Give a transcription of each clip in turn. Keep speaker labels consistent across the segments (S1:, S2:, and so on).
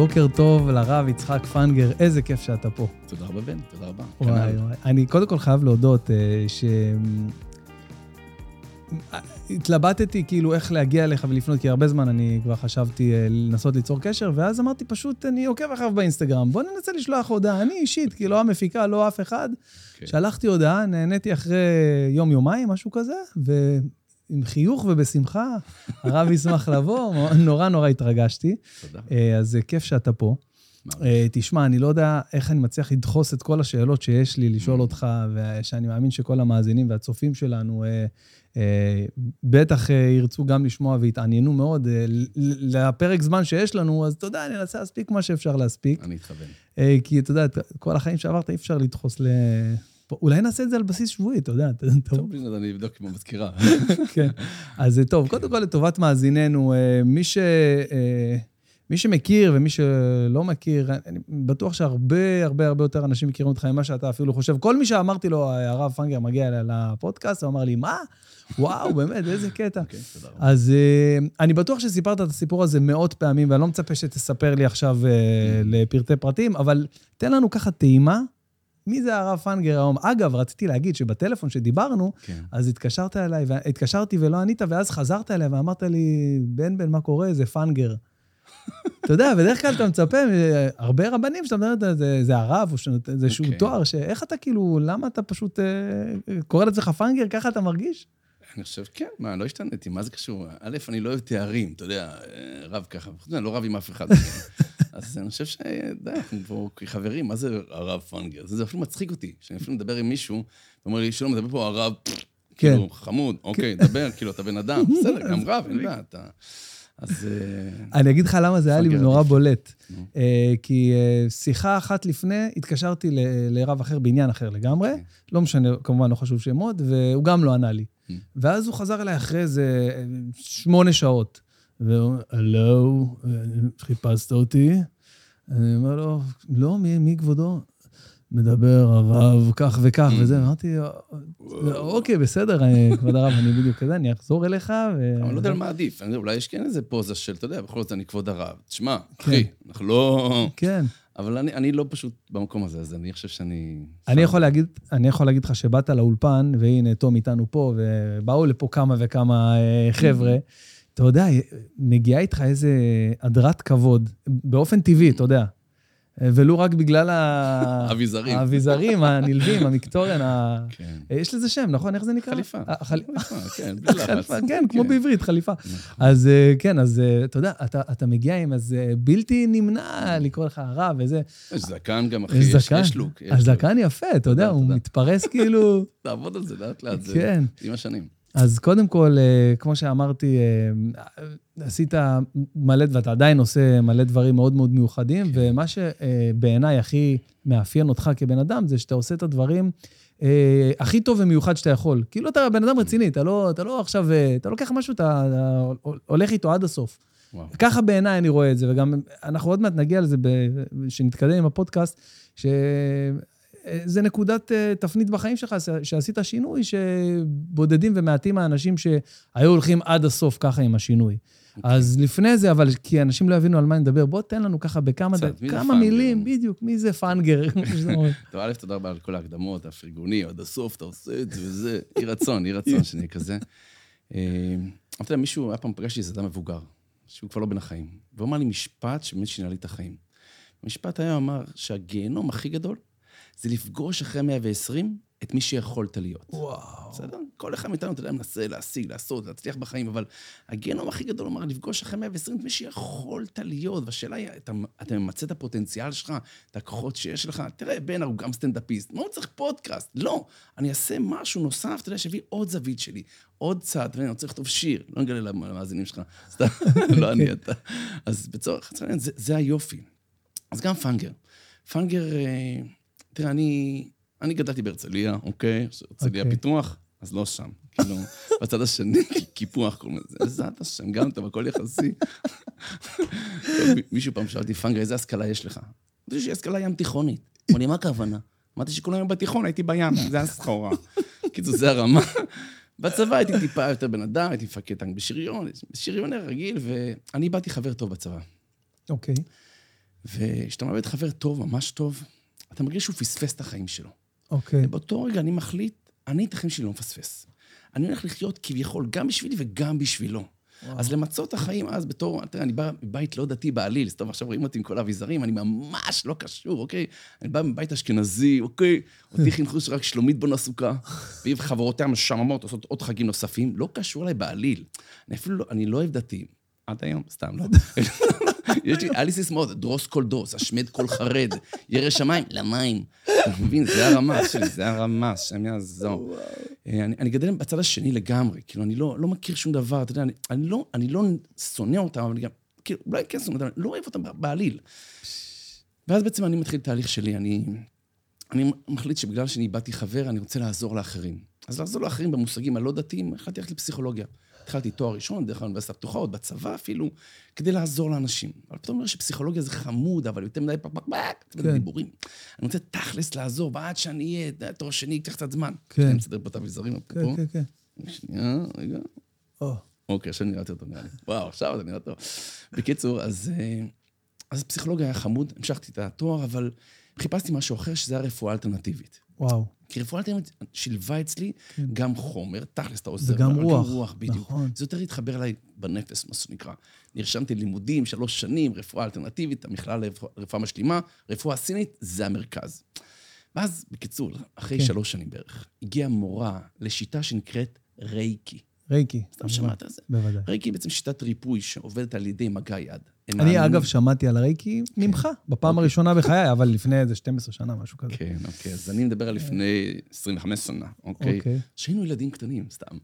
S1: בוקר טוב לרב יצחק פנגר, איזה כיף שאתה פה.
S2: תודה רבה בן, תודה רבה.
S1: וואי. אני קודם כל חייב להודות התלבטתי כאילו איך להגיע אליך ולפנות, כי הרבה זמן אני כבר חשבתי לנסות ליצור קשר, ואז אמרתי פשוט, אני עוקב אחריו באינסטגרם, בוא ננסה לשלוח הודעה, אני אישית, כי לא המפיקה, לא אף אחד. שלחתי הודעה, נהניתי אחרי יום-יומיים, משהו כזה, ועם חיוך ובשמחה, הרב ישמח לבוא, נורא התרגשתי.
S2: תודה.
S1: אז זה כיף שאתה פה. תשמע, אני לא יודע איך אני מצליח לדחוס את כל השאלות שיש לי לשאול אותך, ושאני מאמין שכל המאזינים והצופים שלנו בטח ירצו גם לשמוע והתעניינו מאוד. לפרק זמן שיש לנו, אז אתה יודע, אני אנסה להספיק מה שאפשר להספיק.
S2: אני אתכוון.
S1: כי אתה יודע, כל החיים שעברת אי אפשר לדחוס אולי נעשה את זה על בסיס שבועי, אתה יודע.
S2: טוב, אני אבדוק עם המזכירה.
S1: כן, אז טוב, קודם כל לטובת מאזיננו, מי שמכיר ומי שלא מכיר, אני בטוח שהרבה יותר אנשים מכירים אותך ממה שאתה אפילו חושב. כל מי שאמרתי לו, הרב פנגר מגיע לפודקאסט, הוא אמר לי, מה? וואו, באמת, איזה קטע. אז אני בטוח שסיפרת את הסיפור הזה מאות פעמים, ואני לא מצפה שתספר לי עכשיו לפרטי פרטים, אבל תן לנו ככה טעימה, מי זה הרב פנגר היום? אגב, רציתי להגיד שבטלפון שדיברנו, אז התקשרתי ולא ענית, ואז חזרת אליי ואמרת לי, בן, מה קורה? זה פנגר. אתה יודע, בדרך כלל אתה מצפה, הרבה רבנים שאתה מדבר, זה הרב, או זה שהוא תואר, איך אתה כאילו, למה אתה פשוט קורא לעצמך פנגר, ככה אתה מרגיש?
S2: אני חושב, כן, מה, לא השתנתי, מה זה קשור? א', אני לא אוהב תארים, אתה יודע, רב ככה, אני לא רב עם אף אחד. אז אני חושב אנחנו פה כחברים, מה זה הרב פנגר? זה אפילו מצחיק אותי, שאני אפילו מדבר עם מישהו, הוא אומר לי, שלום, מדבר פה הרב, כאילו, חמוד, אוקיי, דבר, כאילו, אתה בן אדם, בסדר, גם רב, אין בעיה, אתה... אז...
S1: אני אגיד לך למה זה היה לי נורא בולט. כי שיחה אחת לפני, התקשרתי לרב אחר בעניין אחר לגמרי, לא משנה, כמובן לא חשוב שמות, והוא גם לא ענה לי. ואז הוא חזר אליי אחרי איזה 8 שעות. והוא אומר, הלו, חיפשת אותי? אני אומר לו, לא, מי כבודו? מדבר הרב, כך וכך, וזה, אמרתי, אוקיי, בסדר, כבוד הרב, אני בדיוק כזה, אני אחזור אליך,
S2: אבל לא יודע על מה עדיף, אולי יש כן איזה פוזה של, אתה יודע, בכל זאת אני כבוד הרב. תשמע, אחי, אנחנו לא...
S1: כן.
S2: אבל אני לא פשוט במקום הזה, אז אני חושב שאני...
S1: אני יכול להגיד לך שבאת לאולפן, והנה, תום איתנו פה, ובאו לפה כמה וכמה חבר'ה, אתה יודע, מגיעה איתך איזה הדרת כבוד, באופן טבעי, אתה יודע. ולא רק בגלל האביזרים, הנלווים, המקטורן, יש לזה שם, נכון? איך זה נקרא?
S2: חליפה. כן, בלי לחץ.
S1: כן, כמו בעברית, חליפה. אז כן, אז אתה יודע, אתה מגיע עם איזה בלתי נמנע לקרוא לך הרב וזה.
S2: יש זקן גם, אחי, יש לוק.
S1: הזקן יפה, אתה יודע, הוא מתפרס כאילו...
S2: תעבוד על זה, לאט,
S1: כן.
S2: עם השנים.
S1: אז קודם כל, כמו שאמרתי, עשית מלא, ואתה עדיין עושה מלא דברים מאוד מאוד מיוחדים, ומה שבעיניי הכי מאפיין אותך כבן אדם, זה שאתה עושה את הדברים הכי טוב ומיוחד שאתה יכול. כאילו אתה בן אדם רציני, אתה לא עכשיו, אתה לוקח משהו, אתה הולך איתו עד הסוף. ככה בעיניי אני רואה את זה, וגם אנחנו עוד מעט נגיע לזה, שנתקדם עם הפודקאסט, זה נקודת תפנית בחיים שלך, שעשית שינוי, שבודדים ומעטים האנשים שהיו הולכים עד הסוף ככה עם השינוי. אז לפני זה, אבל כי אנשים לא יבינו על מה נדבר, בוא תן לנו ככה בכמה מילים, בדיוק, מי זה פנגר?
S2: טוב, א', תודה רבה על כל ההקדמות, הפרגוני, עד הסוף, אתה עושה את זה וזה, יהי רצון שאני כזה. אמרתי לה, מישהו, היה פעם פגשתי איזה אדם מבוגר, שהוא כבר לא בין החיים, והוא אמר לי משפט שבאמת שינה לי את החיים. המשפט היה אמר שהגיהנום הכי גדול, זה לפגוש אחרי 120 את מי שיכולת להיות.
S1: וואו.
S2: בסדר? כל אחד מאיתנו, אתה יודע, מנסה להשיג, לעשות, להצליח בחיים, אבל הגיהנום הכי גדול אומר, לפגוש אחרי 120 את מי שיכולת להיות, והשאלה היא, אתה ממצא את הפוטנציאל שלך, את הכוחות שיש לך, תראה, בן, הוא גם סטנדאפיסט, מה הוא צריך פודקאסט? לא, אני אעשה משהו נוסף, אתה יודע, שיביא עוד זווית שלי, עוד צד, ואני צריך לכתוב שיר, לא נגלה למאזינים שלך, סתם, לא אני אתה. אז בצורך, זה היופי. אז גם פנגר, תראה, אני גדלתי בהרצליה, אוקיי? הרצליה פיתוח, אז לא שם. כאילו, בצד השני, קיפוח, כל מיני, זה אתה שם, גם אתה בכל יחסי. מישהו פעם שאלתי, פנגר, איזה השכלה יש לך? אמרתי שיש השכלה ים תיכונית. אמרתי, מה הכוונה? אמרתי שכולם היום בתיכון, הייתי בים, זה הסחורה. כאילו, זה הרמה. בצבא הייתי טיפה יותר בן אדם, הייתי מפקד טנק בשריון רגיל, ואני באתי חבר טוב בצבא.
S1: אוקיי.
S2: וכשאתה מאבד חבר טוב, ממש טוב, אתה מרגיש שהוא פספס את החיים שלו.
S1: אוקיי.
S2: ובאותו רגע אני מחליט, אני את החיים שלי לא מפספס. אני הולך לחיות כביכול גם בשבילי וגם בשבילו. אז למצוא את החיים אז בתור, תראה, אני בא מבית לא דתי בעליל, טוב, עכשיו רואים אותי עם כל האביזרים, אני ממש לא קשור, אוקיי? אני בא מבית אשכנזי, אוקיי? אותי חינכו שרק שלומית בון עסוקה, והיא וחברותיה משעממות עושות עוד חגים נוספים, לא קשור אליי בעליל. אני אפילו לא, אני לא אוהב דתיים. עד היום, סתם, לא. יש לי, היה לי סיסמאות, דרוס כל דוס, השמד כל חרד, ירא שמיים, למים. אתה מבין, זה הרמ"ס שלי, זה הרמ"ס, שם יעזור. אני גדל בצד השני לגמרי, כאילו, אני לא מכיר שום דבר, אתה יודע, אני לא שונא אותם, אבל אני גם, כאילו, אולי כן שונא אותם, לא אוהב אותם בעליל. ואז בעצם אני מתחיל את התהליך שלי, אני מחליט שבגלל שאני איבדתי חבר, אני רוצה לעזור לאחרים. אז לעזור לאחרים במושגים הלא דתיים, החלטתי ללכת לפסיכולוגיה. התחלתי תואר ראשון, דרך האוניברסיטה הפתוחה, עוד בצבא אפילו, כדי לעזור לאנשים. אבל פתאום אומר שפסיכולוגיה זה חמוד, אבל יותר מדי פק, דיבורים. אני רוצה תכלס לעזור, ועד שאני אהיה, תואר שני, ייקח קצת זמן.
S1: כן.
S2: אני מצטרף פה את האביזרים, אפרופו.
S1: כן.
S2: שנייה, רגע. אוקיי, עכשיו נראה יותר טוב, נראה לי. וואו, עכשיו זה נראה טוב. בקיצור, אז פסיכולוגיה היה חמוד, המשכתי את התואר, אבל חיפשתי משהו אחר, שזה היה רפואה אלטרנטיבית.
S1: וואו.
S2: כי רפואה אלטרנטיבית שילבה אצלי גם חומר, תכלס אתה עוזר.
S1: וגם רוח.
S2: בדיוק.
S1: נכון.
S2: זה יותר התחבר אליי בנפש, מה שנקרא. נרשמתי לימודים, 3 שנים, רפואה אלטרנטיבית, המכללה לרפואה משלימה, רפואה סינית, זה המרכז. ואז, בקיצור, אחרי 3 שנים בערך, הגיעה מורה לשיטה שנקראת רייקי.
S1: רייקי.
S2: סתם שמעת על זה?
S1: בוודאי.
S2: רייקי היא בעצם שיטת ריפוי שעובדת על ידי מגע יד.
S1: אני אגב שמעתי על הרייקי ממך, בפעם הראשונה בחיי, אבל לפני איזה 12 שנה, משהו כזה.
S2: כן, אוקיי. אז אני מדבר על לפני 25 שנה, אוקיי? שהיינו ילדים קטנים, סתם.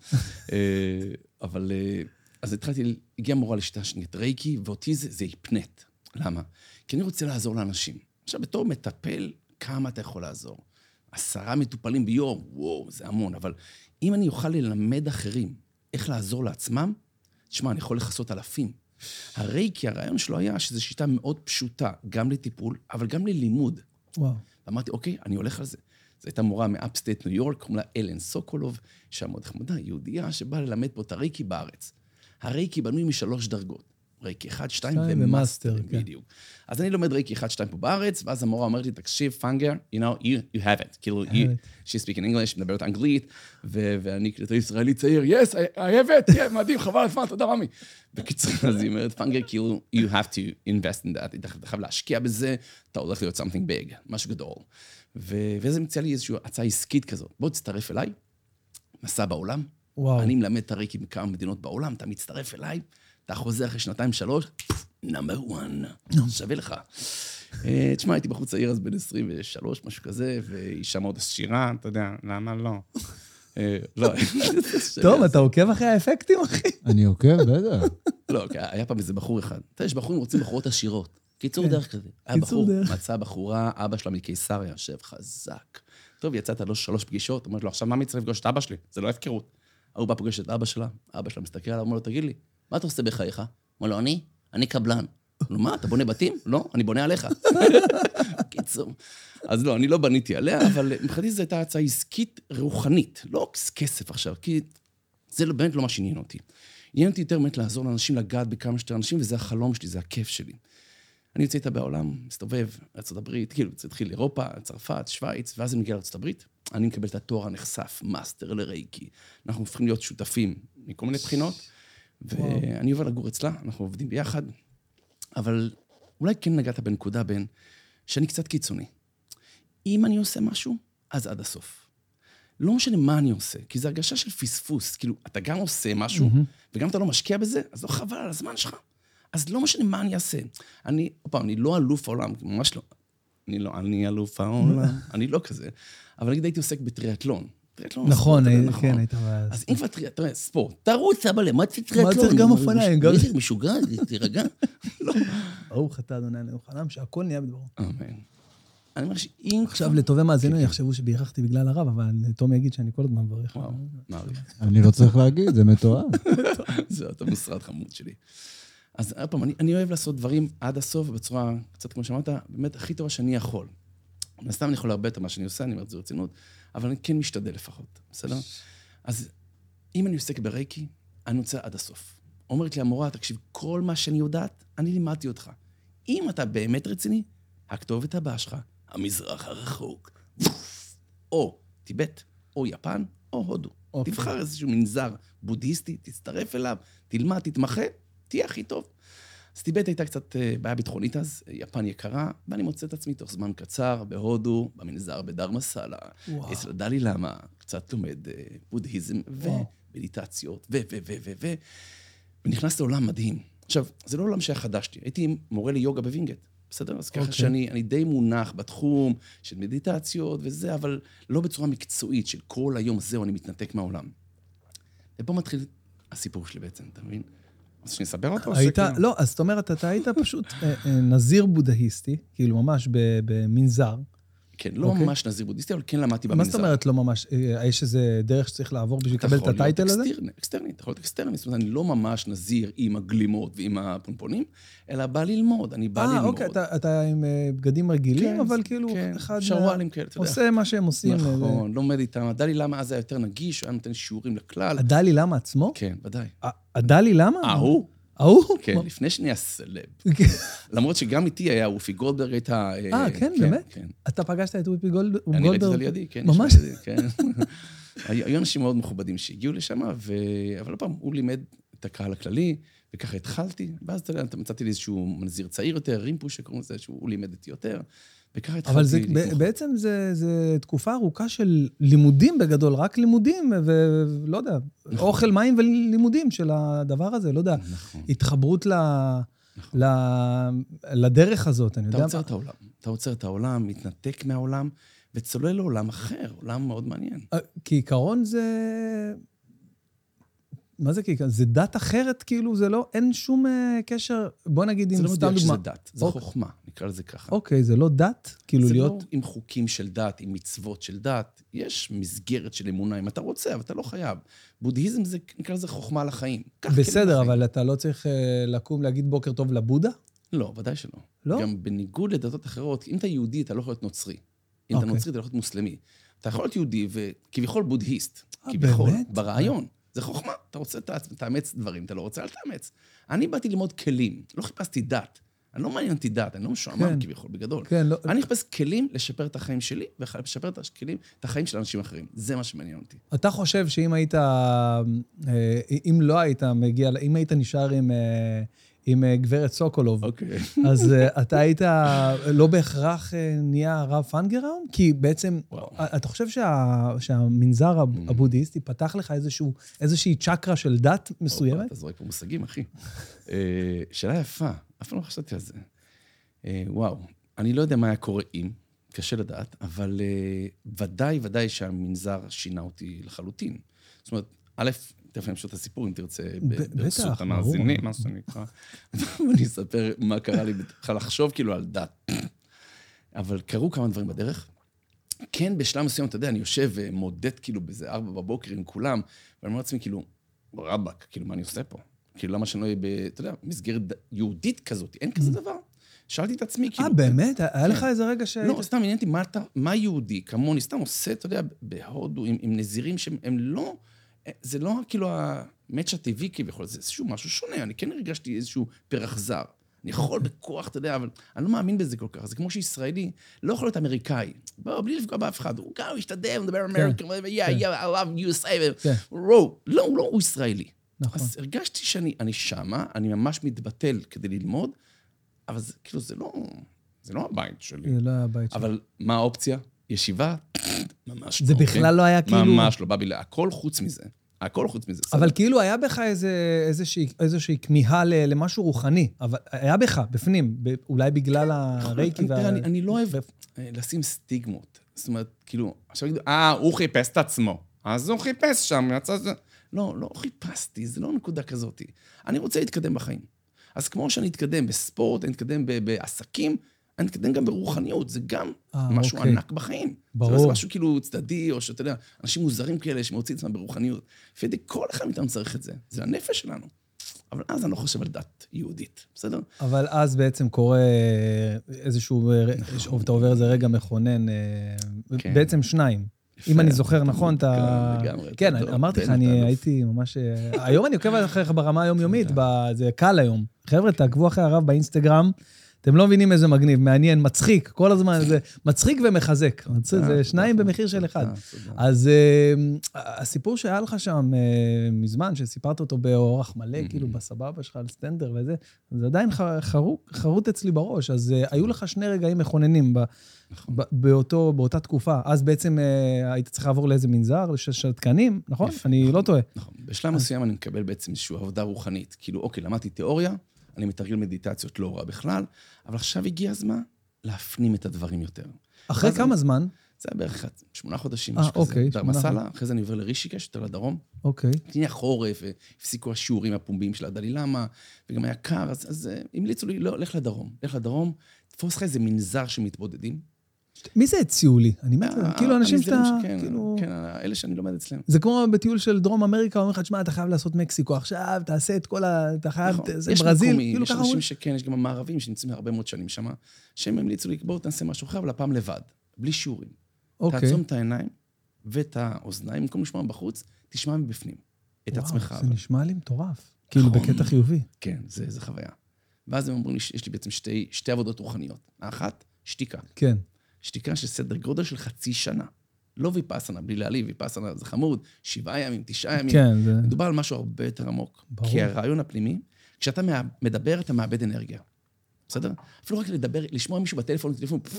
S2: אבל, אז הגיעה מורה לשיטה שנקראת רייקי, ואותי זה היפנט. למה? כי אני רוצה לעזור לאנשים. עכשיו, בתור מטפל, כמה אתה יכול לעזור? 10 מטופלים ביום, וואו, זה המון, אבל אם אני אוכל ללמד אחרים איך לעזור לעצמם, תשמע, אני יכול לחסות אלפים. הרייקי, הרעיון שלו היה שזו שיטה מאוד פשוטה, גם לטיפול, אבל גם ללימוד.
S1: וואו.
S2: ואמרתי, אוקיי, אני הולך על זה. זו הייתה מורה מאפסטייט ניו יורק, קוראים לה אלן סוקולוב, שהיא מאוד חמודה, יהודייה, שבאה ללמד פה את הרייקי בארץ. הרייקי בנוי מ3 דרגות. רייקי 1, 2 ומאסטר, בדיוק. אז אני לומד רייקי 1, 2 פה בארץ, ואז המורה אומרת לי, תקשיב, פנגר, you have it. כאילו, she speak in English, מדברת אנגלית, ואני כאילו ישראלי צעיר, yes, I have it, yeah, מדהים, חבל הזמן, תודה רמי. בקיצור, אז היא אומרת, פנגר, כאילו, you have to invest in that, אתה חייב להשקיע בזה, אתה הולך להיות something big, משהו גדול. וזה מציע לי איזושהי הצעה עסקית כזאת. בוא תצטרף אליי, מסע בעולם, אני מלמד את הרייקי מכמה מדינות בעולם, אתה מצטרף אליי, אתה חוזר אחרי 2-3, נאמבר 1, שווה לך. תשמע, הייתי בחוץ העיר אז בין 23, משהו כזה, והיא שם עוד עשירה, אתה יודע, למה לא? לא.
S1: טוב, אתה עוקב אחרי האפקטים, אחי?
S3: אני עוקב, בטח.
S2: לא, היה פעם איזה בחור אחד. אתה יודע, יש בחורים רוצים בחורות עשירות. קיצור דרך כזה. היה בחור, מצא בחורה, אבא שלה מקיסריה, יושב חזק. טוב, יצאת לו 3 פגישות, אומרת לו, עכשיו מה מצטרף לפגוש את אבא שלי? זה לא הפקרות. הוא בא פוגש את אבא שלה מסתכל עליו, אומר לו, תגיד לי, מה אתה עושה בחייך? אומר לו, אני קבלן. נו, מה, אתה בונה בתים? לא, אני בונה עליך. קיצור. אז לא, אני לא בניתי עליה, אבל מבחינתי זו הייתה הצעה עסקית רוחנית, לא כסף עכשיו, כי זה באמת לא מה שעניין אותי. עניין אותי יותר באמת לעזור לאנשים לגעת בכמה שיותר אנשים, וזה החלום שלי, זה הכיף שלי. אני יוצא איתה בעולם, מסתובב, ארצות הברית, כאילו, זה התחיל אירופה, צרפת, שוויץ, ואז אני מגיע לארצות הברית, אני מקבל את התואר הנחשף, מאסטר לרייקי. אנחנו הופכים להיות שותפים מכל מיני בחינות, ואני עובר לגור אצלה, אנחנו עובדים ביחד, אבל אולי כן נגעת בנקודה בין שאני קצת קיצוני. אם אני עושה משהו, אז עד הסוף. לא משנה מה אני עושה, כי זו הרגשה של פספוס, כאילו, אתה גם עושה משהו, וגם אתה לא משקיע בזה, אז לא חבל על הזמן שלך. אז לא משנה מה אני אעשה. אני לא אלוף העולם, ממש לא. אני אלוף העולם, אני לא כזה. אבל נגיד הייתי עוסק בטריאטלון.
S1: נכון, כן, היית...
S2: אז אם כבר טריאטלון, ספורט, תרוץ, אבל למה טריאטלון?
S1: מה צריך גם אופניים?
S2: משוגע, תירגע. לא.
S1: ברוך אתה, אדוני אלוהינו חלם, שהכל נהיה בדברו.
S2: אמן. אני אומר שאם...
S1: עכשיו, לטובי מאזינו, יחשבו שבירכתי בגלל הרב, אבל תום יגיד שאני כל הזמן מברך.
S2: וואו, מעריך.
S3: אני לא צריך להגיד, זה מתואר.
S2: זה אותו משרד חמוד שלי. אז פעם, אני אוהב לעשות דברים עד הסוף, בצורה, קצת כמו שאמרת, באמת הכי טובה שאני יכול. סתם אני יכול להרבה יותר מה שאני עושה, אני אומר את זה רצינות, אבל אני כן משתדל לפחות, בסדר? אז אם אני עוסק ברייקי, אני רוצה עד הסוף. אומרת לי המורה, תקשיב, כל מה שאני יודעת, אני לימדתי אותך. אם אתה באמת רציני, הכתובת הבאה שלך, המזרח הרחוק, או טיבט, או יפן, או הודו.
S1: אוקיי.
S2: תבחר איזשהו מנזר בודהיסטי, תצטרף אליו, תלמד, תתמחה, תהיה הכי טוב. אז טיבט הייתה קצת בעיה ביטחונית אז, יפן יקרה, ואני מוצא את עצמי תוך זמן קצר בהודו, במנזר בדרמסלה, אצל דלי למה, קצת לומד בודהיזם ומדיטציות ונכנס לעולם מדהים. עכשיו, זה לא עולם שהיה חדשתי, הייתי מורה ליוגה בווינגייט, בסדר? אז ככה שאני די מונח בתחום של מדיטציות וזה, אבל לא בצורה מקצועית של כל היום זהו, אני מתנתק מהעולם. ופה מתחיל הסיפור שלי בעצם, אתה מבין? אז שנסבר אותו?
S1: לא, אז זאת אומרת, אתה היית פשוט נזיר בודהיסטי, כאילו ממש במנזר.
S2: כן, לא ממש נזיר בודהיסטי, אבל כן למדתי במנזר.
S1: מה זאת אומרת לא ממש? יש איזה דרך שצריך לעבור בשביל לקבל את הטייטל הזה?
S2: אקסטרני, אתה יכול להיות אקסטרני, זאת אומרת, אני לא ממש נזיר עם הגלימות ועם הפונפונים, אלא בא ללמוד, אני בא ללמוד.
S1: אוקיי, אתה עם בגדים רגילים, אבל כאילו אחד עושה מה שהם עושים.
S2: נכון, לומד איתם. הדלי למה אז היה יותר נגיש, היה נותן שיעורים לכלל.
S1: הדלי למה עצמו?
S2: כן, ודאי.
S1: הדלי למה?
S2: ההוא? כן, לפני שנייה סלב. למרות שגם איתי היה אופי גולדברג הייתה...
S1: כן, באמת? אתה פגשת את אופי גולדברג?
S2: אני ראיתי אותה לידי, כן.
S1: ממש?
S2: היו אנשים מאוד מכובדים שהגיעו לשם, אבל הפעם הוא לימד את הקהל הכללי, וככה התחלתי, ואז אתה יודע, מצאתי לי איזשהו מנזיר צעיר יותר, רימפוש שקוראים לזה, שהוא לימד אותי יותר, וככה התחלתי...
S1: אבל בעצם זה תקופה ארוכה של לימודים בגדול, רק לימודים, ולא יודע, אוכל, מים ולימודים של הדבר הזה, לא יודע, התחברות לדרך הזאת, אני יודע...
S2: אתה עוצר את העולם, מתנתק מהעולם, וצולל לעולם אחר, עולם מאוד מעניין.
S1: כעיקרון זה... מה זה כעיקרון? זה דת אחרת, כאילו, זה לא, אין שום קשר, בוא נגיד,
S2: זה לא מדויק שזה דת, זה חוכמה, נקרא לזה ככה.
S1: אוקיי, זה לא דת? כאילו
S2: זה
S1: להיות...
S2: לא עם חוקים של דת, עם מצוות של דת, יש מסגרת של אמונה, אם אתה רוצה, אבל אתה לא חייב. בודהיזם זה, נקרא לזה חוכמה לחיים.
S1: בסדר, אבל אתה לא צריך לקום להגיד בוקר טוב לבודה?
S2: לא, ודאי שלא.
S1: לא?
S2: גם בניגוד לדתות אחרות, אם אתה יהודי, אתה לא יכול להיות נוצרי. אם אתה נוצרי, אתה לא יכול להיות מוסלמי. אתה יכול להיות יהודי וכביכול בודהיסט. כביכול, ברעיון. זה חוכמה, אתה רוצה תאמץ דברים, אתה לא רוצה, אל תאמץ. אני באתי ללמוד כלים, לא חיפשתי דת. אני לא מעניין אותי דת, אני לא משועמם כביכול, בגדול. אני חפש כלים לשפר את החיים שלי, ולשפר את החיים של אנשים אחרים. זה מה שמעניין אותי.
S1: אתה חושב שאם היית, אם לא היית מגיע, אם היית נשאר עם גברת סוקולוב, אז אתה היית לא בהכרח נהיה הרב פנגראון? כי בעצם, אתה חושב שהמנזר הבודהיסטי פתח לך איזושהי צ'קרה של דת מסוימת?
S2: אתה זורק פה מושגים, אחי. שאלה יפה, אף פעם לא חשבתי על זה. וואו, אני לא יודע מה היה קורה אם, קשה לדעת, אבל ודאי שהמנזר שינה אותי לחלוטין. זאת אומרת, א', תכף אני אמשיך את הסיפור, אם תרצה, ברסות המאזינים, מה שנקרא. ואני אספר מה קרה לי, בכלל לחשוב כאילו על דת. אבל קרו כמה דברים בדרך. כן, בשלב מסוים, אתה יודע, אני יושב ומודד כאילו באיזה 4 בבוקר עם כולם, ואני אומר לעצמי כאילו, רבק, כאילו, מה אני עושה פה? כאילו, למה שאני לא אהיה, אתה יודע, מסגרת יהודית כזאת, אין כזה דבר. שאלתי את עצמי, כאילו...
S1: באמת? היה לך איזה רגע
S2: לא, סתם, עניינתי, מה יהודי? כמוני, סתם עושה, אתה יודע, בהודו, עם נזירים שהם לא... זה לא כאילו המאץ' הטבעי כביכול, זה איזשהו משהו שונה, אני כן הרגשתי איזשהו פרח זר. אני יכול בכוח, אתה יודע, אבל אני לא מאמין בזה כל כך. זה כמו שישראלי לא יכול להיות אמריקאי. בלי לפגוע באף אחד. הוא גם משתדל, הוא מדבר אמריקה, I love you, say it. לא, הוא ישראלי. אז הרגשתי שאני שמה, אני ממש מתבטל כדי ללמוד, אבל כאילו זה לא הבית שלי.
S1: זה לא הבית שלי. אבל
S2: מה האופציה? ישיבה? ממש לא.
S1: זה בכלל לא היה כאילו...
S2: ממש לא, בא בי הכל חוץ מזה. הכל חוץ מזה.
S1: אבל כאילו היה בך איזושהי כמיהה למשהו רוחני, אבל היה בך, בפנים, אולי בגלל הרייקי
S2: אני לא אוהב לשים סטיגמות. זאת אומרת, כאילו, עכשיו יגידו, הוא חיפש את עצמו. אז הוא חיפש שם, יצא זה... לא חיפשתי, זה לא נקודה כזאת. אני רוצה להתקדם בחיים. אז כמו שאני אתקדם בספורט, אני אתקדם בעסקים, אני אתקדם גם ברוחניות, זה גם משהו ענק בחיים. ברור. זה משהו כאילו צדדי, או שאתה יודע, אנשים מוזרים כאלה שמוצאים עצמם ברוחניות. לפי כל אחד מאיתנו צריך את זה. זה הנפש שלנו. אבל אז אני לא חושב על דת יהודית, בסדר?
S1: אבל אז בעצם קורה איזשהו, אתה עובר איזה רגע מכונן, בעצם 2. אם אני זוכר נכון, אתה... כן, אמרתי לך, אני הייתי ממש... היום אני עוקב אחריך ברמה היומיומית, זה קל היום. חבר'ה, תעקבו אחרי הרב באינסטגרם, אתם לא מבינים איזה מגניב, מעניין, מצחיק, כל הזמן זה מצחיק ומחזק. זה שניים במחיר של אחד. אז הסיפור שהיה לך שם מזמן, שסיפרת אותו באורח מלא, כאילו בסבבה שלך על סטנדר וזה, זה עדיין חרוט אצלי בראש. אז היו לך שני רגעים מכוננים באותה תקופה. אז בעצם היית צריך לעבור לאיזה מנזר, לשתקנים, נכון? אני לא טועה.
S2: נכון. בשלב מסוים אני מקבל בעצם איזושהי עבודה רוחנית. כאילו, אוקיי, למדתי תיאוריה, אני מתרגל מדיטציות לא רע בכלל, אבל עכשיו הגיע הזמן להפנים את הדברים יותר.
S1: אחרי כמה זמן?
S2: זה היה בערך 8 חודשים,
S1: אוקיי.
S2: דרמסלה, אחרי זה אני עובר לרישיקש, יותר לדרום.
S1: אוקיי.
S2: היה חורף, הפסיקו השיעורים הפומביים של הדלי למה, וגם היה קר, אז המליצו לי, לא, לך לדרום, תפוס לך איזה מנזר שמתבודדים.
S1: מי זה הציעו לי? אני מת, כאילו אנשים שאתה...
S2: כן, אלה שאני לומד אצלם.
S1: זה כמו בטיול של דרום אמריקה, אומרים לך, תשמע, אתה חייב לעשות מקסיקו, עכשיו תעשה את כל ה... אתה חייב... זה ברזיל,
S2: יש אנשים שכן, יש גם המערבים שנמצאים הרבה מאוד שנים שם, שהם המליצו לי, בואו תעשה משהו אחר, אבל הפעם לבד, בלי שיעורים. תעצום את העיניים ואת האוזניים, במקום לשמוע בחוץ, תשמע מבפנים את עצמך.
S1: זה נשמע לי מטורף, כאילו בקטע חיובי.
S2: כן, זה חוויה. ואז הם אומרים לי, יש לי בעצם שתי עבודות רוחניות. האחת, שתיקה.
S1: כן.
S2: שתיקה של סדר גודל של חצי שנה. לא ויפאסנה, בלי להעליב, ויפאסנה זה חמוד, 7 ימים, 9 ימים.
S1: כן, זה...
S2: מדובר על משהו הרבה יותר עמוק. ברור. כי הרעיון הפנימי, כשאתה מדבר, אתה מאבד אנרגיה. בסדר? אפילו רק לדבר, לשמוע מישהו בטלפון,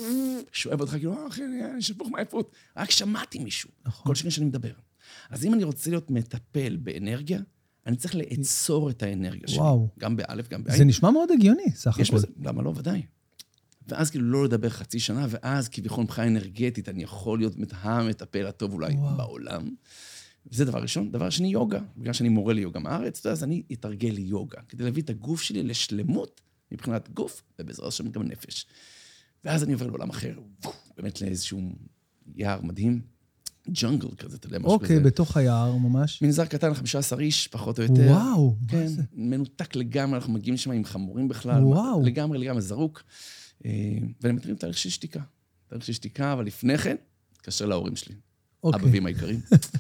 S2: שואב אותך, כאילו, אחי, אני שפוך מעייפות. רק שמעתי מישהו. נכון. כל שני שאני מדבר. אז אם אני רוצה להיות מטפל באנרגיה, אני צריך לעצור את האנרגיה שלי. וואו. גם באלף, גם בעין.
S1: זה נשמע מאוד הגיוני, סך הכל.
S2: למה לא? ודאי. ואז כאילו לא לדבר חצי שנה, ואז כביכול מבחינה אנרגטית, אני יכול להיות המטפל הטוב אולי בעולם. וזה דבר ראשון. דבר שני, יוגה. בגלל שאני מורה ליוגה מארץ, אז אני אתרגל ליוגה, כדי להביא את הגוף שלי לשלמות, מבחינת גוף, ובעזרת השם גם נפש. ואז אני עובר לעולם אחר, באמת לאיזשהו יער מדהים, ג'ונגל כזה, אתה יודע, משהו כזה.
S1: אוקיי, בתוך היער ממש.
S2: מנזר קטן, 15 איש, פחות או יותר.
S1: וואו,
S2: כן, מנותק לגמרי, אנחנו מגיעים שם עם חמורים בכלל. וואו. לגמרי זרוק. ואני מתחילים תהליך של שתיקה. תהליך של שתיקה, אבל לפני כן, התקשר להורים שלי. אבא ואמא היקרים.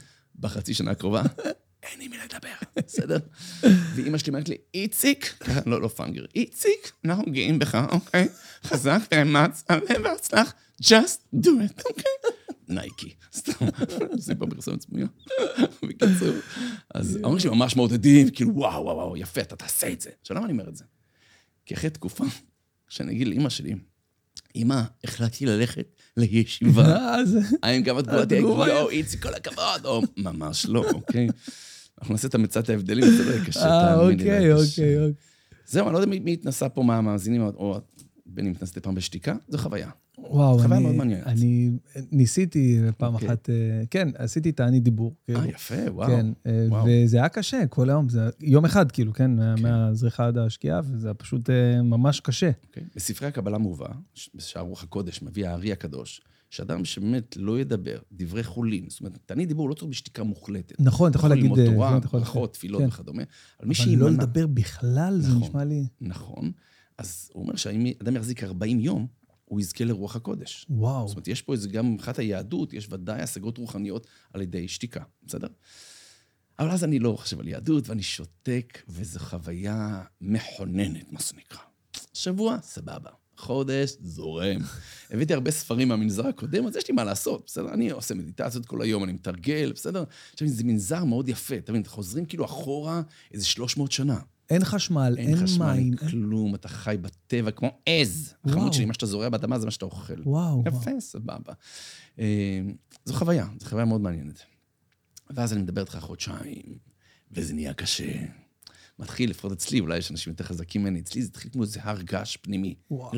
S2: בחצי שנה הקרובה, אין עם מי לדבר, בסדר? ואמא שלי אומרת לי, איציק, לא פאנגר, איציק, אנחנו גאים בך, אוקיי? חזק, תאמץ, עלה והצלח, just do it, אוקיי? נייקי, סתם, זה פה פרסומת סמויה. בקיצור, אז ההורים שלי ממש מעודדים, כאילו, וואו, יפה, אתה תעשה את זה. עכשיו, למה אני אומר את זה? כי אחרי תקופה, שאני אגיד לאמא שלי, אמא, החלטתי ללכת לישיבה. האם גם את תגובתי, יואו, איציק, כל הכבוד, או ממש לא, אוקיי? אנחנו נעשה את המצאת ההבדלים, זה לא יקשה, תאמיני לי.
S1: אוקיי.
S2: זהו, אני לא יודע מי התנסה פה מהמאזינים, או בין אם התנסתי פעם בשתיקה, זו חוויה.
S1: וואו,
S2: חוויה מאוד מעניינת.
S1: אני ניסיתי פעם אחת, כן, עשיתי את אני דיבור.
S2: יפה, וואו.
S1: כן, וזה היה קשה כל היום, זה יום אחד, כאילו, כן, מהזריחה עד השקיעה, וזה היה פשוט ממש קשה.
S2: בספרי הקבלה מובא, בשער רוח הקודש, מביא הארי הקדוש, שאדם שבאמת לא ידבר דברי חולין, זאת אומרת, תעני דיבור לא צריך בשתיקה מוחלטת.
S1: נכון, אתה יכול להגיד...
S2: ללמוד תורה, ברכות, תפילות וכדומה.
S1: אבל לא לדבר בכלל, זה נשמע לי...
S2: נכון. אז הוא אומר שאם אדם יחזיק 40 יום, הוא יזכה לרוח הקודש.
S1: וואו.
S2: זאת אומרת, יש פה איזה גם מבחינת היהדות, יש ודאי השגות רוחניות על ידי שתיקה, בסדר? אבל אז אני לא חושב על יהדות, ואני שותק, וזו חוויה מכוננת, מה זה נקרא. שבוע, סבבה. חודש, זורם. הבאתי הרבה ספרים מהמנזר הקודם, אז יש לי מה לעשות, בסדר? אני עושה מדיטציות כל היום, אני מתרגל, בסדר? עכשיו, זה מנזר מאוד יפה, אתה מבין, חוזרים כאילו אחורה איזה 300 שנה.
S1: אין חשמל, אין מים.
S2: אין כלום, אתה חי בטבע כמו עז. החמוד שלי, מה שאתה זורע באדמה זה מה שאתה אוכל.
S1: וואו.
S2: יפה, סבבה. זו חוויה מאוד מעניינת. ואז אני מדבר איתך חודשיים, וזה נהיה קשה. מתחיל, לפחות אצלי, אולי יש אנשים יותר חזקים ממני, אצלי זה התחיל כמו איזה הר געש פנימי.
S1: וואו.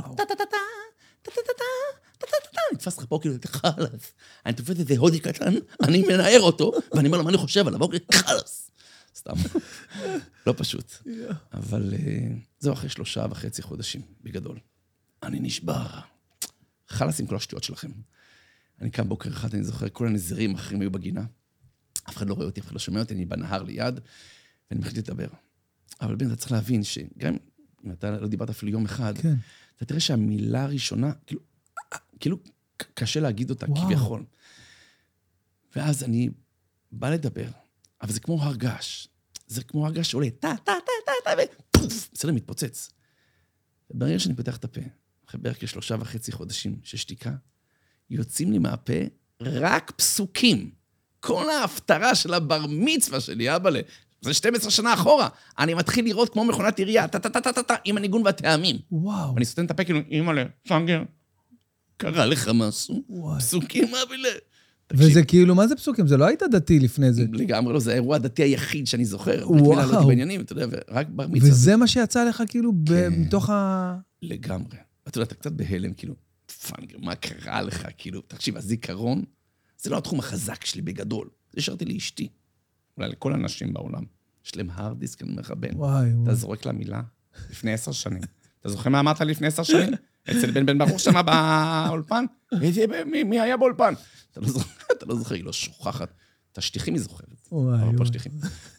S2: נתפס לך פה כאילו, חלס. אני תופס את זה הודי קטן, אני מנער אותו, ואני אומר לו מה אני חושב עליו, אוקיי, חלס. סתם. לא פשוט. אבל זהו אחרי 3.5 חודשים, בגדול. אני נשבר. חלס עם כל השטויות שלכם. אני קם בוקר אחד, אני זוכר, כל הנזירים האחרים היו בגינה. אף אחד לא רואה אותי, אף אחד לא שומע אותי, אני בנהר ליד, ואני מחליט לדבר. אבל בן, אתה צריך להבין שגם אם אתה לא דיברת אפילו יום אחד, אתה תראה שהמילה הראשונה, כאילו קשה להגיד אותה כביכול. ואז אני בא לדבר, אבל זה כמו הר געש. זה כמו הר געש שעולה, טה, ופוף, בסדר, מתפוצץ. ברגע שאני פותח את הפה, אחרי בערך כ3.5 חודשים של שתיקה, יוצאים לי מהפה רק פסוקים. כל ההפטרה של הבר מצווה שלי, אבאלה, זה 12 שנה אחורה. אני מתחיל לראות כמו מכונת עירייה, טה-טה-טה-טה-טה, עם הניגון והטעמים.
S1: וואו.
S2: ואני סותם את הפה כאילו, אימא'לה, פאנגר, קרה לך משהו? פסוקים, אבאלה.
S1: וזה כאילו, מה זה פסוקים? זה לא היית דתי לפני זה.
S2: לגמרי לא, זה האירוע הדתי היחיד שאני זוכר. וואו. לא הייתי בעניינים, אתה יודע, ורק בר מצווה.
S1: וזה מה שיצא לך כאילו מתוך ה...
S2: לגמרי. אתה יודע, אתה קצת בהלם, כאילו, פאנגר, מה קרה לך? כאילו, תקשיב, הזיכרון, זה לא התחום החזק שלי בגדול. זה השארתי לאשתי. אולי לכל האנשים בעולם. יש להם הרד דיסק, אני אומר לך, בן. אתה זורק לה מילה לפני 10 שנים. אתה זוכר מה אמרת לפני 10 שנים? אצל בן ברוך שמה באולפן? מי היה באולפן? אתה לא זוכר, היא לא שוכחת. את השטיחים היא זוכרת. אבל פה שטיחים.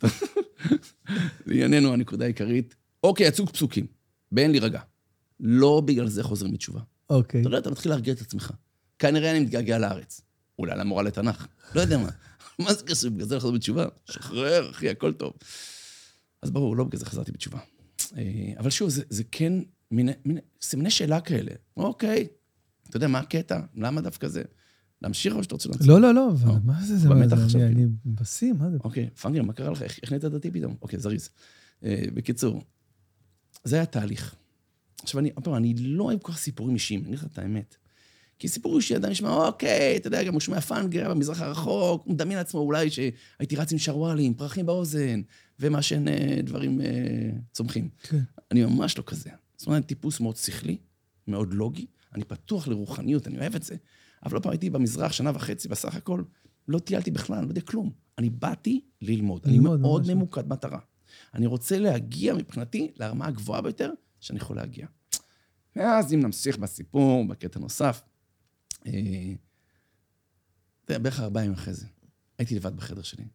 S2: לענייננו, הנקודה העיקרית. אוקיי, יצוג פסוקים. בן להירגע. לא בגלל זה חוזרים בתשובה.
S1: אוקיי.
S2: אתה יודע, אתה מתחיל להרגיע את עצמך. כנראה אני מתגעגע לארץ. אולי למורה לתנ"ך. לא יודע מה. מה זה קשור? בגלל זה לחזור בתשובה? שחרר, אחי, הכל טוב. אז ברור, לא בגלל זה חזרתי בתשובה. אבל שוב, זה כן סימני שאלה כאלה. אוקיי, אתה יודע מה הקטע? למה דווקא זה? להמשיך או שאתה רוצה להמשיך?
S1: לא, אבל מה זה? אני בסים, מה זה?
S2: אוקיי, פאנגר, מה קרה לך? איך נהיית דתי פתאום? אוקיי, זריז. בקיצור, זה היה תהליך. עכשיו, אני לא אוהב כל כך סיפורים אישיים, אני אגיד לך את האמת. כי סיפור אישי אדם נשמע, אוקיי, אתה יודע, גם הוא שומע פאנגר במזרח הרחוק, הוא מדמיין לעצמו אולי שהייתי רץ עם שרוואלים, פרחים באוזן, ומעשן דברים צומחים. אני ממש לא כזה. זאת אומרת, אני טיפוס מאוד שכלי, מאוד לוגי, אני פתוח לרוחניות, אני אוהב את זה, אבל לא פעם הייתי במזרח 1.5 שנה בסך הכל, לא טיילתי בכלל, אני לא יודע כלום. אני באתי ללמוד, אני מאוד ממוקד מטרה. אני רוצה להגיע מבחינתי לרמה הגבוהה ביותר שאני יכול להגיע. ואז אם נמשיך בסיפור, בקטע נוסף, בערך 4 ימים אחרי זה, הייתי לבד בחדר שלי,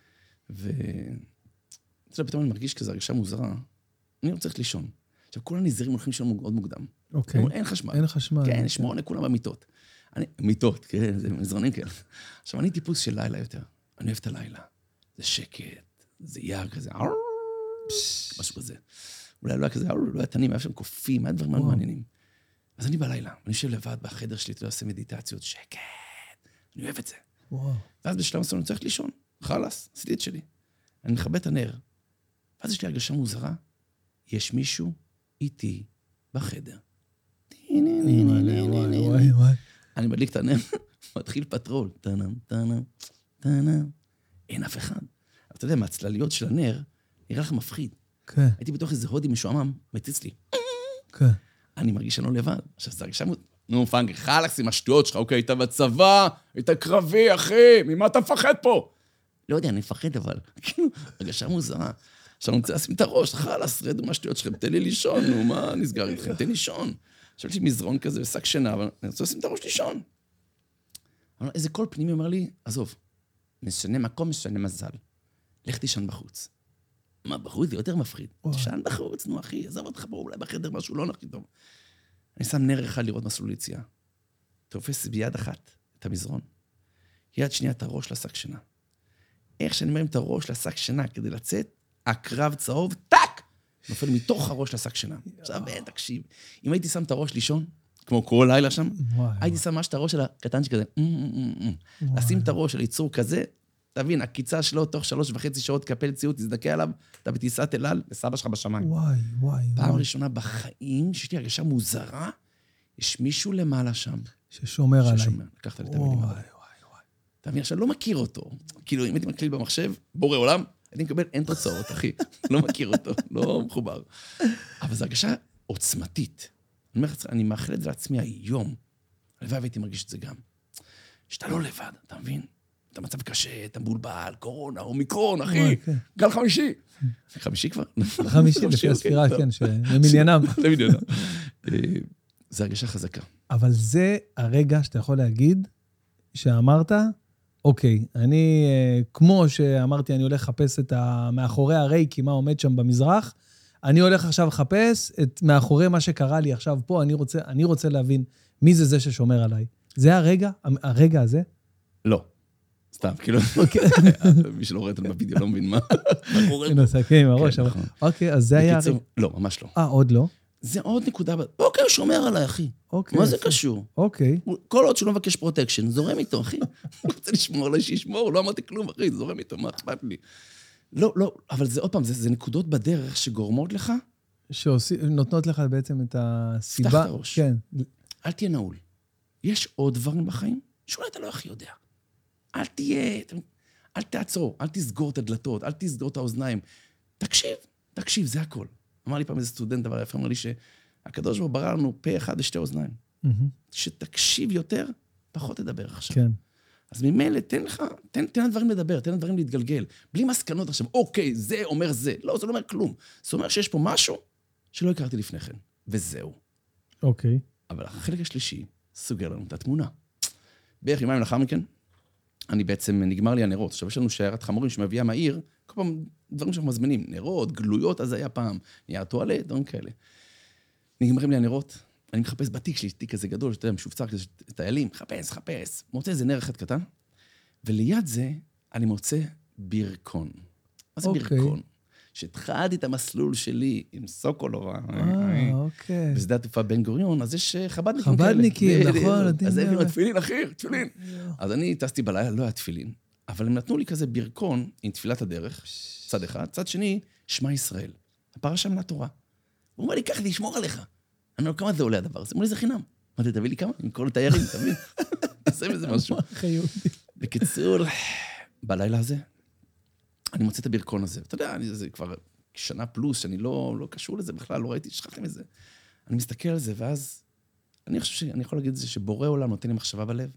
S2: פתאום אני מרגיש כזה הרגשה מוזרה, אני רוצה ללכת לישון. עכשיו, כל הנזירים הולכים לישון מאוד מוקדם.
S1: אוקיי.
S2: אין חשמל.
S1: אין חשמל.
S2: כן, 8 כולם במיטות. מיטות, כן, זה מזרנים כאלה. עכשיו, אני טיפוס של לילה יותר. אני אוהב את הלילה. זה שקט, זה יער כזה, משהו כזה. אולי לא היה כזה, לא היה תנים, היה שם קופים, היה דברים מאוד מעניינים. אז אני בלילה, אני יושב לבד בחדר שלי, אתה עושה מדיטציות, שקט, אני אוהב את זה. ואז בשלב מסוים אני צריך לישון, חלאס, עשיתי את שלי. אני מכבה את הנר, ואז יש לי הרגשה מוזרה, יש מישהו איתי בחדר. אני מדליק את הנר, מתחיל פטרול, אין אף אחד. אבל אתה יודע, מהצלליות של הנר, נראה לך מפחיד. הייתי בתוך איזה הודי משועמם, מציץ לי. אני מרגיש שאני לא לבד. עכשיו, זה הרגשה נו, פאנגר, חלקס עם השטויות שלך, אוקיי, היית בצבא, היית קרבי, אחי, ממה אתה מפחד פה? לא יודע, אני מפחד, אבל כאילו, הרגשה מוזרה. עכשיו, אני רוצה לשים את הראש, חלס, רדו מהשטויות שלכם, תן לי לישון, נו, מה נסגר איתכם? תן לישון. עכשיו, יש לי מזרון כזה ושק שינה, אבל אני רוצה לשים את הראש לישון. אבל איזה קול פנימי אומר לי, עזוב, משנה מקום, משנה מזל. לך תישן בחוץ. מה, בחוץ זה יותר מפחיד. תישן בחוץ, נו, אחי, עזוב אותך פה, אולי בחדר משהו לא נכי טוב. אני שם נר אחד לראות מסלול יציאה. תופס ביד אחת את המזרון. יד שנייה את הראש לשק שינה. איך שאני מרים את הראש לשק שינה כדי לצאת, הקרב צהוב, טק! נופל מתוך הראש לשק שינה. עכשיו, תקשיב, אם הייתי שם את הראש לישון, כמו כל לילה שם, הייתי שם ממש את הראש של הקטן שכזה, לשים את הראש של יצור כזה, תבין, הקיצה שלו תוך 3.5 שעות קפל ציוד, תזדכה עליו, אתה בטיסת אל על, לסבא שלך בשמיים.
S1: וואי.
S2: פעם ראשונה בחיים, שיש לי הרגשה מוזרה, יש מישהו למעלה שם.
S1: ששומר עליי.
S2: לקחת לי את המילים. וואי. אתה מבין, עכשיו לא מכיר אותו. כאילו, אם הייתי מקליל במחשב, בורא עולם, הייתי מקבל אין תוצאות, אחי. לא מכיר אותו, לא מחובר. אבל זו הרגשה עוצמתית. אני מאחל את זה לעצמי היום. הלוואי והייתי מרגיש את זה גם. שאתה לא לבד, אתה מבין? אתה מצב קשה, אתה מבולבל, קורונה, אומיקרון, אחי. גל 5. 5 כבר?
S1: 5, לפי הספירה, כן, למניינם.
S2: למניינם. זו הרגשה חזקה.
S1: אבל זה הרגע שאתה יכול להגיד, שאמרת, אוקיי, אני, כמו שאמרתי, אני הולך לחפש את מאחורי הרייק, מה עומד שם במזרח, אני הולך עכשיו לחפש את מאחורי מה שקרה לי עכשיו פה, אני רוצה להבין מי זה ששומר עליי. זה הרגע הזה?
S2: לא. סתם, כאילו, מי שלא רואה אותנו בווידאו לא מבין מה.
S1: נוסקים עם הראש. אוקיי, אז זה היה...
S2: לא, ממש לא.
S1: עוד לא?
S2: זה עוד נקודה, אוקיי, הוא שומר עליי, אחי.
S1: אוקיי.
S2: מה זה קשור?
S1: אוקיי.
S2: כל עוד שהוא לא מבקש פרוטקשן, זורם איתו, אחי. הוא רוצה לשמור עליי, שישמור, לא אמרתי כלום, אחי, זורם איתו, מה אכפת לי? לא, אבל זה עוד פעם, זה נקודות בדרך שגורמות לך,
S1: נותנות לך בעצם את הסיבה.
S2: פתח את הראש.
S1: כן.
S2: אל תהיה נעול. יש עוד דברים בחיים שאולי אתה לא הכי יודע. אל תעצור, אל תסגור את הדלתות, אל תסגור את האוזניים. תקשיב, זה הכל. אמר לי פעם איזה סטודנט דבר יפה, אמר לי שהקדוש ברוך הוא ברא לנו פה אחד לשתי אוזניים. שתקשיב יותר, פחות תדבר עכשיו.
S1: כן.
S2: אז ממילא, תן לדברים לדבר, תן לדברים להתגלגל. בלי מסקנות עכשיו, אוקיי, זה אומר זה. לא, זה לא אומר כלום. זה אומר שיש פה משהו שלא הכרתי לפני כן, וזהו.
S1: אוקיי.
S2: אבל החלק השלישי סוגר לנו את התמונה. בערך יומיים לאחר מכן, אני בעצם, נגמר לי הנרות. עכשיו, יש לנו שיירת חמורים שמביאה מהעיר, כל פעם דברים שאנחנו מזמינים, נרות, גלויות, אז היה פעם, נייר טואלט, דברים כאלה. נגמרים לי הנרות, אני מחפש בתיק שלי, תיק כזה גדול, שאתה יודע, משופצר כזה, טיילים, חפש, מוצא איזה נר אחד קטן, וליד זה אני מוצא בירקון. מה זה בירקון? שהתחלתי את המסלול שלי עם סוקולובה,
S1: אוקיי.
S2: בשדה התעופה בן גוריון, אז יש חבדניקים כאלה.
S1: חבדניקים, נכון.
S2: אז הם התפילין, אחי, תפילין. אז אני טסתי בלילה, לא היה תפילין, אבל הם נתנו לי כזה בירקון עם תפילת הדרך, צד אחד, צד שני, שמע ישראל, הפרשה מן התורה. הוא אומר לי, קח לי, שמור עליך. אני אומר, כמה זה עולה הדבר הזה? הוא אומר לי, זה חינם. אמרתי, תביא לי כמה? עם כל התיירים, תביא. עושה מזה משהו. בקיצור, בלילה הזה, אני מוצא את הבירקון הזה. אתה יודע, זה כבר שנה פלוס, שאני לא קשור לזה בכלל, לא ראיתי, שכחתי מזה. אני מסתכל על זה, ואז אני חושב שאני יכול להגיד את זה, שבורא עולם נותן לי מחשבה בלב.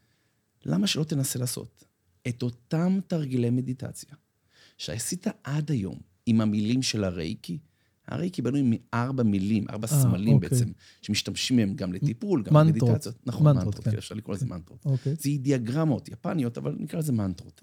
S2: למה שלא תנסה לעשות את אותם תרגילי מדיטציה, שעשית עד היום עם המילים של הרייקי? הרייקי בנוי מ4 מילים, 4 סמלים בעצם, שמשתמשים מהם גם לטיפול, גם למדיטציות. נכון, מנטרות, כן, אפשר לקרוא לזה מנטרות. זה דיאגרמות יפניות, אבל נקרא לזה מנטרות.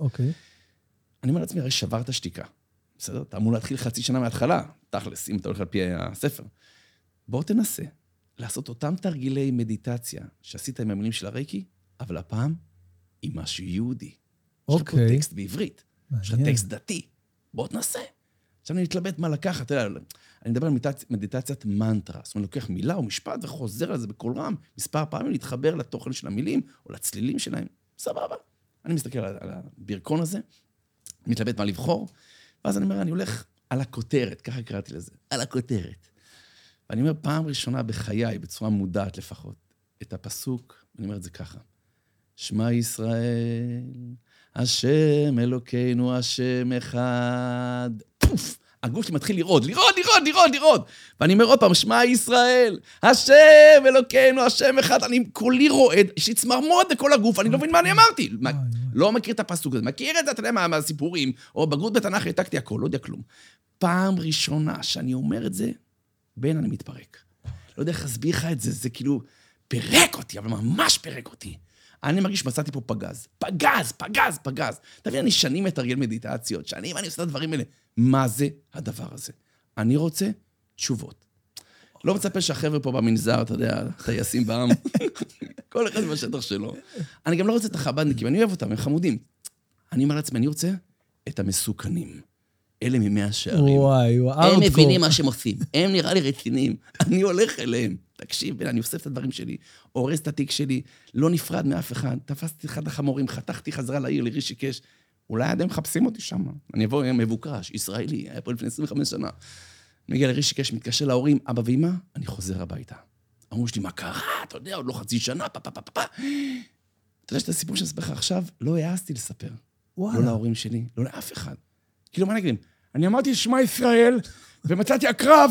S2: אני אומר לעצמי, הרי שברת שתיקה. בסדר? אתה אמור להתחיל חצי שנה מההתחלה, תכלס, אם אתה הולך על פי הספר. בוא תנסה לעשות אותם תרגילי מדיטציה שעשית עם המילים של הרייקי, אבל הפעם עם משהו יהודי. יש לך פה טקסט בעברית, יש לך טקסט דתי. בוא תנסה. עכשיו אני מתלבט מה לקחת, אני מדבר על מדיטציית מנטרה, זאת אומרת, לוקח מילה או משפט וחוזר על זה בקול רם, מספר פעמים להתחבר לתוכן של המילים או לצלילים שלהם. סבבה. אני מסתכל על הבירקון הזה, מתלבט מה לבחור, ואז אני אומר, אני הולך על הכותרת, ככה קראתי לזה, על הכותרת. ואני אומר, פעם ראשונה בחיי, בצורה מודעת לפחות, את הפסוק, אני אומר את זה ככה, שמע ישראל, השם אלוקינו, השם אחד. פוף, הגוף שלי מתחיל לרעוד. ואני אומר עוד פעם, שמע ישראל, השם אלוקינו, השם אחד. אני כולי רועד, יש לי צמרמורת בכל הגוף, אני לא מבין מה אני אמרתי. לא מכיר את הפסוק הזה, מכיר את זה, אתה יודע מה הסיפורים, או בגרות בתנ"ך העתקתי הכל, לא יודע כלום. פעם ראשונה שאני אומר את זה, בין אני מתפרק. לא יודע איך להסביר לך את זה, זה כאילו פירק אותי, אבל ממש פירק אותי. אני מרגיש שמצאתי פה פגז. תבין, אני שנים מתרגל מדיטציות, שנים אני עושה את הדברים האלה. מה זה הדבר הזה? אני רוצה תשובות. לא מצפה שהחבר'ה פה במנזר, אתה יודע, טייסים בעם, כל אחד בשטח שלו. אני גם לא רוצה את החבדניקים, אני אוהב אותם, הם חמודים. אני אומר לעצמי, אני רוצה את המסוכנים. אלה ממאה שערים. הם מבינים מה שהם עושים, הם נראה לי רציניים, אני הולך אליהם. תקשיב, אני אוסף את הדברים שלי, אורז את התיק שלי, לא נפרד מאף אחד, תפסתי אחד החמורים, חתכתי חזרה לעיר, לרישיקש, אולי עדיין מחפשים אותי שם, אני אבוא מבוקש, ישראלי, היה פה לפני 25 שנה. מגיע לרישיקש, מתקשר להורים, אבא ואמא, אני חוזר הביתה. אמרו שלי, מה קרה? אתה יודע, עוד לא חצי שנה, אתה יודע שאת הסיפור שאני אספר לך עכשיו, לא העזתי לספר. לא להורים שלי, לא לאף אחד. כאילו, מה נגדים? אני אמרתי שמע ישראל, ומצאתי הקרב,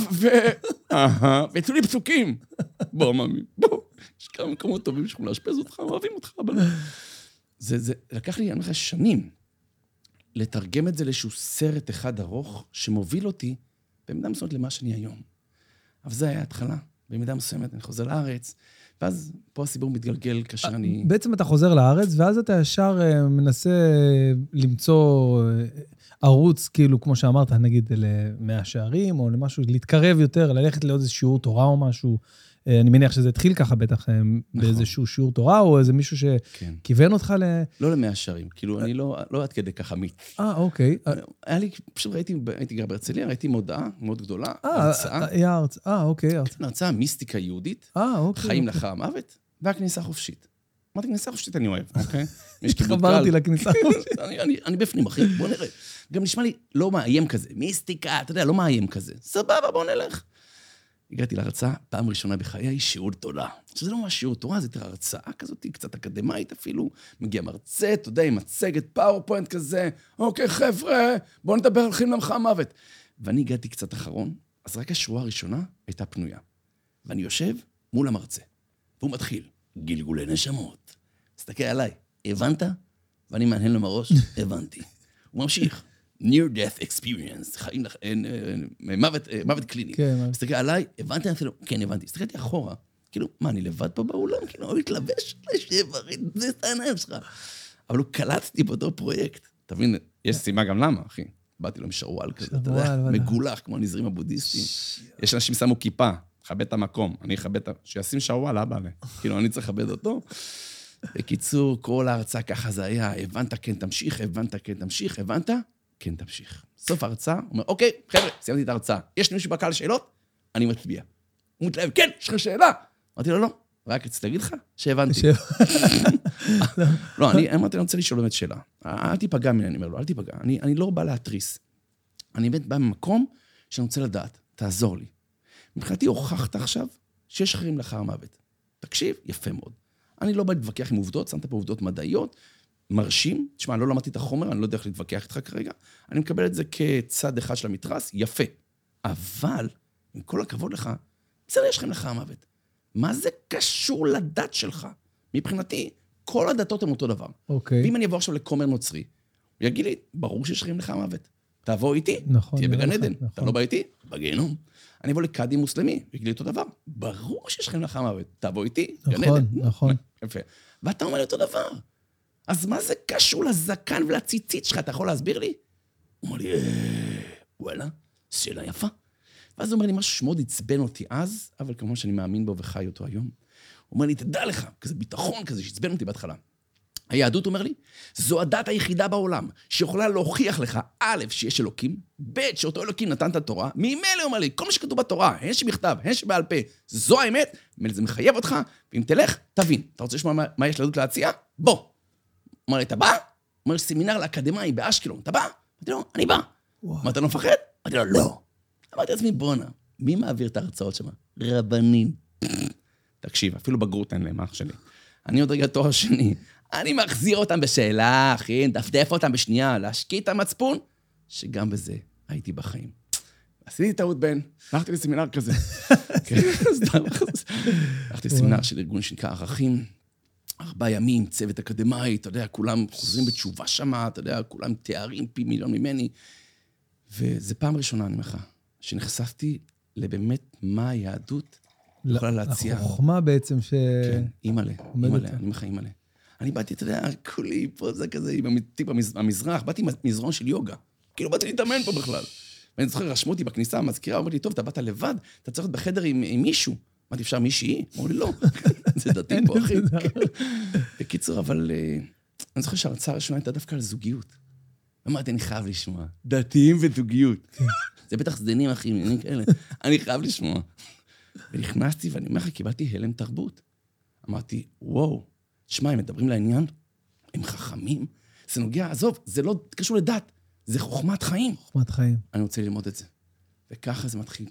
S2: ויצאו לי פסוקים. בוא, ממי, בוא. יש כמה מקומות טובים שיכולים להשפז אותך, אוהבים אותך, אבל... זה לקח לי, אני אומר לך, שנים, לתרגם את זה לאיזשהו סרט אחד ארוך, שמוביל אותי במידה מסוימת למה שאני היום. אבל זה היה התחלה. במידה מסוימת אני חוזר לארץ, ואז פה הסיפור מתגלגל כאשר אני...
S1: בעצם אתה חוזר לארץ, ואז אתה ישר מנסה למצוא ערוץ, כאילו, כמו שאמרת, נגיד, למאה שערים, או למשהו, להתקרב יותר, ללכת לעוד איזה שיעור תורה או משהו, אני מניח שזה התחיל ככה בטח באיזשהו שיעור תורה, או איזה מישהו שכיוון אותך
S2: לא למאה שערים, כאילו אני לא עד כדי ככה
S1: אוקיי.
S2: היה לי, פשוט הייתי גר בהרצליה, ראיתי מודעה מאוד גדולה, הרצאה.
S1: אוקיי.
S2: הרצאה מיסטיקה יהודית,
S1: אוקיי.
S2: חיים לאחר המוות, והכניסה חופשית. אמרתי, כניסה חופשית אני אוהב, אוקיי?
S1: חברתי לכניסה חופשית.
S2: אני בפנים, אחי, בוא נראה. גם נשמע לי לא מאיים כזה, מיסטיקה, אתה יודע, לא מאיים כזה. סבבה, בוא נלך. הגעתי להרצאה, פעם ראשונה בחיי, שיעור תורה. שזה לא ממש שיעור תורה, זה הרצאה כזאת, קצת אקדמית אפילו. מגיע מרצה, אתה יודע, עם מצגת פאורפוינט כזה, אוקיי, חבר'ה, בואו נדבר על חיים למחר המוות. ואני הגעתי קצת אחרון, אז רק השורה הראשונה הייתה פנויה. ואני יושב מול המרצה, והוא מתחיל, גלגולי נשמות. מסתכל עליי, הבנת? ואני מהנהן לו מראש, הבנתי. הוא ממשיך, near death experience, חיים, מוות קליני. מסתכל עליי, הבנתי? כן, הבנתי. הסתכלתי אחורה, כאילו, מה, אני לבד פה באולם? כאילו, הוא התלבש לשברים, זה את העיניים שלך. אבל הוא קלטתי באותו פרויקט. אתה מבין, יש סיבה גם למה, אחי. באתי לו משרוואל כזה, אתה יודע, מגולח, כמו הנזרים הבודיסטיים. יש אנשים שמו כיפה, לכבד את המקום, אני אכבד את שישים שרוואל, אבא לי. כאילו, אני צריך לכבד אותו. בקיצור, כל ההרצאה ככה זה היה, הבנת, כן, תמשיך, הבנת, כן, תמשיך, הבנת, כן, תמשיך. סוף ההרצאה, הוא אומר, אוקיי, חבר'ה, סיימתי את ההרצאה. יש מישהו בקהל שאלות? אני מצביע. הוא מתלהב, כן, יש לך שאלה. אמרתי לו, לא, רק רציתי להגיד לך שהבנתי. לא, אני אמרתי, אני רוצה לשאול באמת שאלה. אל תיפגע ממני, אני אומר לו, אל תיפגע. אני לא בא להתריס. אני באמת בא ממקום שאני רוצה לדעת, תעזור לי. מבחינתי הוכחת עכשיו שיש חיים לאחר המוות. תקשיב, יפה מאוד. אני לא בא להתווכח עם עובדות, שמת פה עובדות מדעיות, מרשים. תשמע, אני לא למדתי את החומר, אני לא יודע איך להתווכח איתך כרגע. אני מקבל את זה כצד אחד של המתרס, יפה. אבל, עם כל הכבוד לך, בסדר, יש חיים לאחר המוות. מה זה קשור לדת שלך? מבחינתי, כל הדתות הן אותו דבר.
S1: אוקיי.
S2: ואם אני אבוא עכשיו לכומר נוצרי, הוא יגיד לי, ברור שיש חיים לאחר המוות. תבוא איתי,
S1: נכון,
S2: תהיה בגן עדן.
S1: נכון.
S2: אתה לא בא איתי? בגיהנום. אני אבוא לקאדי מוסלמי, ויגיד לי אותו דבר. ברור שיש חיים לאחר המוות. תבוא איתי, גן עדן.
S1: נכון.
S2: יפה. ואתה אומר לי אותו דבר. אז מה זה קשור לזקן ולציצית שלך? אתה יכול להסביר לי? הוא אומר לי, וואלה, שאלה יפה. ואז הוא אומר לי משהו שמאוד עצבן אותי אז, אבל כמו שאני מאמין בו וחי אותו היום. הוא אומר לי, תדע לך, כזה ביטחון כזה שעצבן אותי בהתחלה. היהדות, אומר לי, זו הדת היחידה בעולם שיכולה להוכיח לך, א', שיש אלוקים, ב', שאותו אלוקים נתן את התורה, ממילא אומר לי, כל מה שכתוב בתורה, הן שבכתב, הן שבעל פה, זו האמת, זה מחייב אותך, ואם תלך, תבין. אתה רוצה לשמוע מה יש ליהדות להציע? בוא. אומר לי, אתה בא? אומר לי, סמינר לאקדמאי באשקלון, אתה בא? אמרתי לו, אני בא. מה, אתה לא מפחד? אמרתי לו, לא. אמרתי לעצמי, בונה, מי מעביר את ההרצאות שם? רבנים. תקשיב, אפילו בגרות אין להם, אח שלי. אני עוד רגע תואר שני. אני מחזיר אותם בשאלה, אחי, דפדף אותם בשנייה, להשקיע את המצפון, שגם בזה הייתי בחיים. עשיתי טעות בן, הלכתי לסמינר כזה. הלכתי לסמינר של ארגון שנקרא ערכים, 4 ימים, צוות אקדמאי, אתה יודע, כולם חוזרים בתשובה שמה, אתה יודע, כולם תארים פי מיליון ממני. וזה פעם ראשונה, אני אומר לך, שנחשפתי לבאמת מה היהדות יכולה להציע.
S1: החוכמה בעצם ש...
S2: כן, אימא'לה, אני אומר לך אימא'לה. אני באתי, אתה יודע, כולי פה, זה כזה, עם טיפ המזרח, באתי עם מזרון של יוגה. כאילו באתי להתאמן פה בכלל. ואני זוכר, רשמו אותי בכניסה, המזכירה, אמרתי לי, טוב, אתה באת לבד, אתה צריך להיות בחדר עם מישהו. אמרתי, אפשר מישהי? אמרו לי, לא. זה דתי פה, אחי. בקיצור, אבל אני זוכר שההרצאה הראשונה הייתה דווקא על זוגיות. אמרתי, אני חייב לשמוע. דתיים וזוגיות. זה בטח סדנים, אחי, עניינים כאלה. אני חייב לשמוע. ונכנסתי, ואני אומר לך, קיבלתי הלם תרבות. אמרתי, וואו, תשמע, הם מדברים לעניין, הם חכמים, זה נוגע, עזוב, זה לא קשור לדת, זה חוכמת חיים.
S1: חוכמת חיים.
S2: אני רוצה ללמוד את זה. וככה זה מתחיל,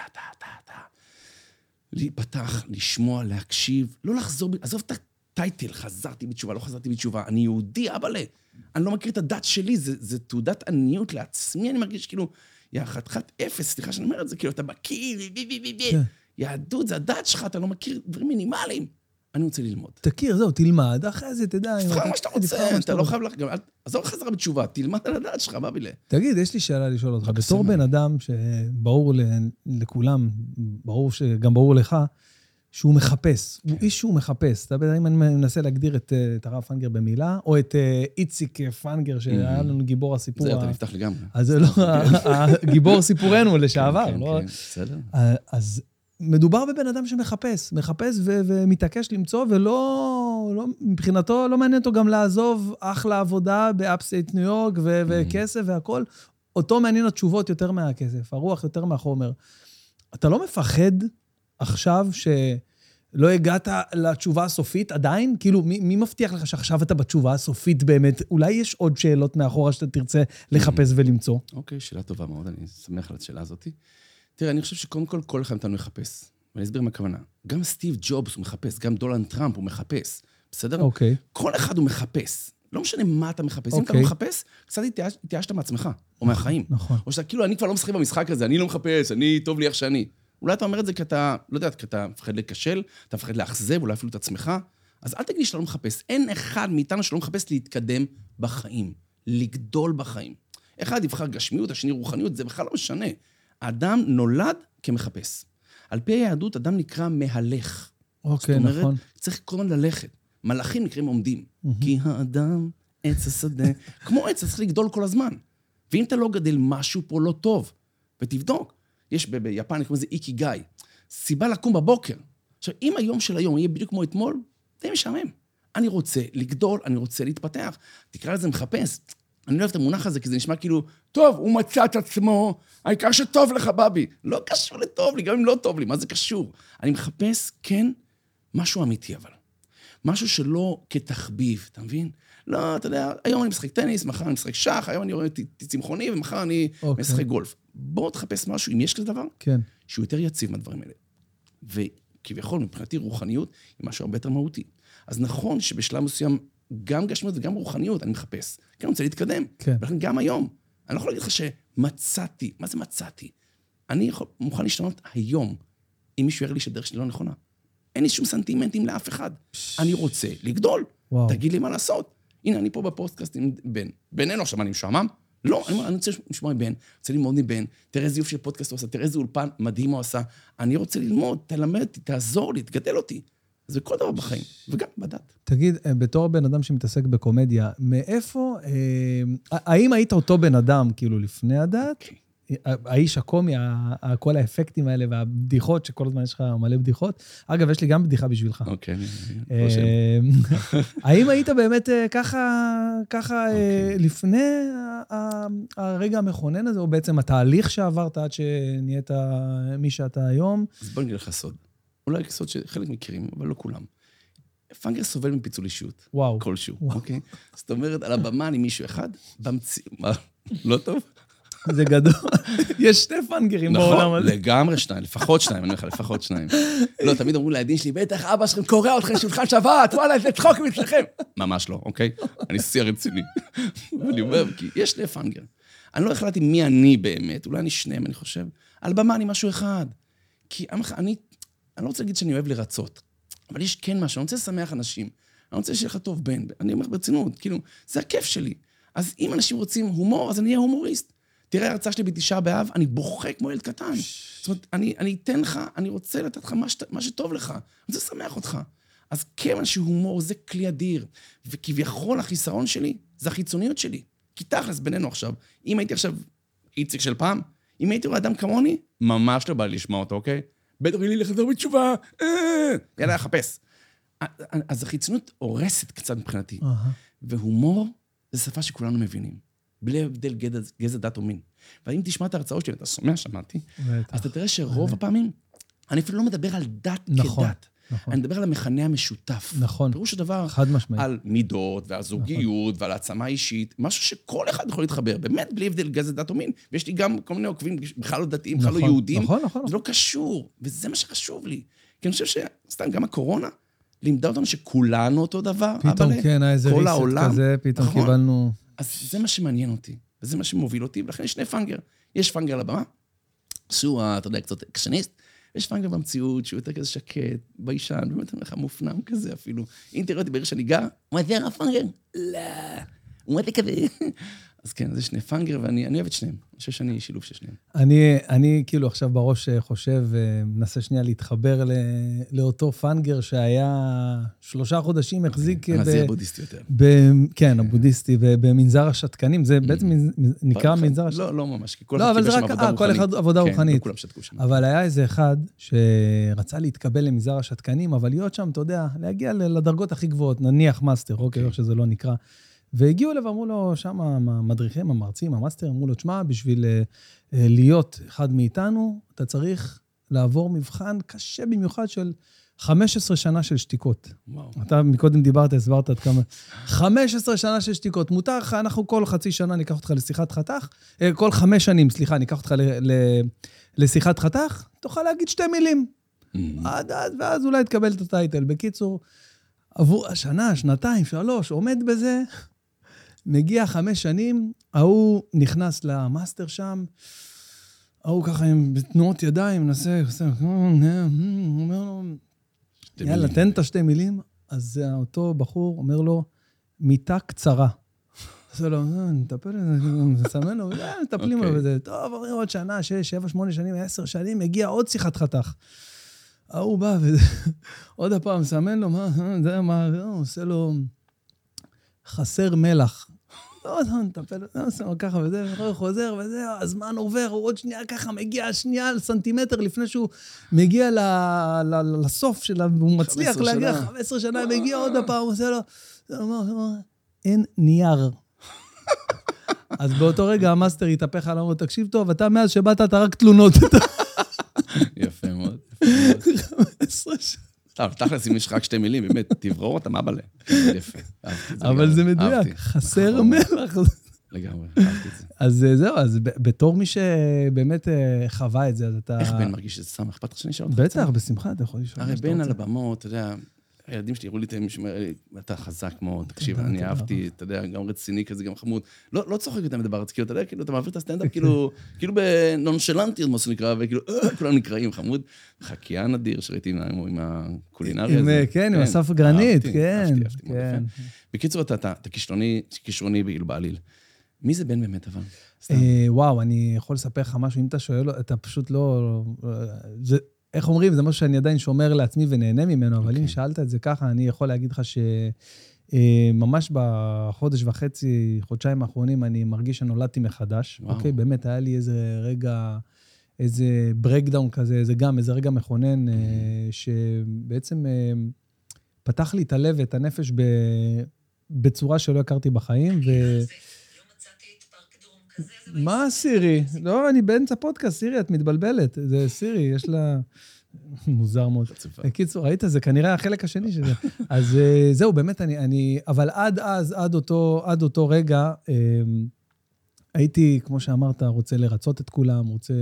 S2: להיפתח, לשמוע, להקשיב, לא לחזור, עזוב את הטייטל, חזרתי בתשובה, לא חזרתי בתשובה, אני יהודי, אבאלה. אני לא מכיר את הדת שלי, זה תעודת עניות לעצמי, אני מרגיש כאילו, חתיכת אפס, סליחה שאני אומר את זה, כאילו, אתה מכיר, יהדות, זה הדת שלך, אתה לא מכיר דברים מינימליים. אני רוצה ללמוד.
S1: תכיר, זהו, תלמד, אחרי זה תדע.
S2: תבחר מה שאתה רוצה, אתה לא חייב לך, עזוב חזרה בתשובה, תלמד על הדעת שלך, מה בילה?
S1: תגיד, יש לי שאלה לשאול אותך, בתור בן אדם שברור לכולם, גם ברור לך, שהוא מחפש, הוא איש שהוא מחפש. אתה יודע, אם אני מנסה להגדיר את הרב פנגר במילה, או את איציק פנגר, שהיה לנו גיבור הסיפור.
S2: זה, אתה נפתח לגמרי.
S1: אז זה לא, הגיבור סיפורנו לשעבר, לא?
S2: בסדר.
S1: אז מדובר בבן אדם שמחפש, ומתעקש למצוא, מבחינתו לא מעניין אותו גם לעזוב אחלה עבודה באפסטייט ניו יורק, וכסף והכל. אותו מעניין התשובות יותר מהכסף, הרוח יותר מהחומר. אתה לא מפחד עכשיו שלא הגעת לתשובה הסופית עדיין? כאילו, מי מבטיח לך שעכשיו אתה בתשובה הסופית באמת? אולי יש עוד שאלות מאחורה שאתה תרצה לחפש ולמצוא?
S2: אוקיי, שאלה טובה מאוד, אני שמח על השאלה הזאת. תראה, אני חושב שקודם כל אחד מאיתנו מחפש. ואני אסביר מה הכוונה. גם סטיב ג'ובס הוא מחפש, גם דונלד טראמפ הוא מחפש. בסדר?
S1: אוקיי.
S2: כל אחד הוא מחפש. לא משנה מה אתה מחפש. אם אתה לא מחפש, קצת התייאשת מעצמך, או מהחיים.
S1: נכון.
S2: או שאתה כאילו, אני כבר לא משחק במשחק הזה, אני לא מחפש, טוב לי איך שאני. אולי אתה אומר את זה כי אתה, לא יודעת, כי אתה מפחד לקשל, אתה מפחד לאכזב, אולי אפילו את עצמך. אז אל תגיד שאתה לא מחפש. אין אחד מאיתנו שלא מחפש להתקדם בחיים, לגדול בחיים. אחד יבחר גשמיות, השני רוחניות, זה בכלל לא משנה. האדם נולד כמחפש. על פי היהדות, אדם נקרא מהלך.
S1: אוקיי,
S2: זאת אומרת,
S1: נכון.
S2: צריך כל הזמן ללכת. מלאכים נקראים עומדים. כי האדם עץ השדה. כמו עץ, צריך לגדול כל הזמן. ואם אתה לא גדל משהו פה לא טוב, ותבדוק, יש ביפן, כמו זה איקי גיא, סיבה לקום בבוקר. עכשיו, אם היום של היום יהיה בדיוק כמו אתמול, זה משעמם. אני רוצה לגדול, אני רוצה להתפתח. תקרא לזה מחפש. אני לא אוהב את המונח הזה, כי זה נשמע כאילו, טוב, הוא מצא את עצמו, העיקר שטוב לך, בבי. לא קשור לטוב לי, גם אם לא טוב לי, מה זה קשור? אני מחפש, כן, משהו אמיתי, אבל. משהו שלא כתחביב, אתה מבין? לא, אתה יודע, היום אני משחק טניס, מחר אני משחק שח, היום אני רואה צמחוני, ומחר אני משחק גולף. בוא תחפש משהו, אם יש כזה דבר,
S1: כן.
S2: שהוא יותר יציב מהדברים האלה. וכביכול, מבחינתי, רוחניות היא משהו הרבה יותר מהותי. אז נכון שבשלב מסוים, גם גשמיות וגם רוחניות אני מחפש. כי אני רוצה להתקדם.
S1: כן.
S2: ולכן גם היום, אני לא יכול להגיד לך שמצאתי. מה זה מצאתי? אני מוכן להשתנות היום, אם מישהו יראה לי שדרך שלי לא נכונה. אין לי שום סנטימנטים לאף אחד. אני רוצה לגדול.
S1: וואו.
S2: תגיד לי מה לעשות. הנה, אני פה בפודקאסט עם בן. בן אין עכשיו, אני משעמם? לא, אני רוצה לשמוע מבן, רוצה ללמוד מבן, תראה איזה יופי של פודקאסט הוא עשה, תראה איזה אולפן מדהים הוא עשה. אני רוצה ללמוד, תלמד אותי, תעזור לי, תגדל אותי. זה כל דבר בחיים, וגם בדת.
S1: תגיד, בתור בן אדם שמתעסק בקומדיה, מאיפה, האם היית אותו בן אדם, כאילו, לפני הדת? האיש הקומי, כל האפקטים האלה והבדיחות, שכל הזמן יש לך מלא בדיחות. אגב, יש לי גם בדיחה בשבילך.
S2: אוקיי.
S1: האם היית באמת ככה לפני הרגע המכונן הזה, או בעצם התהליך שעברת עד שנהיית מי שאתה היום?
S2: אז בוא נגיד לך סוד. אולי סוד שחלק מכירים, אבל לא כולם. פאנגר סובל מפיצול אישיות.
S1: וואו.
S2: כלשהו, אוקיי? זאת אומרת, על הבמה אני מישהו אחד, מה, לא טוב?
S1: זה גדול. יש שתי פאנגרים בעולם הזה.
S2: נכון, לגמרי שניים, לפחות שניים, אני אומר לך, לפחות שניים. לא, תמיד אמרו לילדים שלי, בטח אבא שלכם קורא אתכם שולחן שבת, וואלה, זה צחוק מצלכם. ממש לא, אוקיי? אני שיא רציני. ואני אומר, כי יש שני פאנגר. אני לא החלטתי מי אני באמת, אולי אני שניהם, אני חושב. על במה אני משהו אחד. כי אני לא רוצה להגיד שאני אוהב לרצות, אבל יש כן משהו, אני רוצה לשמח אנשים. אני רוצה שיהיה לך טוב בן. אני אומר ברצינות, כאילו, זה הכיף שלי. אז אם אנשים רוצים הומור, אז אני אהיה הומוריסט. תראה, ההרצאה שלי בתשעה באב, אני בוכה כמו ילד קטן. זאת אומרת, אני אתן לך, אני רוצה לתת לך מה שטוב לך. אני רוצה לשמח אותך. אז כיוון שהומור זה כלי אדיר, וכביכול החיסרון שלי, זה החיצוניות שלי. כי תכלס בינינו עכשיו, אם הייתי עכשיו איציק של פעם, אם הייתי רואה אדם כמוני, ממש לא בא לי לשמוע אותו, אוקיי? בטח לי לחזור בתשובה, יאללה, חפש. אז החיצוניות הורסת קצת מבחינתי. והומור זה שפה שכולנו מבינים. בלי הבדל גזע, דת או מין. ואם תשמע את ההרצאות שלי, אתה שומע, שמעתי, אז אתה תראה שרוב הפעמים, אני אפילו לא מדבר על דת כדת. אני מדבר על המכנה המשותף.
S1: נכון.
S2: פירוש הדבר, על מידות ועל זוגיות ועל העצמה אישית, משהו שכל אחד יכול להתחבר, באמת בלי הבדל גזע, דת או מין. ויש לי גם כל מיני עוקבים, בכלל לא דתיים, בכלל לא יהודים. זה לא קשור, וזה מה שחשוב לי. כי אני חושב שסתם גם הקורונה, לימדה אותנו שכולנו אותו דבר.
S1: פתאום כן, איזה ריסט כזה, פתאום קיבלנו...
S2: אז זה מה שמעניין אותי, וזה מה שמוביל אותי, ולכן יש שני פאנגר. יש פאנגר על הבמה, שהוא, אתה יודע, קצת אקשניסט, ויש פאנגר במציאות, שהוא יותר כזה שקט, ביישן, באמת אני לך מופנם כזה אפילו. אם תראה אותי בעיר שאני גר, מה זה הפאנגר? לא, הוא אומר לי כזה. אז כן, זה שני פאנגר, ואני אוהב את שניהם. אני חושב שאני שילוב של שניהם.
S1: אני כאילו עכשיו בראש חושב, מנסה שנייה להתחבר לאותו פאנגר שהיה 3 חודשים, החזיק...
S2: הנשיא הבודהיסטי יותר.
S1: כן, הבודהיסטי, במנזר השתקנים. זה בעצם נקרא מנזר השתקנים.
S2: לא ממש, כי כל
S1: לא, אבל זה רק, כל אחד עבודה רוחנית.
S2: לא כולם שתקו שם.
S1: אבל היה איזה אחד שרצה להתקבל למנזר השתקנים, אבל להיות שם, אתה יודע, להגיע לדרגות הכי גבוהות, נניח מאסטר, אוקיי, איך שזה לא נקרא. והגיעו אליו, אמרו לו, שם המדריכים, המרצים, המאסטר, אמרו לו, תשמע, בשביל להיות אחד מאיתנו, אתה צריך לעבור מבחן קשה במיוחד של 15 שנה של שתיקות.
S2: וואו.
S1: אתה מקודם דיברת, הסברת עד כמה. 15 שנה של שתיקות. מותר לך, אנחנו כל חצי שנה ניקח אותך לשיחת חתך, כל 5 שנים, סליחה, ניקח אותך לשיחת חתך, תוכל להגיד 2 מילים. עד אז, ואז אולי תקבל את הטייטל. בקיצור, עבור השנה, 2, 3, עומד בזה, מגיע 5 שנים, ההוא נכנס למאסטר שם, ההוא ככה עם תנועות ידיים, מנסה, אומר לו, יאללה, תן את 2 מילים, אז אותו בחור אומר לו, מיטה קצרה. עושה לו, נטפל לזה, נסמן לו, מטפלים לו בזה, טוב, אומרים עוד שנה, 6, 7, 8 שנים, 10 שנים, מגיע עוד שיחת חתך. ההוא בא, ועוד הפעם, מסמן לו, זה מה, הוא עושה לו, חסר מלח. לא, נטפל, עושה לו ככה וזה, חוזר וזה, הזמן עובר, הוא עוד שנייה ככה, מגיע שנייה על סנטימטר לפני שהוא מגיע לסוף שלה, והוא מצליח להגיע 15 שנה, מגיע עוד הפעם, הוא עושה לו, אין נייר. אז באותו רגע המאסטר יתהפך על אמרו, תקשיב טוב, אתה מאז שבאת, אתה רק תלונות.
S2: יפה מאוד.
S1: 15 שנה.
S2: טוב, תכלס, אם יש רק 2 מילים, באמת, תברור אותם, אבאלה. יפה.
S1: אבל זה מדויק, חסר מלח.
S2: לגמרי, אהבתי את זה.
S1: אז זהו, אז בתור מי שבאמת חווה את זה, אז אתה...
S2: איך בן מרגיש שזה סתם, אכפת לך שאני אשאר אותך?
S1: בטח, בשמחה, אתה יכול לשאול.
S2: הרי בן על הבמות, אתה יודע, הילדים שלי הראו לי, אתה חזק מאוד, תקשיב, אני אהבתי, אתה יודע, גם רציני כזה, גם חמוד. לא צוחק אותם לדבר, כאילו, אתה יודע, כאילו, אתה מעביר את הסטנדאפ, כאילו בנונשלנטי, מה שנקרא, וכאילו, כולם נקראים, חמוד. חקיין אדיר שראיתי עם הקולינרי הזה.
S1: כן, עם אסף גרנית, כן.
S2: אהבתי, בקיצור, אתה כישרוני בעליל. מי זה בן באמת, אבל?
S1: וואו, אני יכול לספר לך משהו, אם אתה שואל, אתה פשוט לא... איך אומרים? זה משהו שאני עדיין שומר לעצמי ונהנה ממנו, אבל אם שאלת את זה ככה, אני יכול להגיד לך שממש בחודש וחצי, חודשיים האחרונים, אני מרגיש שנולדתי מחדש. אוקיי, באמת, היה לי איזה רגע, איזה ברקדאון כזה, איזה רגע מכונן, שבעצם פתח לי את הלב ואת הנפש בצורה שלא הכרתי בחיים, מה סירי? לא, אני באמצע פודקאסט, סירי, את מתבלבלת. זה סירי, יש לה... מוזר מאוד. קיצור, ראית? זה כנראה החלק השני של זה. אז זהו, באמת, אבל עד אותו רגע, הייתי, כמו שאמרת, רוצה לרצות את כולם, רוצה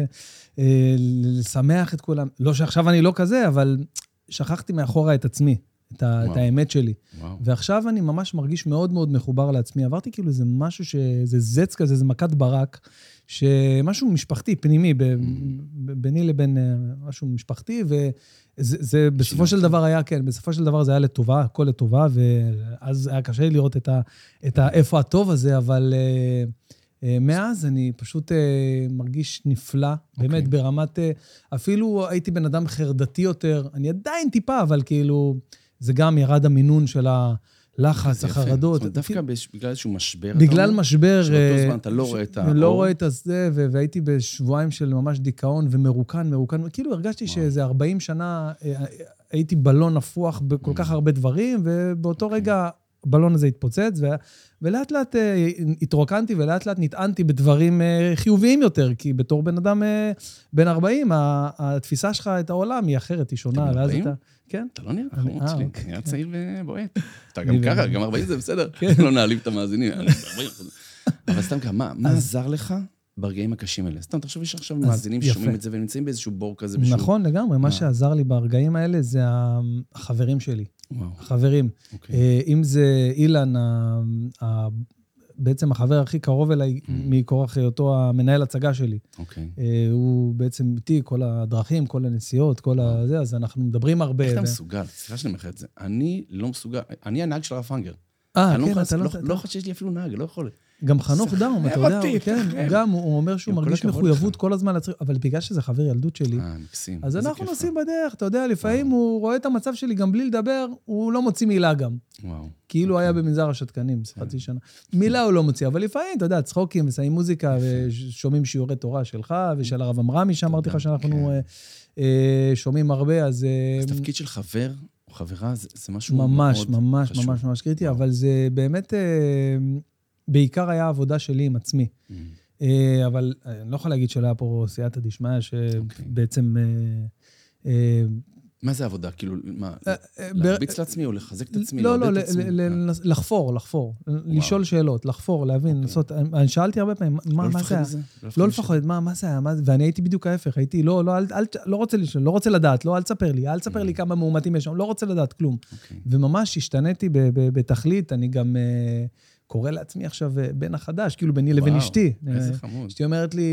S1: לשמח את כולם. לא שעכשיו אני לא כזה, אבל שכחתי מאחורה את עצמי. את האמת שלי. ועכשיו אני ממש מרגיש מאוד מאוד מחובר לעצמי. עברתי כאילו איזה משהו שזה זץ כזה, זה מכת ברק, שמשהו משפחתי, פנימי, ביני לבין משהו משפחתי, וזה בסופו של דבר היה, כן, בסופו של דבר זה היה לטובה, הכל לטובה, ואז היה קשה לראות את איפה הטוב הזה, אבל מאז אני פשוט מרגיש נפלא, באמת ברמת, אפילו הייתי בן אדם חרדתי יותר, אני עדיין טיפה, אבל כאילו... זה גם ירד המינון של הלחץ, החרדות.
S2: דווקא בגלל איזשהו משבר.
S1: בגלל משבר.
S2: שבאותו זמן אתה לא רואה את האור.
S1: לא רואה את זה, והייתי בשבועיים של ממש דיכאון ומרוקן. כאילו הרגשתי שאיזה 40 שנה הייתי בלון נפוח בכל כך הרבה דברים, ובאותו רגע הבלון הזה התפוצץ, ולאט לאט התרוקנתי, ולאט לאט נטענתי בדברים חיוביים יותר, כי בתור בן אדם בן 40, התפיסה שלך את העולם היא אחרת, היא שונה.
S2: אתה בן 40?
S1: כן.
S2: אתה לא נראה חמוד שלי, נראה צעיר ובועט. אתה גם ככה, גם 40 זה בסדר. לא נעליב את המאזינים. אבל סתם ככה, מה עזר לך ברגעים הקשים האלה? סתם, תחשוב, יש עכשיו מאזינים ששומעים את זה, והם נמצאים באיזשהו בור כזה.
S1: נכון, לגמרי. מה שעזר לי ברגעים האלה זה החברים שלי. החברים. אם זה אילן, בעצם החבר הכי קרוב אליי מכורח היותו המנהל הצגה שלי. הוא בעצם איתי, כל הדרכים, כל הנסיעות, כל הזה, אז אנחנו מדברים הרבה.
S2: איך אתה מסוגל? סליחה שאני מאחר את זה. אני לא מסוגל. אני הנהג של הרב פאנגר.
S1: כן,
S2: אתה לא חושב שיש לי אפילו נהג, לא יכול.
S1: גם חנוך דאום, אתה יודע, כן, גם הוא אומר שהוא מרגיש מחויבות כל הזמן, אבל בגלל שזה חבר ילדות שלי,
S2: מקסים.
S1: אז אנחנו נוסעים בדרך, אתה יודע, לפעמים הוא רואה את המצב שלי גם בלי לדבר, הוא לא מוציא מילה גם. כאילו היה במנזר השתקנים, חצי שנה. מילה הוא לא מוציא, אבל לפעמים, אתה יודע, צחוקים, ושמים מוזיקה, ושומעים שיעורי תורה שלך, ושל הרב אמרמי, שאמרתי לך שאנחנו שומעים הרבה, אז
S2: תפקיד של חבר או חברה, זה משהו מאוד
S1: ממש,
S2: חשוב.
S1: ממש, ממש, ממש קריטי, אבל זה באמת, בעיקר היה עבודה שלי עם עצמי. אבל אני לא יכול להגיד שלא היה פה סייעתא דשמיא, שבעצם...
S2: מה זה עבודה? כאילו, מה? להרביץ לעצמי או לחזק את עצמי?
S1: לא, לחפור, לשאול שאלות, לחפור, להבין, לנסות... אני שאלתי הרבה פעמים, מה זה היה? לא לפחד, מה זה היה? ואני הייתי בדיוק ההפך, הייתי, לא רוצה לשאול, לא רוצה לדעת, לא, אל תספר לי כמה מאומתים יש שם, לא רוצה לדעת כלום. וממש השתניתי בתכלית, אני גם... קורא לעצמי עכשיו בן החדש, כאילו ביני לבין אשתי.
S2: איזה חמוד.
S1: אשתי אומרת לי,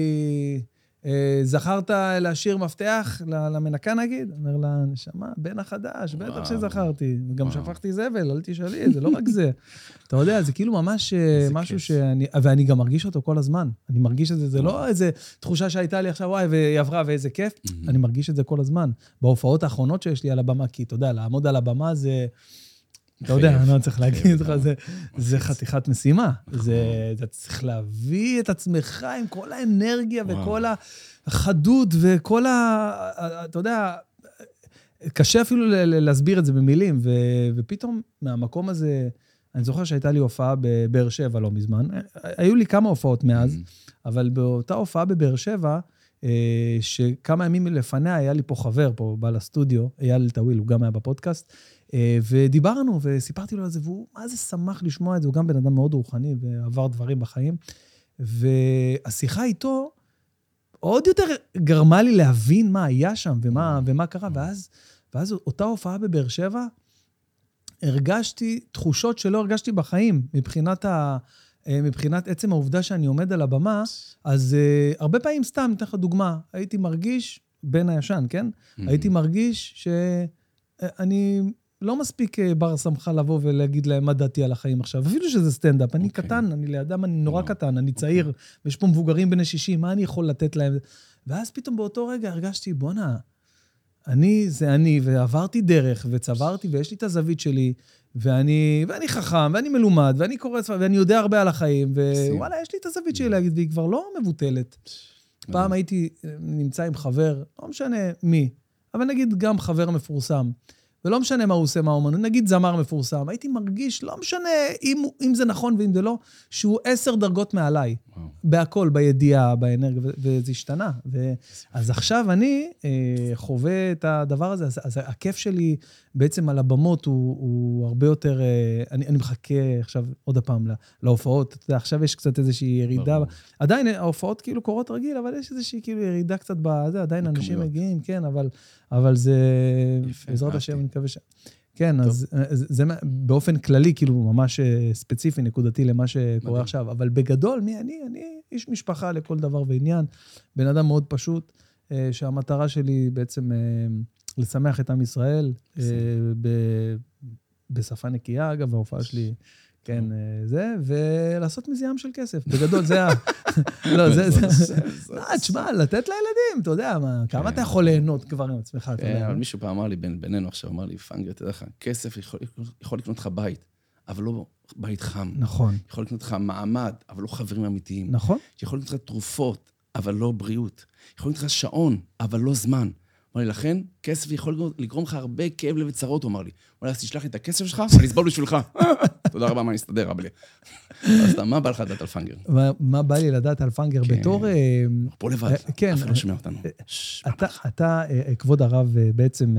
S1: זכרת להשאיר מפתח למנקה נגיד? אומר לה, נשמה, בן החדש, בטח שזכרתי. גם שפכתי זבל, אל תשאלי, זה לא רק זה. אתה יודע, זה כאילו ממש משהו שאני, ואני גם מרגיש אותו כל הזמן. אני מרגיש את זה, זה לא איזו תחושה שהייתה לי עכשיו, וואי, והיא עברה ואיזה כיף. אני מרגיש את זה כל הזמן. בהופעות האחרונות שיש לי על הבמה, כי אתה יודע, לעמוד על הבמה זה... אתה יודע, אני לא צריך להגיד לך, זה חתיכת משימה. אתה צריך להביא את עצמך עם כל האנרגיה וכל החדות וכל אתה יודע, קשה אפילו להסביר את זה במילים, ופתאום מהמקום הזה, אני זוכר שהייתה לי הופעה בבאר שבע לא מזמן, היו לי כמה הופעות מאז, אבל באותה הופעה בבאר שבע, שכמה ימים לפניה היה לי פה חבר, פה בא לסטודיו, אייל טוויל, הוא גם היה בפודקאסט, ודיברנו וסיפרתי לו על זה, והוא מה זה שמח לשמוע את זה, הוא גם בן אדם מאוד רוחני ועבר דברים בחיים, והשיחה איתו עוד יותר גרמה לי להבין מה היה שם ומה קרה, ואז אותה הופעה בבאר שבע, הרגשתי תחושות שלא הרגשתי בחיים, מבחינת עצם העובדה שאני עומד על הבמה, אז הרבה פעמים סתם, נתן לך דוגמה, הייתי מרגיש, בן הישן, כן? הייתי מרגיש שאני לא מספיק בר שמחה לבוא ולהגיד להם מה דעתי על החיים עכשיו, אפילו שזה סטנדאפ, אני קטן, אני לידם, אני נורא קטן, אני צעיר, ויש פה מבוגרים בני 60, מה אני יכול לתת להם? ואז פתאום באותו רגע הרגשתי, בונה, זה אני, ועברתי דרך, וצברתי, ויש לי את הזווית שלי, ואני חכם, ואני מלומד, ואני קורא, ואני יודע הרבה על החיים, ווואלה, יש לי את הזווית שלי להגיד, והיא כבר לא מבוטלת. פעם הייתי נמצא עם חבר, לא משנה מי, אבל נגיד גם חבר מפורסם, ולא משנה מה הוא עושה, מה הוא אומר, נגיד זמר מפורסם, הייתי מרגיש, לא משנה אם זה נכון ואם זה לא, שהוא 10 דרגות מעליי, בהכל, בידיעה, באנרגיה, וזה השתנה. אז עכשיו אני חווה את הדבר הזה, אז הכיף שלי בעצם על הבמות הוא הרבה יותר, אני מחכה עכשיו עוד הפעם להופעות, אתה יודע, עכשיו יש קצת איזושהי ירידה, עדיין ההופעות כאילו קורות רגיל, אבל יש איזושהי כאילו ירידה קצת בזה, עדיין אנשים מגיעים, כן, אבל זה, בעזרת השם, אני מקווה ש... כן, אז זה באופן כללי, כאילו ממש ספציפי, נקודתי למה שקורה עכשיו, אבל בגדול, אני איש משפחה לכל דבר ועניין, בן אדם מאוד פשוט, שהמטרה שלי בעצם לשמח את עם ישראל, בשפה נקייה, אגב, ההופעה שלי, כן, זה, ולעשות מזה ים של כסף. בגדול, זה לא, תשמע, לתת לילדים, אתה יודע, כמה אתה יכול ליהנות כבר עם עצמך, אתה יודע.
S2: אבל מישהו פעם אמר לי, בינינו עכשיו, אמר לי, פנגר, אתה יודע לך, כסף יכול לקנות לך בית, אבל לא בית חם.
S1: נכון.
S2: יכול לקנות לך מעמד, אבל לא חברים אמיתיים.
S1: נכון.
S2: יכול לקנות לך תרופות, אבל לא בריאות. יכול לקנות לך שעון, אבל לא זמן. אמר לי, לכן, כסף יכול לגרום לך הרבה כאב לב וצרות, הוא אמר לי. אמר לי, אז תשלח לי את הכסף שלך, ואני אסבול בשבילך. תודה רבה, מה אני אסתדר, רב לי. אז מה בא לך לדעת על פנגר?
S1: מה בא לי לדעת על פנגר? בתור...
S2: פה לבד, אף אחד לא שומע אותנו.
S1: אתה, כבוד הרב, בעצם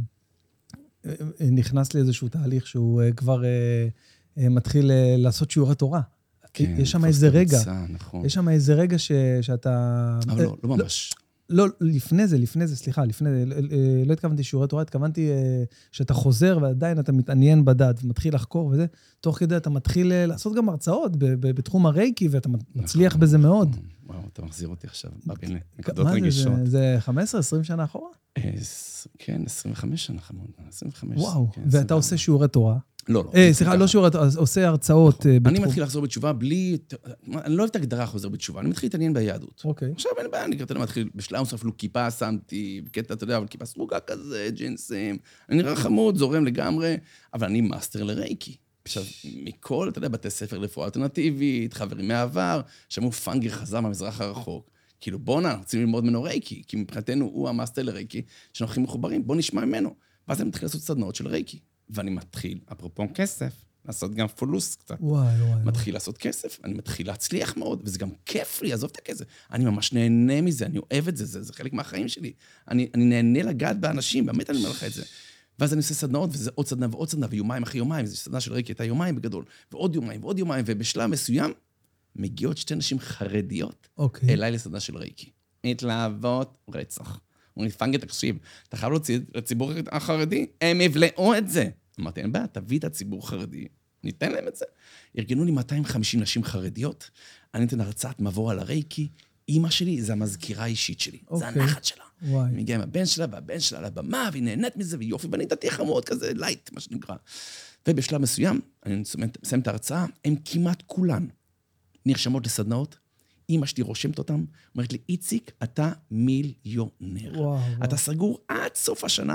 S1: נכנס לאיזשהו תהליך שהוא כבר מתחיל לעשות שיעורי תוראה. יש שם איזה רגע. יש שם איזה רגע שאתה...
S2: אבל לא ממש.
S1: לא, לפני זה, סליחה, לא התכוונתי שיעורי תורה, התכוונתי שאתה חוזר ועדיין אתה מתעניין בדת ומתחיל לחקור וזה, תוך כדי אתה מתחיל לעשות גם הרצאות בתחום הרייקי, ואתה מצליח בזה מאוד.
S2: וואו, אתה מחזיר אותי עכשיו, בבין נקודות רגישות.
S1: זה 15-20 שנה אחורה?
S2: כן, 25 שנה חמוד, 25.
S1: וואו, ואתה עושה שיעורי תורה.
S2: לא.
S1: סליחה, לא שיעור, עושה הרצאות.
S2: אני מתחיל לחזור בתשובה בלי... אני לא אוהב את ההגדרה חוזר בתשובה, אני מתחיל להתעניין ביהדות.
S1: אוקיי.
S2: עכשיו אין בעיה, אני מתחיל, בשלב מסוים אפילו כיפה שמתי, בקטע, אתה יודע, אבל כיפה סרוגה כזה, ג'ינסים, אני נראה חמוד, זורם לגמרי, אבל אני מאסטר לרייקי. עכשיו, מכל, אתה יודע, בתי ספר לרפואה אלטרנטיבית, חברים מהעבר, שמעו פאנגר חזר מהמזרח הרחוק. כאילו, בוא אנחנו רוצים ללמוד ממנו רייקי, כי מבחינתנו הוא המאסטר לרייקי, שאנחנו הכי מחוברים, בוא נשמע ממנו. ואז אני מתחיל לעשות סדנאות של רייקי. ואני מתחיל, אפרופו כסף, לעשות גם פולוס קצת.
S1: וואי.
S2: מתחיל לעשות כסף, אני מתחיל להצליח מאוד, וזה גם כיף לי, עזוב את הכסף. אני ממש נהנה מזה, אני אוהב את זה, זה חלק מהחיים שלי. אני נהנה לגעת באנשים, באמת אני אומר לך את זה. ואז אני עושה סדנאות, וזה עוד סדנה ועוד סדנה, ויומיים אחרי יומיים, זו סדנה של רייקי, הייתה יומיים בגדול, ועוד יומיים ועוד יומיים, ובשלב מסוים, מגיעות שתי נשים חרדיות אליי לסדנה של רייקי. מתלהבות רצח. אומרים לי, פאנגר, תקשיב, אתה חייב להוציא לציבור החרדי, הם יבלעו את זה. אמרתי, אין בעיה, תביא את הציבור החרדי, ניתן להם את זה. ארגנו לי 250 נשים חרדיות, אני נותן הרצאת מבוא על הרייקי, אמא שלי זה המזכירה האישית שלי, זה הנחת שלה. היא מגיעה עם הבן שלה, והבן שלה על הבמה, והיא נהנית מזה, ויופי, ואני דתי חמוד כזה, לייט, מה שנקרא. ובשלב מסוים, אני מסיים את ההרצאה, הן כמעט כולן נרשמות לסדנאות, אמא שלי רושמת אותם, אומרת לי, איציק, אתה מיליונר. אתה סגור עד סוף השנה,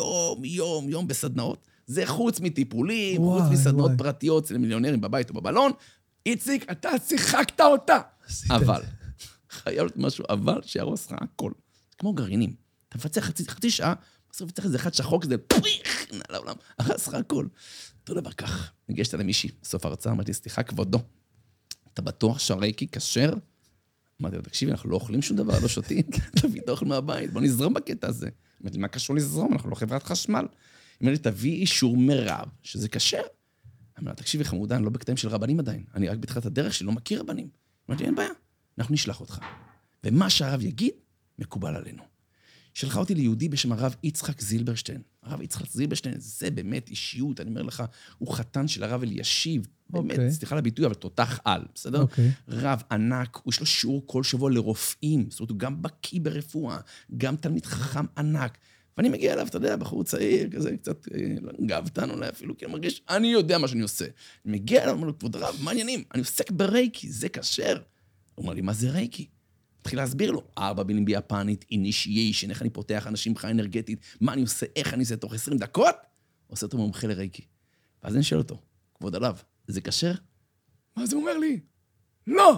S2: יום בסדנאות, זה חוץ מטיפולים, חוץ מסדנאות פרטיות למיליונרים בבית או בבלון, איציק, אתה שיחקת אותה. אבל, חייב להיות משהו, אבל שירוס לך הכל. כמו גרעינים. אתה מפצח חצי שעה, בסוף צריך איזה אחד שחוק, זה פריח, נעלה עולם, הרס לך הכל. אותו דבר כך, ניגשת למישהי, בסוף ההרצאה, אמרתי, סליחה כבודו, אתה בטוח שהרייקי כשר? אמרתי לו, תקשיבי, אנחנו לא אוכלים שום דבר, לא שותים, תביא את האוכל מהבית, בוא נזרום בקטע הזה. אמרתי, מה קשור לזרום? אנחנו לא חברת חשמל. אמרתי, תביא אישור מרב, שזה כשר. אמרתי, תקשיבי, חמודה, אני לא בקטעים של רבנים עדיין, אני רק בתחילת הדרך שלי, לא מכיר רבנים. אמרתי, אין בעיה, אנחנו נשלח אותך. ומה שהרב יגיד, מקובל עלינו. שלחה אותי ליהודי בשם הרב יצחק זילברשטיין. הרב יצחק זילברשטיין, זה באמת אישיות, אני אומר לך, הוא חתן של הרב אלישיב, באמת, סליחה לביטוי, אבל תותח על, בסדר? רב ענק, יש לו שיעור כל שבוע לרופאים, זאת אומרת, הוא גם בקיא ברפואה, גם תלמיד חכם ענק. ואני מגיע אליו, אתה יודע, בחור צעיר, כזה קצת גאוותן אולי אפילו, כי אני מרגיש, אני יודע מה שאני עושה. אני מגיע אליו, אומר לו, כבוד הרב, מה העניינים? אני עוסק ברייקי, זה כשר. הוא אומר לי, מה זה רייקי? התחיל להסביר לו, 4 מילים ביפנית, initiation, איך אני פותח אנשים מבחינה אנרגטית, מה אני עושה, איך אני עושה תוך 20 דקות, עושה אותו מומחה לרייקי. ואז אני שואל אותו, כבוד הרב, זה כשר? מה זה אומר לי? לא!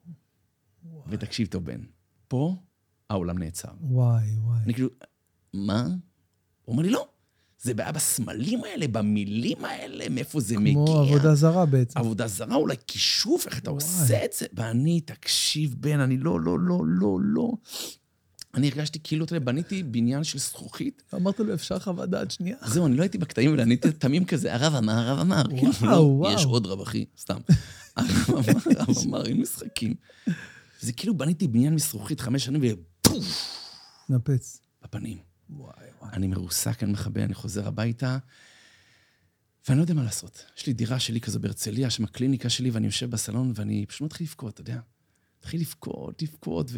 S2: ותקשיב טוב, בן, פה העולם נעצר.
S1: וואי.
S2: אני כאילו, מה? הוא אומר לי, לא. זה בעיה בסמלים האלה, במילים האלה, מאיפה זה מגיע.
S1: כמו עבודה זרה בעצם.
S2: עבודה זרה, אולי כישוף, איך אתה עושה את זה? ואני, תקשיב, בן, אני לא. אני הרגשתי כאילו, אתה יודע, בניתי בניין של זכוכית.
S1: אמרת לו, אפשר חוות דעת שנייה?
S2: זהו, אני לא הייתי בקטעים, אבל אני תמים כזה, הרב אמר.
S1: וואו.
S2: יש עוד רב, אחי, סתם. הרב אמר, עם משחקים. זה כאילו בניתי בניין מזכוכית 5 שנים, ופוף!
S1: נפץ.
S2: בפנים.
S1: וואי.
S2: אני מרוסק, אני מכבה, אני חוזר הביתה, ואני לא יודע מה לעשות. יש לי דירה שלי כזו בהרצליה, שם הקליניקה שלי, ואני יושב בסלון, ואני פשוט מתחיל לבכות, אתה יודע? מתחיל לבכות,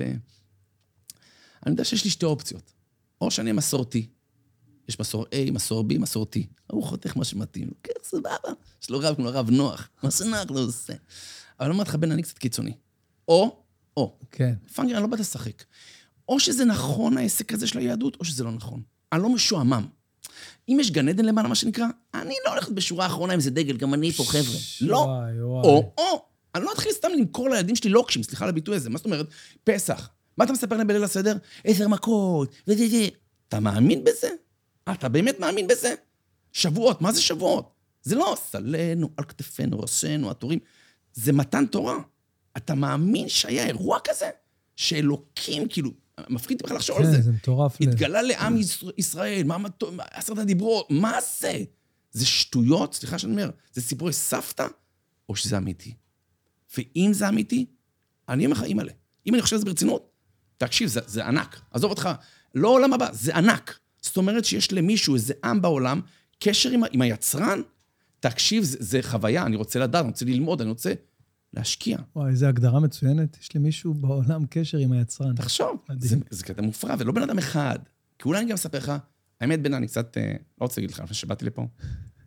S2: אני יודע שיש לי 2 אופציות. או שאני מסורתי. יש מסור A, מסור B, מסור T. הוא חותך מה שמתאים לו. כן, סבבה. יש לו רב כמו רב נוח. מה שנוח לא עושה. אבל אני אומר לך, בן, אני קצת קיצוני. או.
S1: כן.
S2: פאנגר, אני לא באת לשחק. או שזה נכון העסק הזה של היהדות, או שזה לא נכון. אני לא משועמם. אם יש גן עדן למעלה, מה שנקרא, אני לא הולכת בשורה האחרונה עם זה דגל, גם אני פה חבר'ה. לא. או. אני לא אתחיל סתם למכור לילדים שלי לוקשים, סליחה על הביטוי הזה. מה זאת אומרת? פסח. מה אתה מספר להם בליל הסדר? 10 מכות, אתה מאמין בזה? אתה באמת מאמין בזה? שבועות, מה זה שבועות? זה לא סלנו, על כתפינו, ראשינו, התורים. זה מתן תורה. אתה מאמין שהיה אירוע כזה? שאלוקים, כאילו, מפחיד בכלל לחשוב על זה.
S1: כן, זה מטורף.
S2: התגלה לעם ישראל, 10 הדיברות, מה זה? זה שטויות, סליחה שאני אומר, זה סיפורי סבתא, או שזה אמיתי? ואם זה אמיתי, אני אומר לך, אימא'לה. אם אני חושב על זה ברצינות, תקשיב, זה ענק. עזוב אותך, לא עולם הבא, זה ענק. זאת אומרת שיש למישהו, איזה עם בעולם, קשר עם היצרן, תקשיב, זה חוויה, אני רוצה לדעת, אני רוצה ללמוד, אני רוצה להשקיע.
S1: וואי, איזו הגדרה מצוינת. יש למישהו בעולם קשר עם היצרן.
S2: תחשוב, זה קטע מופרע, ולא בן אדם אחד. כי אולי אני גם אספר לך, האמת בן, אני קצת, לא רוצה להגיד לך, לפני שבאתי לפה,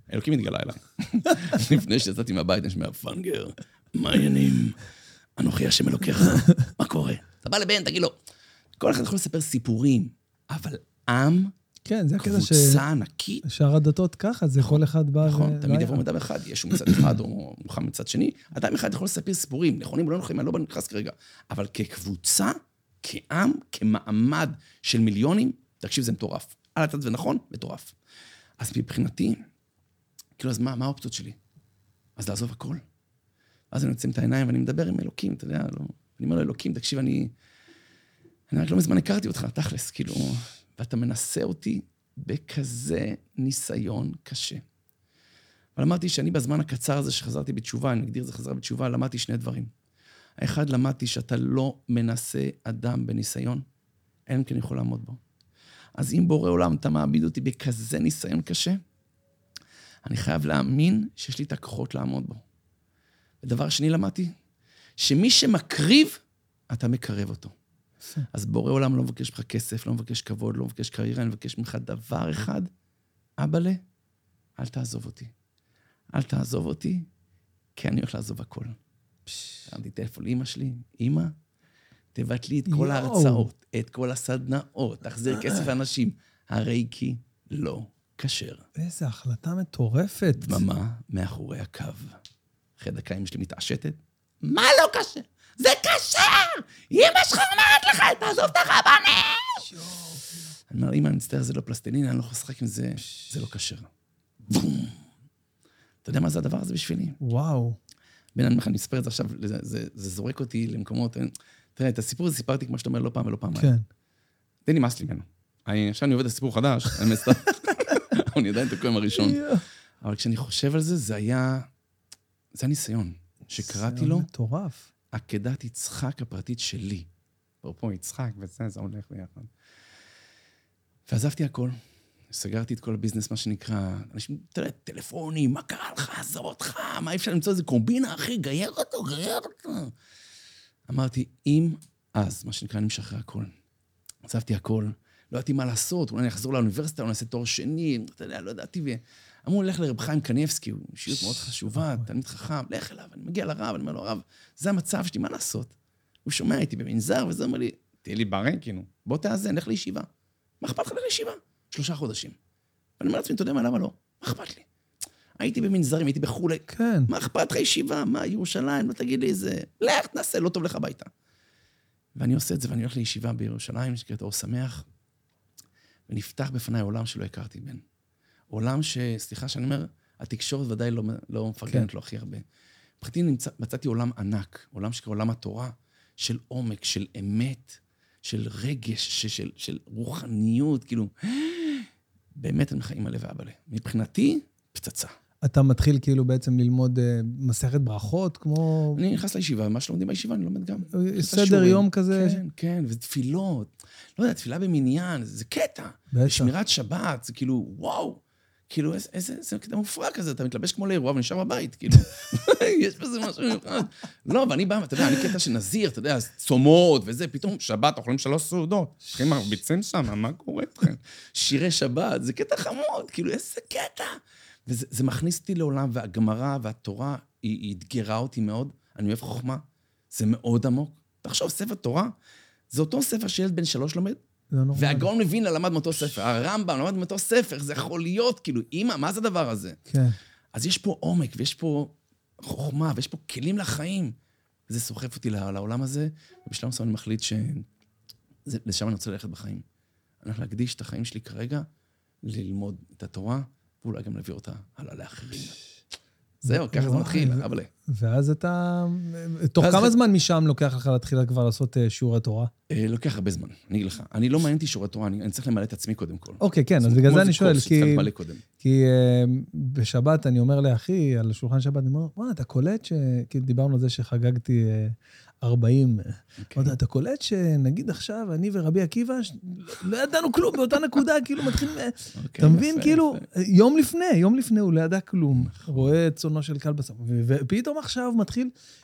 S2: אלוקים התגלה אליי. לפני שיצאתי מהבית, אני שומע, פנגר, מה העניינים? אנוכי השם אלוקיך, מה קורה? אתה בא לבן, תגיד לו, כל אחד יכול לספר סיפורים, אבל עם,
S1: כן, זה הקטע
S2: קבוצה ענקית.
S1: שאר הדתות ככה, זה כל אחד בא...
S2: נכון, תמיד יבוא אדם אחד, ישו מצד אחד או מוחמד מצד שני, אדם אחד יכול לספר סיפורים, נכונים או לא נכונים, אני לא נכנס כרגע, אבל כקבוצה, כעם, כמעמד של מיליונים, תקשיב, זה מטורף. על הצד ונכון, מטורף. אז מבחינתי, כאילו, אז מה האופציות שלי? אז לעזוב הכל. אז אני יוצא את העיניים ואני מדבר עם אלוקים, אתה יודע, לא, אני אומר לו, אלוקים, תקשיב, אני רק לא מזמן הכרתי אותך, תכלס, כאילו, ואתה מנסה אותי בכזה ניסיון קשה. אבל אמרתי שאני בזמן הקצר הזה שחזרתי בתשובה, אני מגדיר את זה חזרה בתשובה, למדתי שני דברים. האחד, למדתי שאתה לא מנסה אדם בניסיון, אין כן יכול לעמוד בו. אז אם בורא עולם אתה מעמיד אותי בכזה ניסיון קשה, אני חייב להאמין שיש לי את הכוחות לעמוד בו. ודבר שני למדתי, שמי שמקריב, אתה מקרב אותו. אז בורא עולם לא מבקש ממך כסף, לא מבקש כבוד, לא מבקש קריירה, אני מבקש ממך דבר אחד, אבאלה, אל תעזוב אותי. אל תעזוב אותי, כי אני הולך לעזוב הכל. שמתי טלפון לאמא שלי, אמא, תבטלי את כל ההרצאות, את כל הסדנאות, תחזיר כסף לאנשים, הרי כי לא כשר.
S1: איזה החלטה מטורפת.
S2: דממה מאחורי הקו. אחרי דקה אמא שלי מתעשתת, מה לא כשר? זה כשר! אמא שלך אומרת לך, תעזוב את הרבנים! אני אומר, אמא, אני מצטער, זה לא פלסטלינה, אני לא יכול לשחק עם זה, זה לא כשר. בום! אתה יודע מה זה הדבר הזה בשבילי?
S1: וואו.
S2: בין אני מספר את זה עכשיו, זה זורק אותי למקומות, תראה, את הסיפור הזה סיפרתי כמו שאתה אומר לא פעם ולא פעם.
S1: כן.
S2: זה נמאס לי ממנו. עכשיו אני עובד על סיפור חדש, אני עדיין תקוע עם הראשון. אבל כשאני חושב על זה, זה היה ניסיון, שקראתי לו,
S1: מטורף.
S2: עקדת יצחק הפרטית שלי. פה יצחק, וזה הולך ביחד. ועזבתי הכל. סגרתי את כל הביזנס, מה שנקרא, אנשים, תראה, טלפונים, מה קרה לך, עזוב אותך, מה אפשר למצוא איזה קומבינה, אחי, גייר אותו. אמרתי, אם אז, מה שנקרא, אני משחרר הכל. עזבתי הכל, לא ידעתי מה לעשות, אולי אני אחזור לאוניברסיטה, אולי נעשה תואר שני, אתה יודע, לא ידעתי, אמרו, לך לרב חיים קניבסקי, הוא אישיות מאוד חשובה, תלמיד חכם, לך אליו, אני מגיע לרב, אני אומר לו, הרב, זה המצב שלי, מה לעשות? הוא שומע איתי במנזר, וזה אומר לי, תהיה לי ברן, כאילו, בוא תאזן, לך לישיבה. מה אכפת לך לישיבה? 3 חודשים. ואני אומר לעצמי, אתה יודע מה, למה לא? מה אכפת לי? הייתי במנזרים, הייתי בחולי.
S1: כן.
S2: מה אכפת לך ישיבה? מה, ירושלים? לא תגיד לי איזה... לך, תנסה, לא טוב לך הביתה. ואני עושה את זה, ואני הולך לישיבה בירושלים, שקראת אור שמח, ונפתח בפניי עולם שלא הכרתי בן. עולם סליחה שאני אומר, התקשורת ודאי לא מפרגנת לו הכי הרבה. מבחינתי מצאתי עולם ענק, עולם שקרא עולם התורה, של עומק, של אמת, של רגש, של רוחניות, כאילו, באמת הם חיים עלי ואבא לי. מבחינתי, פצצה.
S1: אתה מתחיל כאילו בעצם ללמוד מסכת ברכות, כמו...
S2: אני נכנס לישיבה, מה שלומדים בישיבה, אני לומד גם.
S1: סדר יום כזה.
S2: כן, כן, ותפילות. לא יודע, תפילה במניין, זה קטע.
S1: בטח.
S2: שמירת שבת, זה כאילו, וואו. כאילו, זה קטע מופרע כזה, אתה מתלבש כמו לאירוע ונשאר בבית, כאילו. יש בזה משהו מיוחד. לא, ואני בא, אתה יודע, אני קטע שנזיר, אתה יודע, צומות וזה, פתאום שבת, אוכלים 3 סעודות. שכם מרביצים שם, מה קורה אתכם? שירי שבת, זה קטע חמוד, כאילו, איזה קטע. וזה מכניס אותי לעולם, והגמרא והתורה, היא התגרה אותי מאוד. אני אוהב חוכמה, זה מאוד עמוק. תחשוב, ספר תורה, זה אותו ספר שילד בן 3 לומד, והגאון מווילנה למד מאותו ספר, הרמב"ם למד מאותו ספר, זה יכול להיות, כאילו, אמא, מה זה הדבר הזה?
S1: כן.
S2: אז יש פה עומק, ויש פה חוכמה, ויש פה כלים לחיים. זה סוחף אותי לעולם הזה, ובשלב מסוים אני מחליט לשם אני רוצה ללכת בחיים. אני הולך להקדיש את החיים שלי כרגע, ללמוד את התורה, ואולי גם להביא אותה הלאה לאחרים. זהו, ככה זה מתחיל, אבל...
S1: ואז אתה... תוך כמה זמן משם לוקח לך להתחיל כבר לעשות שיעורי תורה?
S2: לוקח הרבה זמן, אני אגיד לך. אני לא מעניין אותי שיעורי תורה, אני צריך למלא את עצמי קודם כל.
S1: אוקיי, כן, אז בגלל זה אני שואל, כי בשבת אני אומר לאחי, על שולחן שבת, אני אומר, וואי, אתה קולט כי דיברנו על זה שחגגתי 40. אתה קולט שנגיד עכשיו, אני ורבי עקיבא, לא ידענו כלום באותה נקודה, כאילו מתחיל... אתה מבין, כאילו, יום לפני הוא לא ידע כלום. רואה צונו של כלב בשר. ופתאום עכשיו מתחיל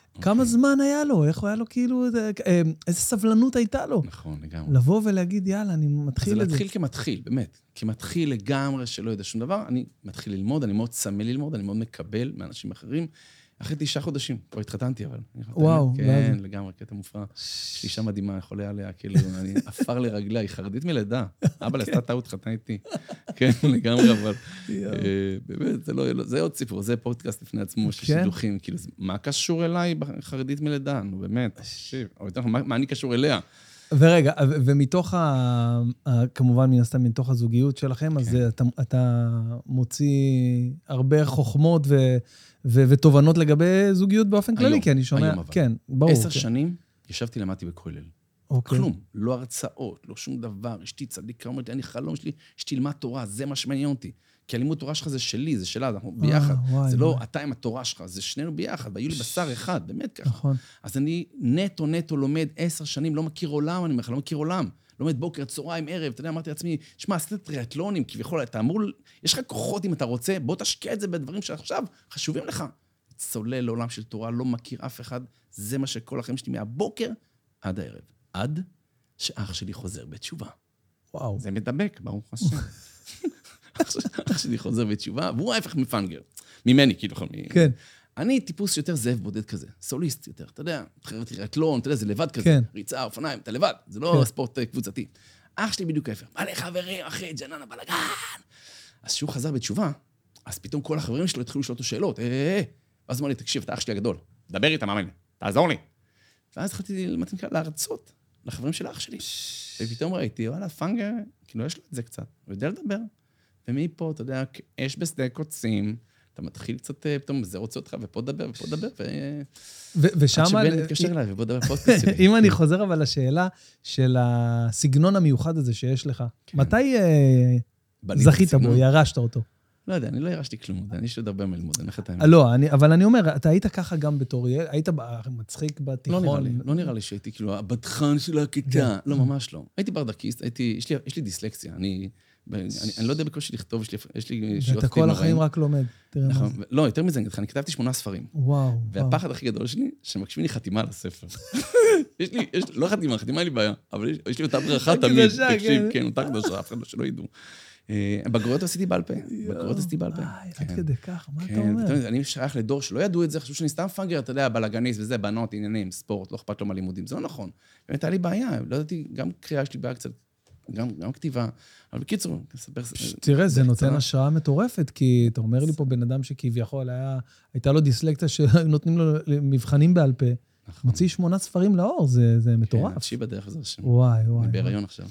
S1: כמה זמן היה לו? איך היה לו כאילו, איזה סבלנות הייתה לו?
S2: נכון, לגמרי.
S1: לבוא ולהגיד, יאללה, אני מתחיל את זה.
S2: זה להתחיל כמתחיל, באמת. כמתחיל לגמרי שלא יודע שום דבר, אני מתחיל ללמוד, אני מאוד צמא ללמוד, אני מאוד מקבל מאנשים אחרים. אחרי 9 חודשים, כבר התחתנתי, אבל...
S1: וואו.
S2: כן, לגמרי, קטע מופרע. יש לי אישה מדהימה, אני חולה עליה, כאילו, אני עפר לרגליה, היא חרדית מלידה. אבא עשתה טעות, חתנה איתי. כן, לגמרי, אבל... באמת, זה עוד סיפור, זה פודקאסט לפני עצמו, של שידוכים, כאילו, מה קשור אליי בחרדית מלידה? נו, באמת, תקשיב, מה אני קשור אליה?
S1: ורגע, ומתוך כמובן, מן הסתם, מתוך הזוגיות שלכם, אז אתה מוציא הרבה חוכמות ותובנות לגבי זוגיות באופן כללי, כי אני שומע...
S2: היום אבל.
S1: כן, ברור.
S2: 10 שנים ישבתי, למדתי בכולל.
S1: אוקיי.
S2: כלום, לא הרצאות, לא שום דבר. אשתי צדיקה, אומרת לי, אני חלום שלי, שתלמד תורה, זה מה שמעניין אותי. כי הלימוד תורה שלך זה שלי, זה שלה, אנחנו ביחד. זה לא אתה עם התורה שלך, זה שנינו ביחד, והיו לי בשר אחד, באמת ככה.
S1: נכון.
S2: אז אני נטו לומד 10 שנים, לא מכיר עולם, אני אומר לך, לא מכיר עולם. לומד בוקר, צהריים, ערב, אתה יודע, אמרתי לעצמי, שמע, עשית טריאטלונים, כביכול, אתה אמור, יש לך כוחות אם אתה רוצה, בוא תשקיע את זה בדברים שעכשיו חשובים לך. צולל לעולם של תורה, לא מכיר אף אחד, זה מה שכל החיים שלי מהבוקר עד הערב. עד שאח שלי חוזר בתשובה.
S1: וואו.
S2: זה מדבק, ברוך השם. אח שלי חוזר בתשובה, והוא ההפך מפנגר. ממני, כאילו.
S1: כן.
S2: אני טיפוס יותר זאב בודד כזה, סוליסט יותר, אתה יודע, טריאטלון, אתה יודע, זה לבד כזה,
S1: כן.
S2: ריצה, אופניים, אתה לבד, זה לא ספורט קבוצתי. אח שלי בדיוק ההפך, מלא חברים, אחי, ג'ננה, בלגן. אז כשהוא חזר בתשובה, אז פתאום כל החברים שלו התחילו לשאול אותו שאלות, ואז אמר לי, תקשיב, אתה אח שלי הגדול, דבר איתם, מאמן, תעזור לי. ואז התחלתי להרצות לחברים של אח שלי. ופתאום ראיתי, וואלה, פנגר, כאילו יש לו את זה קצת, הוא יודע לדבר. ומפה, אתה יודע, אש בשדה קוצים, אתה מתחיל קצת, פתאום זה רוצה אותך, ופה דבר,
S1: ושם...
S2: עד שבן מתקשר אליי, ובוא דבר פודקאסט שלי.
S1: אם אני חוזר אבל לשאלה של הסגנון המיוחד הזה שיש לך, מתי זכית בו, ירשת אותו?
S2: לא יודע, אני לא ירשתי כלום, אני יש עוד הרבה מה ללמוד, אני לך את האמת.
S1: לא, אבל אני אומר, אתה היית ככה גם בתור ילד, היית מצחיק בתיכון.
S2: לא נראה לי שהייתי כאילו הבדחן של הכיתה, לא, ממש לא. הייתי ברדקיסט, יש לי דיסלקציה, אני לא יודע בקושי לכתוב, יש לי
S1: ואתה כל החיים רק לומד.
S2: לא, יותר מזה, אני כתבתי 8 ספרים.
S1: וואו.
S2: והפחד הכי גדול שלי, שמקשיבים לי חתימה לספר. לא חתימה, חתימה לי בעיה, אבל יש לי אותה ברכה תמיד, תקשיב, כן, אותה קדושה, אף אחד שלא ידעו. בגרויות עשיתי בעל פה,
S1: עד כדי כך, מה אתה אומר?
S2: אני שייך לדור שלא ידעו את זה, חשבו שאני סתם פאנגר, אתה יודע, בלגניסט וזה, בנות, עניינים, ספורט, לא אכפת לו מהלימודים, זה לא נכון. באמת היה לי בעיה, לא ידעתי, גם קריאה יש לי בעיה קצת, גם כתיבה, אבל בקיצור,
S1: תראה, זה נותן השראה מטורפת, כי אתה אומר לי פה בן אדם שכביכול הייתה לו דיסלקציה שנותנים לו מבחנים בעל פה, מוציא 8 ספרים לאור, זה מטורף.
S2: כן, 9 בדרך זה השם.
S1: וואי.
S2: אני בהיריון עכשיו.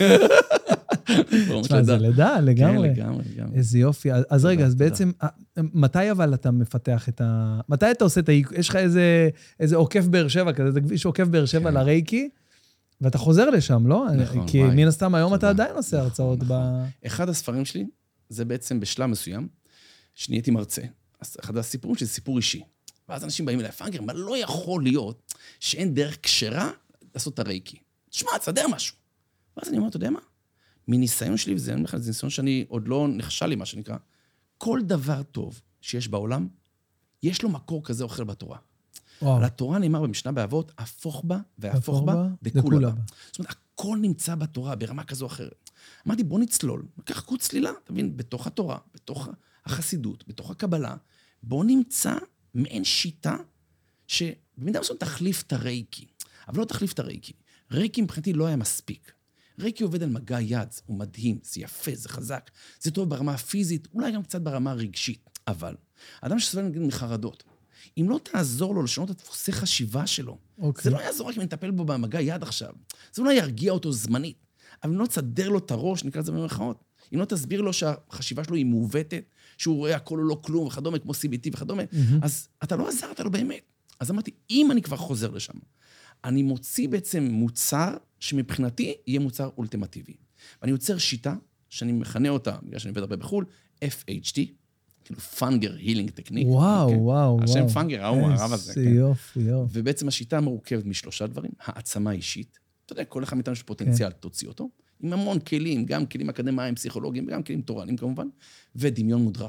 S1: זה לידה, לגמרי.
S2: כן, לגמרי.
S1: איזה יופי. אז רגע, אז בעצם, מתי אבל אתה מפתח את מתי אתה עושה יש לך איזה עוקף באר שבע כזה, זה כביש עוקף באר שבע לרייקי, ואתה חוזר לשם, לא?
S2: נכון,
S1: כי מן הסתם היום אתה עדיין עושה הרצאות
S2: אחד הספרים שלי, זה בעצם בשלב מסוים, שנהייתי מרצה. אחד הסיפורים שלי זה סיפור אישי. ואז אנשים באים אליי, פאנגר, מה לא יכול להיות שאין דרך כשרה לעשות את הרייקי? תשמע, תסדר משהו. ואז אני אומר, אתה יודע מה? מניסיון שלי, וזה ניסיון שאני עוד לא נכשל לי, מה שנקרא, כל דבר טוב שיש בעולם, יש לו מקור כזה או אחר בתורה. על התורה נאמר במשנה באבות, הפוך בה והפוך בה דכולה בה. זאת אומרת, הכל נמצא בתורה ברמה כזו או אחרת. אמרתי, בוא נצלול, ניקח קוד צלילה, אתה מבין, בתוך התורה, בתוך החסידות, בתוך הקבלה, בוא נמצא מעין שיטה שבמידה מסוים תחליף את הרייקי, אבל לא תחליף את הרייקי. רייקי מבחינתי לא היה מספיק. רייקי עובד על מגע יד, הוא מדהים, זה יפה, זה חזק, זה טוב ברמה הפיזית, אולי גם קצת ברמה הרגשית, אבל אדם שסובל נגיד מחרדות, אם לא תעזור לו לשנות את דפוסי חשיבה שלו, זה לא יעזור רק אם נטפל בו במגע יד עכשיו, זה אולי ירגיע אותו זמנית, אבל אם לא תסדר לו את הראש, נקרא את זה במרכאות, אם לא תסביר לו שהחשיבה שלו היא מעוותת, שהוא רואה הכל או לא כלום וכדומה, כמו CBT וכדומה, אז אתה לא עזרת לו באמת. אז אמרתי, אם אני כבר חוזר לשם, אני מוציא בעצם מוצר שמבחינתי יהיה מוצר אולטימטיבי. ואני יוצר שיטה שאני מכנה אותה, בגלל שאני עובד הרבה בחול, FHT, כאילו פאנגר הילינג טכניק.
S1: וואו.
S2: השם פאנגר, הרב הזה.
S1: איזה יופי.
S2: ובעצם השיטה מורכבת מ3 דברים, העצמה אישית, אתה יודע, כל אחד מאיתנו יש פוטנציאל, תוציא אותו, עם המון כלים, גם כלים אקדמיים, פסיכולוגיים, וגם כלים תורניים כמובן, ודמיון מודרך.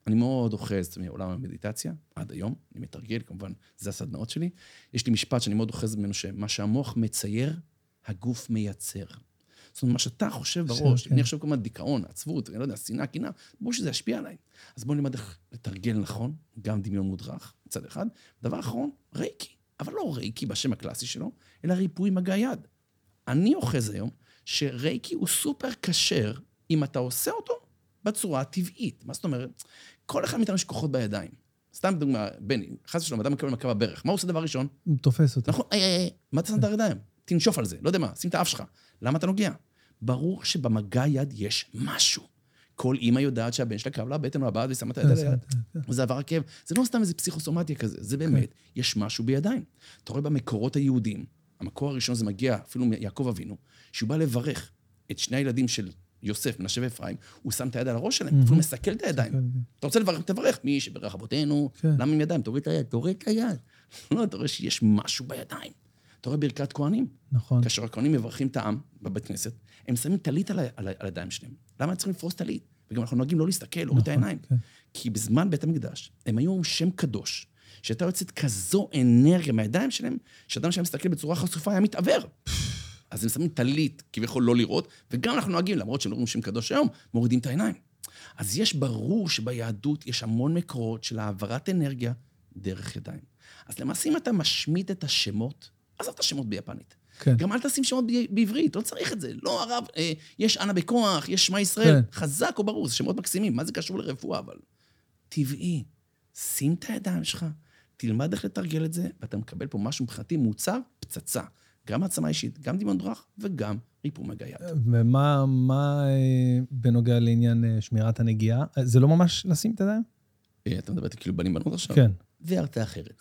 S2: אני מאוד אוחז מעולם המדיטציה, עד היום, אני מתרגל, כמובן, זה הסדנאות שלי. יש לי משפט שאני מאוד אוחז ממנו, שמה שהמוח מצייר, הגוף מייצר. זאת אומרת, מה שאתה חושב בראש, אני חושב כמובן דיכאון, עצבות, אני לא יודע, שנאה, קינה, ברור שזה ישפיע עליי. אז בואו נלמד איך לתרגל נכון, גם דמיון מודרך, מצד אחד. דבר אחרון, רייקי. אבל לא רייקי בשם הקלאסי שלו, אלא ריפוי מגע יד. אני אוחז היום שרייקי הוא סופר קשר אם אתה עושה אותו בצורה הטבעית. מה זאת אומרת? כל אחד מאיתנו יש כוחות בידיים. סתם דוגמה, בני, חס ושלום, אדם מקבל מכה בברך. מה הוא עושה דבר ראשון?
S1: תופס אותו.
S2: נכון, מה אתה שם את הידיים? תנשוף על זה, לא יודע מה, שים את האף שלך. למה אתה נוגע? ברור שבמגע יד יש משהו. כל אמא יודעת שהבן שלה קרב לה בטן או הבעד ושמה את היד על היד. וזה עבר הכאב. זה לא סתם איזה פסיכוסומטיה כזה, זה באמת, יש משהו בידיים. אתה רואה במקורות היהודים, המקור הראשון זה מגיע אפילו מיעקב אבינו, שהוא בא לברך את שני הילדים של יוסף, מנשה ואפרים, הוא שם את היד על הראש שלהם, אפילו מסכל את הידיים. אתה רוצה לברך, תברך. מי שברך אבותינו, למה עם ידיים? תוריד את היד, תוריד את היד. לא, אתה רואה שיש משהו בידיים. אתה רואה ברכת כהנים.
S1: נכון.
S2: כאשר הכהנים מברכים את העם בבית כנסת, הם שמים טלית על הידיים שלהם. למה הם צריכים לפרוס טלית? וגם אנחנו נוהגים לא להסתכל, להוריד את העיניים. כי בזמן בית המקדש, הם היו שם קדוש, שהייתה יוצאת כזו אנרגיה מהידיים שלהם, שאדם שהיה מסתכל בצורה חשופה היה מתעבר. אז הם שמים טלית, כביכול לא לראות, וגם אנחנו נוהגים, למרות שהם לא רואים שם קדוש היום, מורידים את העיניים. אז יש ברור שביהדות יש המון מקורות של העברת אנרגיה דרך ידיים. אז למעשה אם אתה משמיט את השמות, עזוב את השמות ביפנית.
S1: כן.
S2: גם אל תשים שמות בעברית, לא צריך את זה. לא הרב, יש אנה בכוח, יש שמע ישראל, חזק או ברור, זה שמות מקסימים, מה זה קשור לרפואה, אבל טבעי, שים את הידיים שלך, תלמד איך לתרגל את זה, ואתה מקבל פה משהו מבחינתי מוצר פצצה. גם העצמה אישית, גם דמיון מודרך, וגם ריפוי מגע יד.
S1: ומה בנוגע לעניין שמירת הנגיעה? זה לא ממש לשים את הידיים?
S2: אתה מדבר כאילו בנים בנות עכשיו?
S1: כן.
S2: זה הרתה אחרת.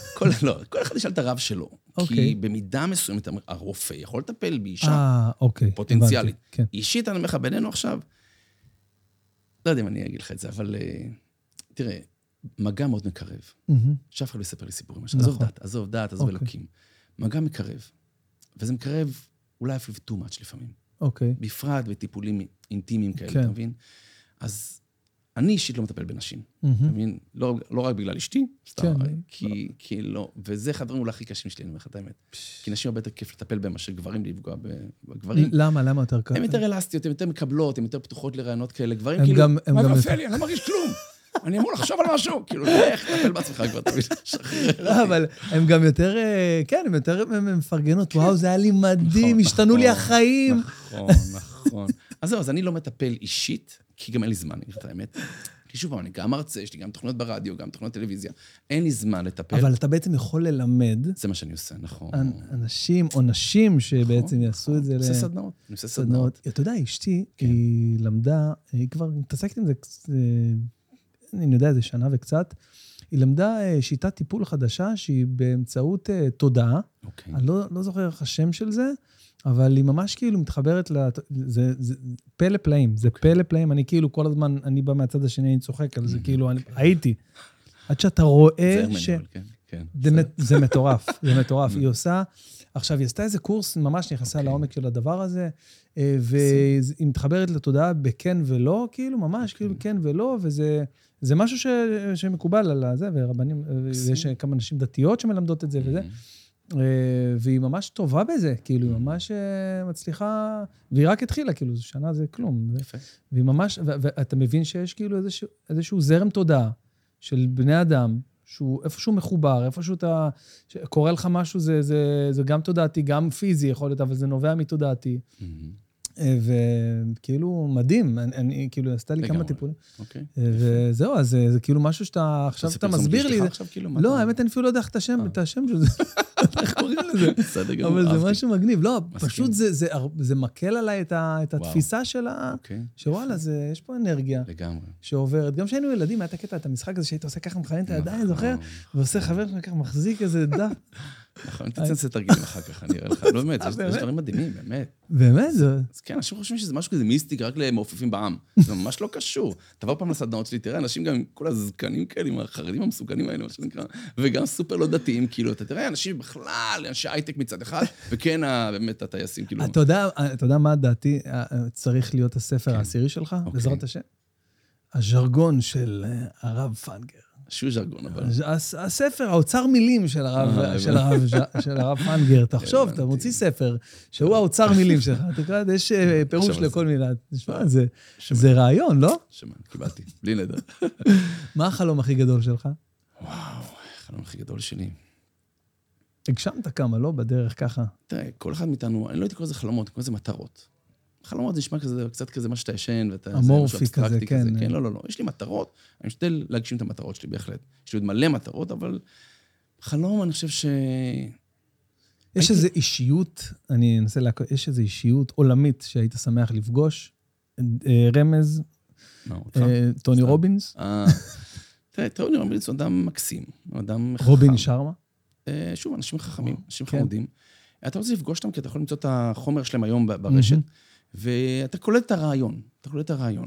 S2: כל אחד ישאל את הרב שלו. כי במידה מסוימת הרופא יכול לטפל באישה פוטנציאלית. אישית, אני אומר לך, בינינו עכשיו, לא יודע אם אני אגיד לך את זה, אבל תראה, מגע מאוד מקרב. שאף אחד לא יספר לי סיפורים. עזוב דת, עזוב אלוקים. מגע מקרב. וזה מקרב אולי אפילו too much לפעמים. בפרט בטיפולים אינטימיים כאלה, אתה מבין? אז אני אישית לא מטפל בנשים. אתה מבין? לא רק בגלל אשתי, כי לא. וזה אחד הדברים אולי הכי קשים שלי, אני אומר לך את האמת. כי נשים הרבה יותר כיף לטפל בהם מאשר גברים, לפגוע בגברים.
S1: למה יותר קל?
S2: הן יותר אלסטיות, הן יותר מקבלות, הן יותר פתוחות לרעיונות כאלה. גברים כאילו, מה זה מפריע לי? אני לא מרגיש כלום. אני אמור לחשוב על משהו, כאילו, איך לטפל בעצמך כבר, תמיד שחרר.
S1: לא, אבל הם גם יותר, כן, הם יותר מפרגנות, וואו, זה היה לי מדהים, השתנו לי החיים.
S2: נכון. אז זהו, אז אני לא מטפל אישית, כי גם אין לי זמן, אני חושב את האמת. כי שוב, אני גם מרצה, יש לי גם תוכניות ברדיו, גם תוכניות טלוויזיה. אין לי זמן לטפל.
S1: אבל אתה בעצם יכול ללמד.
S2: זה מה שאני עושה, נכון.
S1: אנשים או נשים שבעצם יעשו את זה.
S2: אני עושה סדנאות.
S1: אתה יודע, אשתי, היא למדה, היא כבר מתעסקת עם זה, אני יודע, זה שנה וקצת, היא למדה שיטת טיפול חדשה, שהיא באמצעות תודעה. אני לא זוכר איך השם של זה, אבל היא ממש כאילו מתחברת, זה פלא פלאים, זה פלא פלאים, אני כאילו כל הזמן, אני בא מהצד השני, אני צוחק על זה, כאילו, הייתי. עד שאתה רואה זה מטורף, זה מטורף. היא עושה, עכשיו, היא עשתה איזה קורס, ממש נכנסה לעומק של הדבר הזה, והיא מתחברת לתודעה בכן ולא, כאילו, ממש, כאילו, כן ולא, וזה משהו שמקובל על זה, ורבנים, יש כמה נשים דתיות שמלמדות את זה וזה, והיא ממש טובה בזה, כאילו, היא ממש מצליחה, והיא רק התחילה, כאילו, שנה זה כלום. והיא ממש, ואתה מבין שיש כאילו איזשהו זרם תודעה של בני אדם, שהוא איפשהו מחובר, איפשהו אתה, קורא לך משהו, זה גם תודעתי, גם פיזי יכול להיות, אבל זה נובע מתודעתי. וכאילו מדהים, אני כאילו עשתה לי כמה טיפולים. וזהו, אז זה כאילו משהו שאתה, עכשיו אתה מסביר לי. לא, האמת אני אפילו לא יודע איך את השם של זה. איך קוראים לזה? אבל זה משהו מגניב. לא, פשוט זה מקל עליי את התפיסה שלה, שוואלה, יש פה אנרגיה שעוברת. גם כשהיינו ילדים, היה את הקטע, את המשחק הזה שהיית עושה ככה, מכוון את הידיים, זוכר? ועושה חבר שלך ככה, מחזיק איזה דף.
S2: נכון, תצא תרגילים אחר כך, אני אראה לך. לא באמת, יש דברים מדהימים, באמת.
S1: באמת?
S2: אז כן, אנשים חושבים שזה משהו כזה מיסטי, רק למעופפים בעם. זה ממש לא קשור. תבוא פעם לסדנאות שלי, תראה, אנשים גם עם כל הזקנים כאלה, עם החרדים המסוכנים האלה, מה שנקרא, וגם סופר לא דתיים, כאילו, אתה תראה, אנשים בכלל, אנשי הייטק מצד אחד, וכן, באמת, הטייסים, כאילו.
S1: אתה יודע מה דעתי צריך להיות הספר העשירי שלך, בעזרת השם? הז'רגון של הרב פנגר.
S2: שהוא ז'רגון, אבל...
S1: הספר, האוצר מילים של הרב פנגר. תחשוב, אתה מוציא ספר, שהוא האוצר מילים שלך. תקרא, יש פירוש לכל מילה. תשמע, זה רעיון, לא?
S2: שמה, קיבלתי, בלי נדר.
S1: מה החלום הכי גדול שלך?
S2: וואו, החלום הכי גדול שלי.
S1: הגשמת כמה, לא? בדרך ככה.
S2: תראה, כל אחד מאיתנו, אני לא הייתי קורא לזה חלומות, אני קורא לזה מטרות. חלומות זה נשמע כזה, קצת כזה מה שאתה ישן, ואתה...
S1: אמורפי כזה, כן.
S2: כן, לא. יש לי מטרות, אני משתדל להגשים את המטרות שלי בהחלט. יש לי עוד מלא מטרות, אבל חלום, אני חושב ש...
S1: יש איזו אישיות, אני אנסה יש איזו אישיות עולמית שהיית שמח לפגוש, רמז, טוני רובינס.
S2: תראה, טוני רובינס הוא אדם מקסים, הוא אדם חכם.
S1: רובין שרמה?
S2: שוב, אנשים חכמים, אנשים חמודים. אתה רוצה לפגוש אותם, כי אתה יכול למצוא את החומר שלהם היום ברשת, ואתה קולט את הרעיון.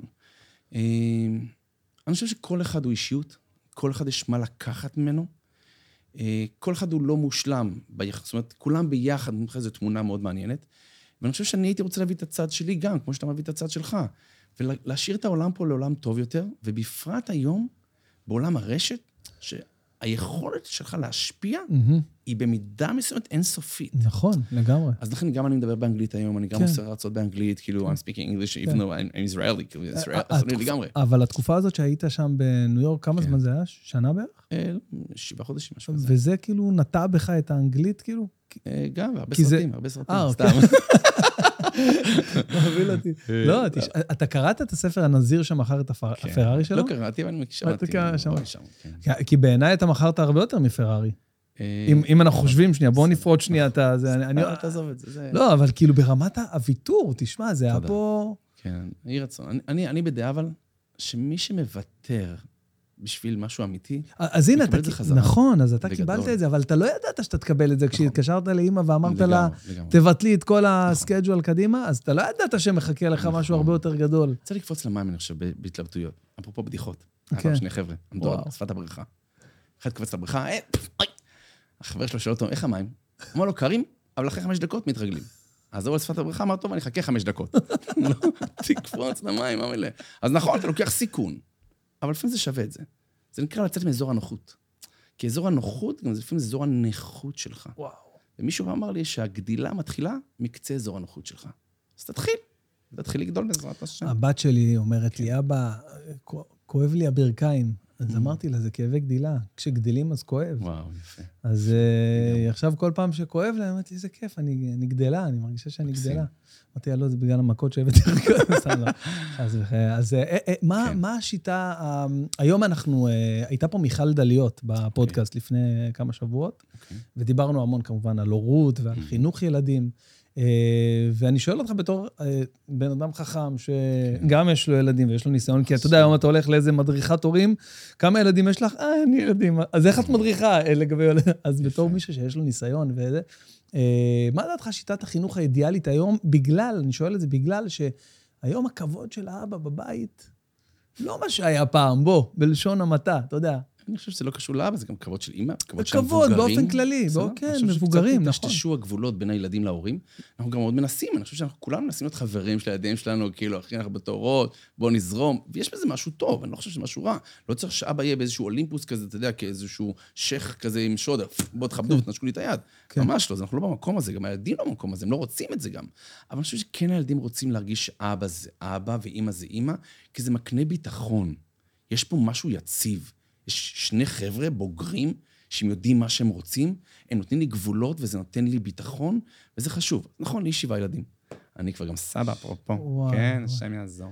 S2: אני חושב שכל אחד הוא אישיות, כל אחד יש מה לקחת ממנו, כל אחד הוא לא מושלם, זאת אומרת, כולם ביחד, זו תמונה מאוד מעניינת, ואני חושב שאני הייתי רוצה להביא את הצד שלי גם, כמו שאתה מביא את הצד שלך, ולהשאיר את העולם פה לעולם טוב יותר, ובפרט היום, בעולם הרשת, היכולת שלך להשפיע היא במידה מסוימת אינסופית.
S1: נכון, לגמרי.
S2: אז לכן גם אני מדבר באנגלית היום, אני גם עושה הרצאות באנגלית, כאילו, I'm speaking English, even though I'm Israeli, כאילו, ישראל, לגמרי.
S1: אבל התקופה הזאת שהיית שם בניו יורק, כמה זמן זה היה? שנה בערך?
S2: 7 חודשים, משהו כזה.
S1: וזה כאילו נטע בך את האנגלית, כאילו?
S2: גם, הרבה סרטים, סתם.
S1: מוביל אותי. לא, אתה קראת את הספר הנזיר שמכר את הפרארי שלו?
S2: לא קראתי, אבל אני שמעתי.
S1: כי בעיניי אתה מכרת הרבה יותר מפרארי. אם אנחנו חושבים שנייה, בואו נפרוט שנייה את זה.
S2: תעזוב את זה.
S1: לא, אבל כאילו ברמת הוויתור, תשמע, זה היה פה...
S2: כן, יהי רצון. אני בדעה אבל, שמי שמוותר בשביל משהו אמיתי,
S1: אז הנה, נכון, אז אתה קיבלת את זה, אבל אתה לא ידעת שאתה תקבל את זה, כשהתקשרת לאמא ואמרת לה, תבטלי את כל הסקייג'ואל קדימה, אז אתה לא ידעת שמחכה לך משהו הרבה יותר גדול.
S2: צריך לקפוץ למים, אני חושב, בהתלבטויות. אפרופו בדיחות. היה שני חבר'ה, עמדו על שפת הבריכה. אחד קפץ לבריכה, החבר שלו שואל אותו, איך המים? אמר לו, קרים, אבל אחרי 5 דקות מתרגלים. אז הוא על שפת הבריכה, אמר, טוב, אני אחכה 5 דקות. תקפוץ למים, מה מלא. אז נכון, אתה לוקח סיכון. אבל לפעמים זה שווה את זה. זה נקרא לצאת מאזור הנוחות. כי אזור הנוחות, גם לפעמים זה אזור הנכות שלך.
S1: וואו.
S2: ומישהו אמר לי שהגדילה מתחילה מקצה אזור הנוחות שלך. אז תתחיל לגדול בעזרת השם.
S1: הבת שלי אומרת לי, אבא, כואב לי הברכיים. אז אמרתי לה, זה כאבי גדילה. כשגדלים אז כואב.
S2: וואו, יפה. אז
S1: עכשיו כל פעם שכואב לה, אמרתי לי, זה כיף, אני גדלה, אני מרגישה שאני גדלה. אמרתי לה, לא, זה בגלל המכות שהבאתי לך. אז מה השיטה, היום הייתה פה מיכל דליות בפודקאסט לפני כמה שבועות, ודיברנו המון כמובן על הורות ועל חינוך ילדים, ואני שואל אותך בתור בן אדם חכם, שגם יש לו ילדים ויש לו ניסיון, כי אתה יודע, היום אתה הולך לאיזה מדריכת הורים, כמה ילדים יש לך? אני ילדים. אז איך את מדריכה לגבי ילדים? אז בתור מישהו שיש לו ניסיון וזה, מה דעתך שיטת החינוך האידיאלית היום? אני שואל את זה בגלל שהיום הכבוד של האבא בבית, לא מה שהיה פעם, בלשון המעטה, אתה יודע.
S2: אני חושב שזה לא קשור לאבא, זה גם כבוד של אמא, כבוד של מבוגרים.
S1: כבוד, באופן כללי, כן, מבוגרים, נכון.
S2: קצת תשתשו הגבולות בין הילדים להורים. אנחנו גם מאוד מנסים, אני חושב שאנחנו כולנו מנסים להיות חברים של הילדים שלנו, כאילו, אחי, אנחנו בתורות, בואו נזרום, ויש בזה משהו טוב, אני לא חושב שזה משהו רע. לא צריך שאבא יהיה באיזשהו אולימפוס כזה, אתה יודע, כאיזשהו שייך כזה עם שודר, בואו תכבדו, תנשקו לי את היד. ממש לא, אנחנו לא במקום הזה, גם הילדים לא במקום הזה, הם לא רוצים את זה גם. אבל אני חושב שכן הילדים רוצים להרגיש שאבא זה אבא ואמא זה אמא, כי זה מקנה ביטחון. יש פה משהו יציב. יש 2 חבר'ה בוגרים שהם יודעים מה שהם רוצים, הם נותנים לי גבולות וזה נותן לי ביטחון, וזה חשוב. נכון, לי 7 ילדים. אני כבר גם סבא, אפרופו. כן, השם יעזור.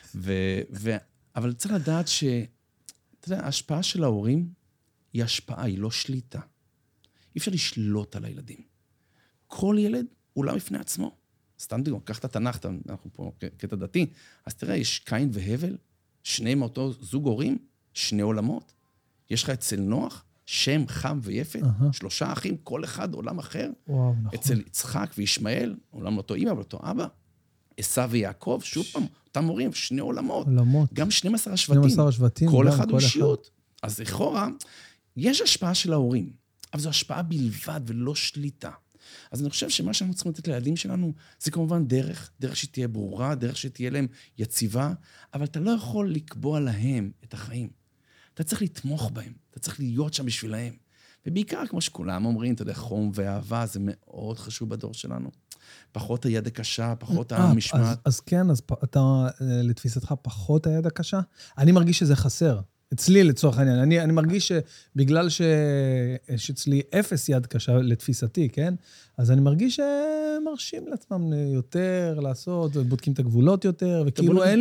S2: אבל צריך לדעת אתה יודע, ההשפעה של ההורים היא השפעה, היא לא שליטה. אי אפשר לשלוט על הילדים. כל ילד הוא לא בפני עצמו. סתם דוגמא, קח את התנ"ך, אנחנו פה קטע דתי, אז תראה, יש קין והבל, 2 מאותו זוג הורים, 2 עולמות. יש לך אצל נוח, שם, חם ויפת, 3 אחים, כל אחד עולם אחר.
S1: וואו, נכון.
S2: אצל יצחק וישמעאל, עולם לא אותו אמא, אבל אותו אבא. עשיו ויעקב, שוב פעם, אותם הורים, 2 עולמות. גם 12 השבטים.
S1: 12 השבטים.
S2: כל אחד הוא אישיות. אז לכאורה, יש השפעה של ההורים, אבל זו השפעה בלבד ולא שליטה. אז אני חושב שמה שאנחנו צריכים לתת לילדים שלנו, זה כמובן דרך שתהיה ברורה, דרך שתהיה להם יציבה, אבל אתה לא יכול לקבוע להם את החיים. אתה צריך לתמוך בהם, אתה צריך להיות שם בשבילהם. ובעיקר, כמו שכולם אומרים, אתה יודע, חום ואהבה, זה מאוד חשוב בדור שלנו. פחות היד הקשה, פחות המשמעת.
S1: אז כן, אז אתה, לתפיסתך, פחות היד הקשה? אני מרגיש שזה חסר. אצלי, לצורך העניין. אני מרגיש שבגלל שאצלי אפס יד קשה לתפיסתי, כן? אז אני מרגיש שמרשים לעצמם יותר לעשות, בודקים את הגבולות יותר, וכאילו אין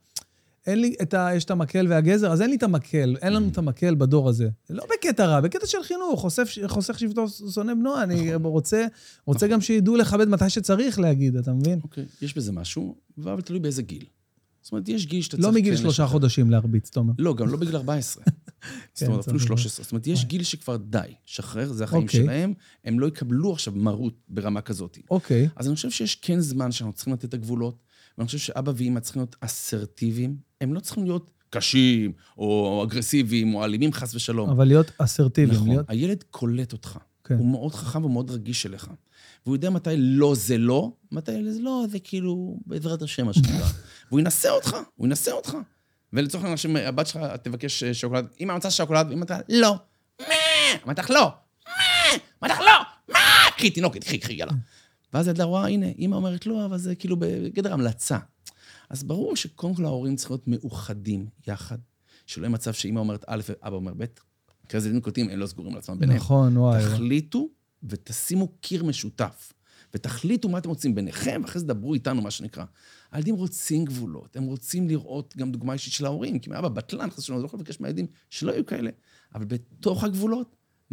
S1: לי יש את המקל והגזר, אז אין לי את המקל, אין לנו את המקל בדור הזה. לא בקטע רע, בקטע של חינוך, חוסך שבטו שונא בנו, אני רוצה גם שידעו לכבד מתי שצריך להגיד, אתה מבין?
S2: אוקיי, יש בזה משהו, אבל תלוי באיזה גיל. זאת אומרת, יש גיל שאתה צריך...
S1: לא מגיל 3 חודשים להרביץ, תומר.
S2: לא, גם לא בגיל 14. זאת אומרת, אפילו 13. זאת אומרת, יש גיל שכבר די, שחרר, זה החיים שלהם, הם לא יקבלו עכשיו מרות ברמה כזאת.
S1: אוקיי.
S2: אז אני חושב שיש כן זמן שאנחנו צריכים לתת את הגבולות, ואני חושב שאבא ואמא צריכים להיות אסרטיביים, הם לא צריכים להיות קשים, או אגרסיביים, או אלימים חס ושלום.
S1: אבל להיות אסרטיביים.
S2: נכון, הילד קולט אותך. הוא מאוד חכם ומאוד רגיש אליך. והוא יודע מתי לא זה לא, מתי זה לא, זה כאילו בעזרת השם השנייה. והוא ינסה אותך. ולצורך העניין, הבת שלך תבקש שוקולד, אמא מצא שוקולד, ואמא תגיד, לא. אמרת לך לא. אמרת לך לא. קחי תינוקת, קחי, יאללה. ואז ילדה רואה, הנה, אמא אומרת לא, אבל זה כאילו בגדר המלצה. אז ברור שקודם כל ההורים צריכים להיות מאוחדים יחד, שלא יהיה מצב שאמא אומרת א' ואבא אומר ב', כי אז ילדים קוטעים, הם לא סגורים לעצמם ביניהם.
S1: נכון, וואי.
S2: תחליטו ותשימו קיר משותף, ותחליטו מה אתם רוצים ביניכם, ואחרי זה דברו איתנו, מה שנקרא. הילדים רוצים גבולות, הם רוצים לראות גם דוגמה אישית של ההורים, כי מאבא בטלן, חס ושלום, לא יכול לבקש מהילדים שלא יהיו כאלה, אבל בתוך הגבולות,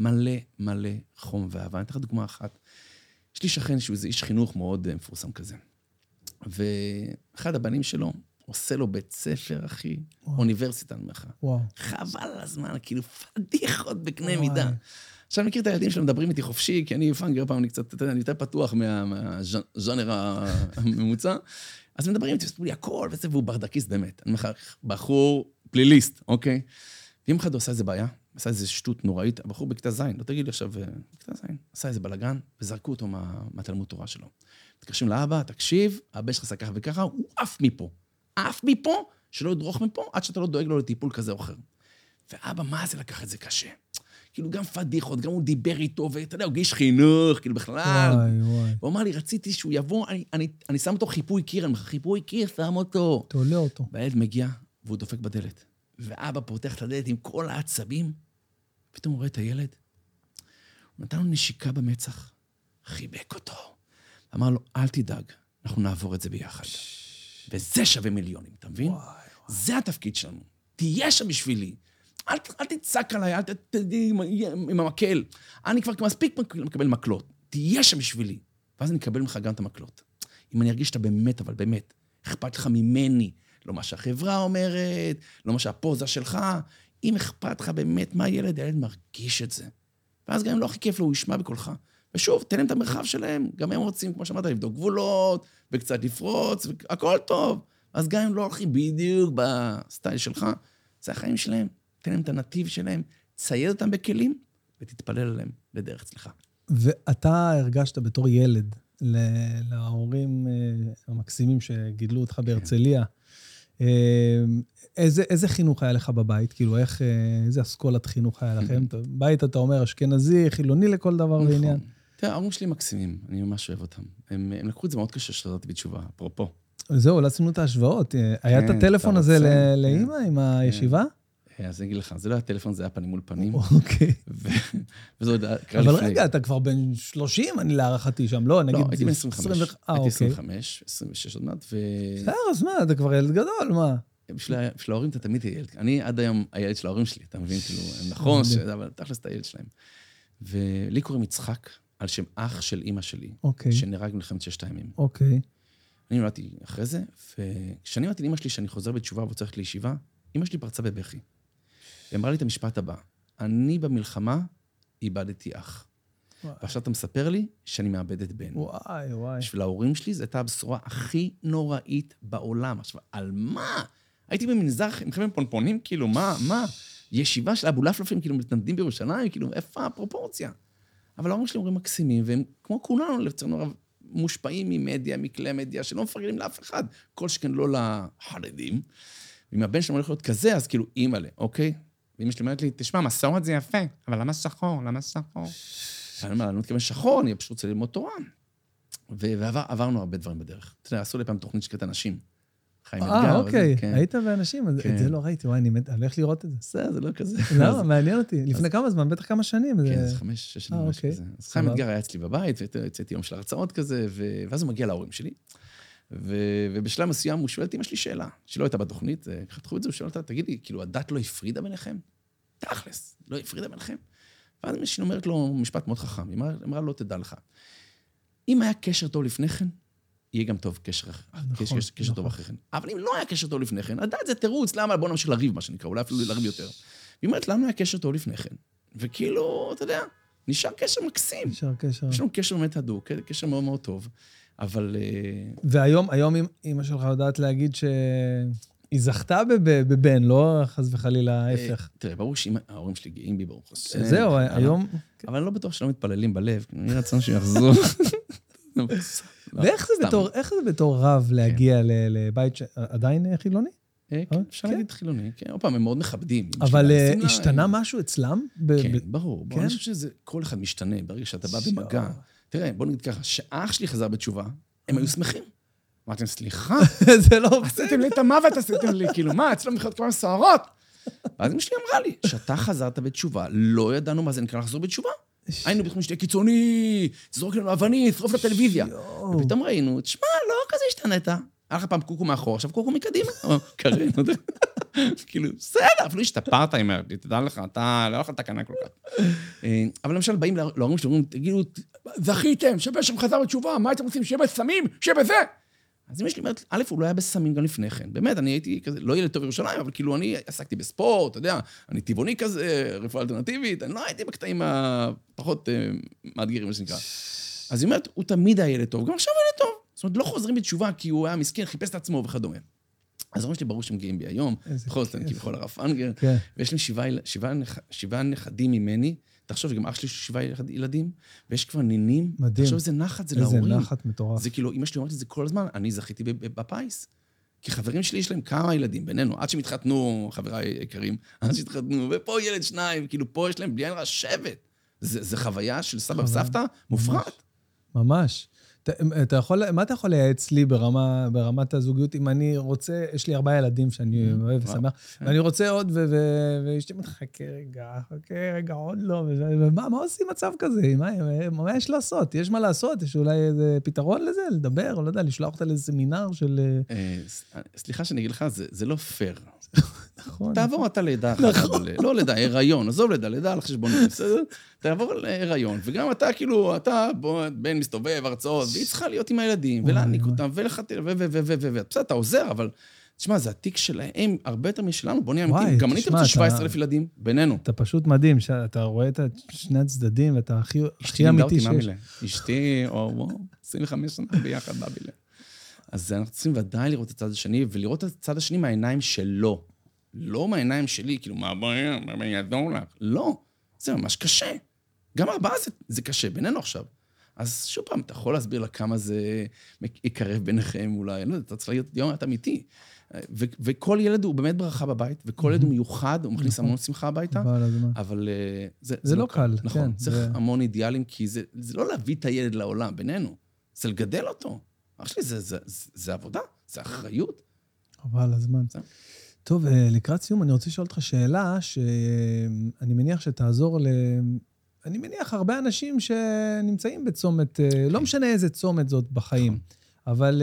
S2: מלא חום ואהבה. אני אתן לך דוגמה אחת. יש לי שכן שהוא איזה איש חינוך מאוד מפורסם כזה. ואחד הבנים שלו עושה לו בית ספר, אחי, אוניברסיטה, אני אומר לך. חבל על הזמן, כאילו פדיחות בקנה מידה. עכשיו אני מכיר את הילדים שלהם, מדברים איתי חופשי, כי אני פאנגר פעם, אני יותר פתוח מהז'אנר הממוצע. אז מדברים איתי, סיפרו לי הכל, והוא ברדקיסט באמת. אני אומר לך, בחור פליליסט, אוקיי? ואם אחד עושה איזה בעיה, עשה איזה שטות נוראית, הבחור בכתה זין, לא תגיד לי עכשיו, בכתה זין, עשה איזה בלגן, וזרקו אותו מהתלמוד תורה שלו. מתקשרים לאבא, תקשיב, האבא שלך עשה ככה וככה, הוא עף מפה, שלא ידרוך מפה, עד שאתה לא דואג לו לטיפול כזה או אחר. ואבא, מה זה לקח את זה קשה? כאילו גם פדיחות, גם הוא דיבר איתו, ואתה יודע, הוא גיש חינוך, כאילו בכלל. הוא אמר לי, רציתי שהוא יבוא, אני שם אותו חיפוי קיר, חיפוי קיר, שם אותו.
S1: תעולה אותו.
S2: והילד מגיע, והוא דופק בדלת. ואבא פותח את הדלת עם כל העצבים, פתאום הוא רואה את הילד, הוא נתן לו נשיקה במצח, חיבק אותו, אמר לו, אל תדאג, אנחנו נעבור את זה ביחד. וזה שווה מיליונים, אתה מבין? זה התפקיד שלנו. תהיה שם בשבילי. אל תצעק עליי, אל תדעי עם המקל. אני כבר מספיק מקבל מקלות. תהיה שם בשבילי. ואז אני אקבל ממך גם את המקלות. אם אני ארגיש שאתה באמת, אבל באמת, אכפת לך ממני, לא מה שהחברה אומרת, לא מה שהפוזה שלך, אם אכפת לך באמת מה הילד מרגיש את זה. ואז גם אם לא הכי כיף לו, הוא ישמע בקולך. ושוב, תן להם את המרחב שלהם. גם הם רוצים, כמו שאמרת, לבדוק גבולות, וקצת לפרוץ, הכל טוב. אז גם אם לא הכי בדיוק בסטייל שלך, זה החיים שלהם. תן להם את הנתיב שלהם, צייד אותם בכלים, ותתפלל עליהם לדרך אצלך.
S1: ואתה הרגשת בתור ילד, להורים המקסימים שגידלו אותך בהרצליה, איזה חינוך היה לך בבית? כאילו, איזה אסכולת חינוך היה לכם? בית, אתה אומר, אשכנזי, חילוני לכל דבר ועניין.
S2: תראה, ההורים שלי מקסימים, אני ממש אוהב אותם. הם לקחו את זה מאוד קשה שחזרתי בתשובה, אפרופו.
S1: זהו, לא עשינו את ההשוואות. היה את הטלפון הזה לאמא עם הישיבה?
S2: אז אני אגיד לך, זה לא היה טלפון, זה היה פנים מול פנים.
S1: אוקיי.
S2: וזה עוד קרה לפני.
S1: אבל רגע, אתה כבר בן 30, אני להערכתי שם, לא?
S2: לא, הייתי בן 25. הייתי 25, 26 עוד מעט,
S1: אז מה, אתה כבר ילד גדול, מה?
S2: בשביל ההורים אתה תמיד תהיה ילד. אני עד היום הילד של ההורים שלי, אתה מבין? כאילו, נכון, אבל תכלס את הילד שלהם. ולי קוראים יצחק, על שם אח של אמא שלי, שנהרג במלחמת ששת הימים.
S1: אוקיי.
S2: אני נולדתי אחרי זה, וכשאני אמרתי לאמא שלי שאני חוזר בתשובה וצריך לישיבה, אמא שלי פרצה בבכי. היא אמרה לי את המשפט הבא, אני במלחמה איבדתי אח. ועכשיו אתה מספר לי שאני מאבדת בן.
S1: וואי.
S2: בשביל ההורים שלי, זו הייתה הבשורה הכי נוראית בעולם. עכשיו, על מה? הייתי במנזר, עם פונפונים, כאילו, מה? ישיבה של אבו לפלפים, כאילו, מתנדדים בירושלים, כאילו, איפה הפרופורציה? אבל ההורים שלי אומרים מקסימים, והם כמו כולנו, לצערנו הרב, מושפעים ממדיה, מכלי מדיה, שלא מפרגנים לאף אחד, כל שכן לא לחרדים. ואם הבן שלנו הולך להיות כזה, אז כאילו, אימא'לה, אוקיי? ואמא שלי אומרת לי, תשמע, מסורת זה יפה, אבל למה שחור? למה שחור? אני אומר, אני לא מתכוון שחור, אני פשוט רוצה ללמוד תורה. ועברנו הרבה דברים בדרך. אתה יודע, עשו לי פעם תוכנית שקט אנשים. חיים אתגר.
S1: אוקיי, היית באנשים, את זה לא ראיתי, וואי, אני הולך לראות את זה.
S2: זה לא כזה.
S1: לא, מעניין אותי. לפני כמה זמן, בטח כמה שנים.
S2: כן, זה 5-6 שנים, משהו כזה. אז חיים אתגר היה אצלי בבית, והצאתי יום של הרצאות כזה, ואז הוא מגיע להורים שלי, ובשלב מסוים הוא שואל את אמא שלי שאלה, שלא הייתה בתוכנית, חתכו את זה, הוא שואל אותה, תגידי, כאילו, הדת לא הפרידה ביניכם? תכלס, לא הפרידה ביניכם? ואז אמא שלי אומרת לו משפט מאוד חכם, היא אמרה, לא תדע לך. אם היה קשר טוב לפני כן, יהיה גם טוב קשר טוב אחרי כן. אבל אם לא היה קשר טוב לפני כן, הדת זה תירוץ, למה? בוא נמשיך לריב, מה שנקרא, אולי אפילו לריב יותר. היא אומרת, לנו היה קשר טוב לפני כן. וכאילו, אתה יודע, נשאר קשר מקסים.
S1: נשאר קשר.
S2: יש לנו קשר באמת הדוק, קשר מאוד מאוד טוב, אבל...
S1: והיום אמא שלך יודעת להגיד שהיא זכתה בבן, לא חס וחלילה ההפך.
S2: תראה, ברור שההורים שלי גאים בי, ברוך השם.
S1: זהו, היום...
S2: אבל אני לא בטוח שלא מתפללים בלב, כי אני רצון שיחזור.
S1: ואיך זה בתור רב להגיע לבית שעדיין חילוני?
S2: כן, אפשר להגיד חילוני, כן. עוד פעם, הם מאוד מכבדים.
S1: אבל השתנה משהו אצלם?
S2: כן, ברור. אני חושב שזה כל אחד משתנה, ברגע שאתה בא במגע. תראה, בוא נגיד ככה, שאח שלי חזר בתשובה, הם היו שמחים. אמרתם, סליחה,
S1: זה לא...
S2: עשיתם לי את המוות, עשיתם לי, כאילו, מה, אצלנו מחיאות כמה סערות? ואז אמא שלי אמרה לי, שאתה חזרת בתשובה, לא ידענו מה זה נקרא לחזור בתשובה. היינו בתחום שתהיה קיצוני, תזרוק לנו אבנים, תשרוף לטלוויזיה. ופתאום ראינו, תשמע, לא כזה השתנית. היה לך פעם קוקו מאחור, עכשיו קוקו מקדימה. קרן, כאילו, בסדר, אפילו השתפרת, היא אומרת לי, תדע לך, אתה לא יכולת תקנה כל כך. אבל למשל, באים להורים שלנו, תגידו, זכיתם, שווה שם חזר בתשובה, מה אתם עושים, שיהיה בסמים, שיהיה בזה? אז אמא שלי אומרת, א', הוא לא היה בסמים גם לפני כן. באמת, אני הייתי כזה, לא ילד טוב בירושלים, אבל כאילו אני עסקתי בספורט, אתה יודע, אני טבעוני כזה, רפואה אלטרנטיבית, אני לא הייתי בקטעים הפחות מאתגרים, מה שנקרא. אז היא אומרת, הוא תמיד היה ילד טוב, גם עכשיו הוא ילד טוב. זאת אומרת, לא חוזרים בתשובה, כי הוא היה מסכן, חיפש את עצמו וכדומה. אז ההורים שלי ברור שהם גאים בי היום, בכל זאת, אני כביכול הרב אנגר, ויש לי 7 נכדים ממני, תחשוב שגם אח שלי 7 ילדים, ויש כבר נינים.
S1: מדהים.
S2: תחשוב איזה נחת זה להורים.
S1: איזה נחת מטורף.
S2: זה כאילו, אמא שלי אומרת את זה כל הזמן, אני זכיתי בפייס. כי חברים שלי יש להם כמה ילדים בינינו, עד שהם התחתנו, חבריי יקרים, עד שהתחתנו, ופה ילד 2, כאילו פה יש להם בלי עין רע שבט. זה חוויה של סבא וסבתא מופרט.
S1: ממש. מה אתה יכול לייעץ לי ברמת הזוגיות, אם אני רוצה, יש לי 4 ילדים שאני אוהב ושמח, ואני רוצה עוד, ואשתי אומרת, חכה רגע, עוד לא, ומה עושים מצב כזה? מה יש לעשות? יש מה לעשות? יש אולי איזה פתרון לזה? לדבר, או לא יודע, לשלוח אותה לאיזה סמינר של...
S2: סליחה שאני אגיד לך, זה לא פייר.
S1: נכון.
S2: תעבור אתה לידה אחת, לא לידה, הריון, עזוב לידה על חשבונית, בסדר? תעבור להיריון, וגם אתה כאילו, אתה בן מסתובב, הרצאות, והיא צריכה להיות עם הילדים, ולהעניק אותם, ולחתל, בסדר, אתה עוזר, אבל, תשמע, זה התיק שלהם הרבה יותר משלנו, בוא נהיה אמיתיים, גם אני תרצה 17,000 ילדים, בינינו.
S1: אתה פשוט מדהים, שאתה רואה את שני הצדדים, ואתה הכי אמיתי שיש.
S2: אשתי, או 25 שנה ביחד בבילה. אז אנחנו צריכים ודאי לראות את הצד השני, ולראות את הצד השני מהעיניים שלו. לא מהעיניים שלי, כאילו, מה הבעיה? מה יעזור לך? לא, זה ממש קשה. גם 4 זה קשה, בינינו עכשיו. אז שוב פעם, אתה יכול להסביר לה כמה זה יקרב ביניכם אולי, אני לא יודע, אתה צריך להיות יום אמיתי. וכל ילד הוא באמת ברכה בבית, וכל ילד הוא מיוחד, הוא מכניס המון שמחה הביתה, אבל זה לא קל. נכון, צריך המון אידיאלים, כי זה לא להביא את הילד לעולם, בינינו. זה לגדל אותו. אח שלי, זה עבודה, זה אחריות.
S1: אבל הזמן. טוב, לקראת סיום, אני רוצה לשאול אותך שאלה, שאני מניח שתעזור אני מניח הרבה אנשים שנמצאים בצומת, לא משנה איזה צומת זאת בחיים, אבל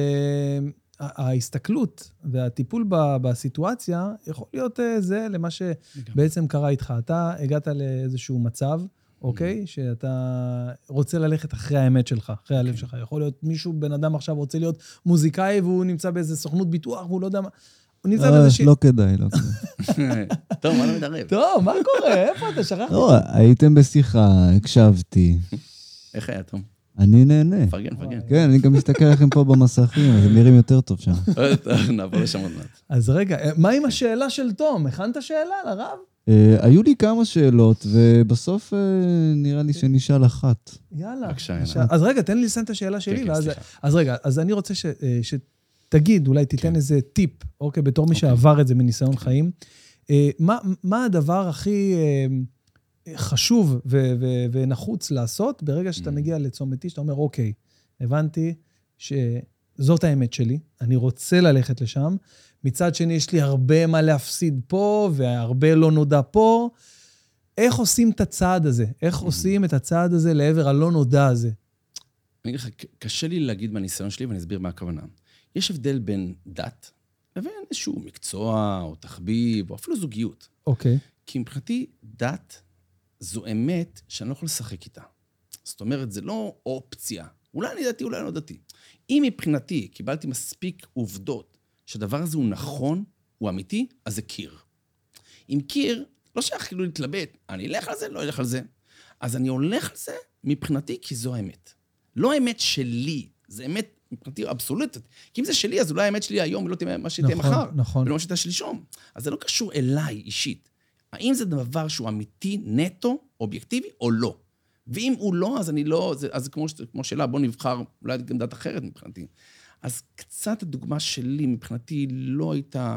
S1: ההסתכלות והטיפול בסיטואציה יכול להיות זה למה שבעצם קרה איתך. אתה הגעת לאיזשהו מצב, אוקיי? שאתה רוצה ללכת אחרי האמת שלך, אחרי הלב שלך. יכול להיות מישהו, בן אדם עכשיו רוצה להיות מוזיקאי, והוא נמצא באיזה סוכנות ביטוח, והוא לא יודע מה. הוא נמצא באיזה שיט.
S3: לא כדאי, לא
S2: כדאי. טוב, מה לא מתערב?
S1: טוב, מה קורה? איפה אתה? שכחתי.
S3: לא, הייתם בשיחה, הקשבתי.
S2: איך היה, תום?
S3: אני נהנה.
S2: פרגן.
S3: כן, אני גם מסתכל לכם פה במסכים, אז הם נראים יותר טוב שם.
S2: נעבור לשם עוד מעט.
S1: אז רגע, מה עם השאלה של תום? הכנת שאלה לרב?
S3: היו לי כמה שאלות, ובסוף נראה לי שנשאל אחת.
S1: יאללה.
S2: בבקשה,
S1: אז רגע, תן לי לסיים את השאלה שלי.
S2: כן, סליחה.
S1: אז רגע, אז אני רוצה שתגיד, אולי תיתן איזה טיפ, אוקיי, בתור מי שעבר את זה מניסיון חיים. מה הדבר הכי חשוב ונחוץ לעשות ברגע שאתה מגיע לצומת T, שאתה אומר, אוקיי, הבנתי שזאת האמת שלי, אני רוצה ללכת לשם, מצד שני יש לי הרבה מה להפסיד פה, והרבה לא נודע פה. איך עושים את הצעד הזה? איך עושים את הצעד הזה לעבר הלא נודע הזה?
S2: אני אגיד לך, קשה לי להגיד מהניסיון שלי, ואני אסביר מה הכוונה. יש הבדל בין דת, לבין איזשהו מקצוע, או תחביב, או אפילו זוגיות.
S1: אוקיי.
S2: כי מבחינתי, דת זו אמת שאני לא יכול לשחק איתה. זאת אומרת, זה לא אופציה. אולי אני דתי, אולי אני לא דתי. אם מבחינתי קיבלתי מספיק עובדות שהדבר הזה הוא נכון, הוא אמיתי, אז זה קיר. עם קיר, לא שייך כאילו להתלבט. אני אלך על זה, לא אלך על זה. אז אני הולך על זה מבחינתי, כי זו האמת. לא האמת שלי, זה אמת מבחינתי אבסולוטית. כי אם זה שלי, אז אולי האמת שלי היום, ולא תהיה מה שתהיה מחר.
S1: נכון.
S2: ולא מה שתהיה שלשום. אז זה לא קשור אליי אישית. האם זה דבר שהוא אמיתי, נטו, אובייקטיבי, או לא? ואם הוא לא, אז אני לא, אז כמו שאלה, בוא נבחר אולי גם דת אחרת מבחינתי. אז קצת הדוגמה שלי מבחינתי לא הייתה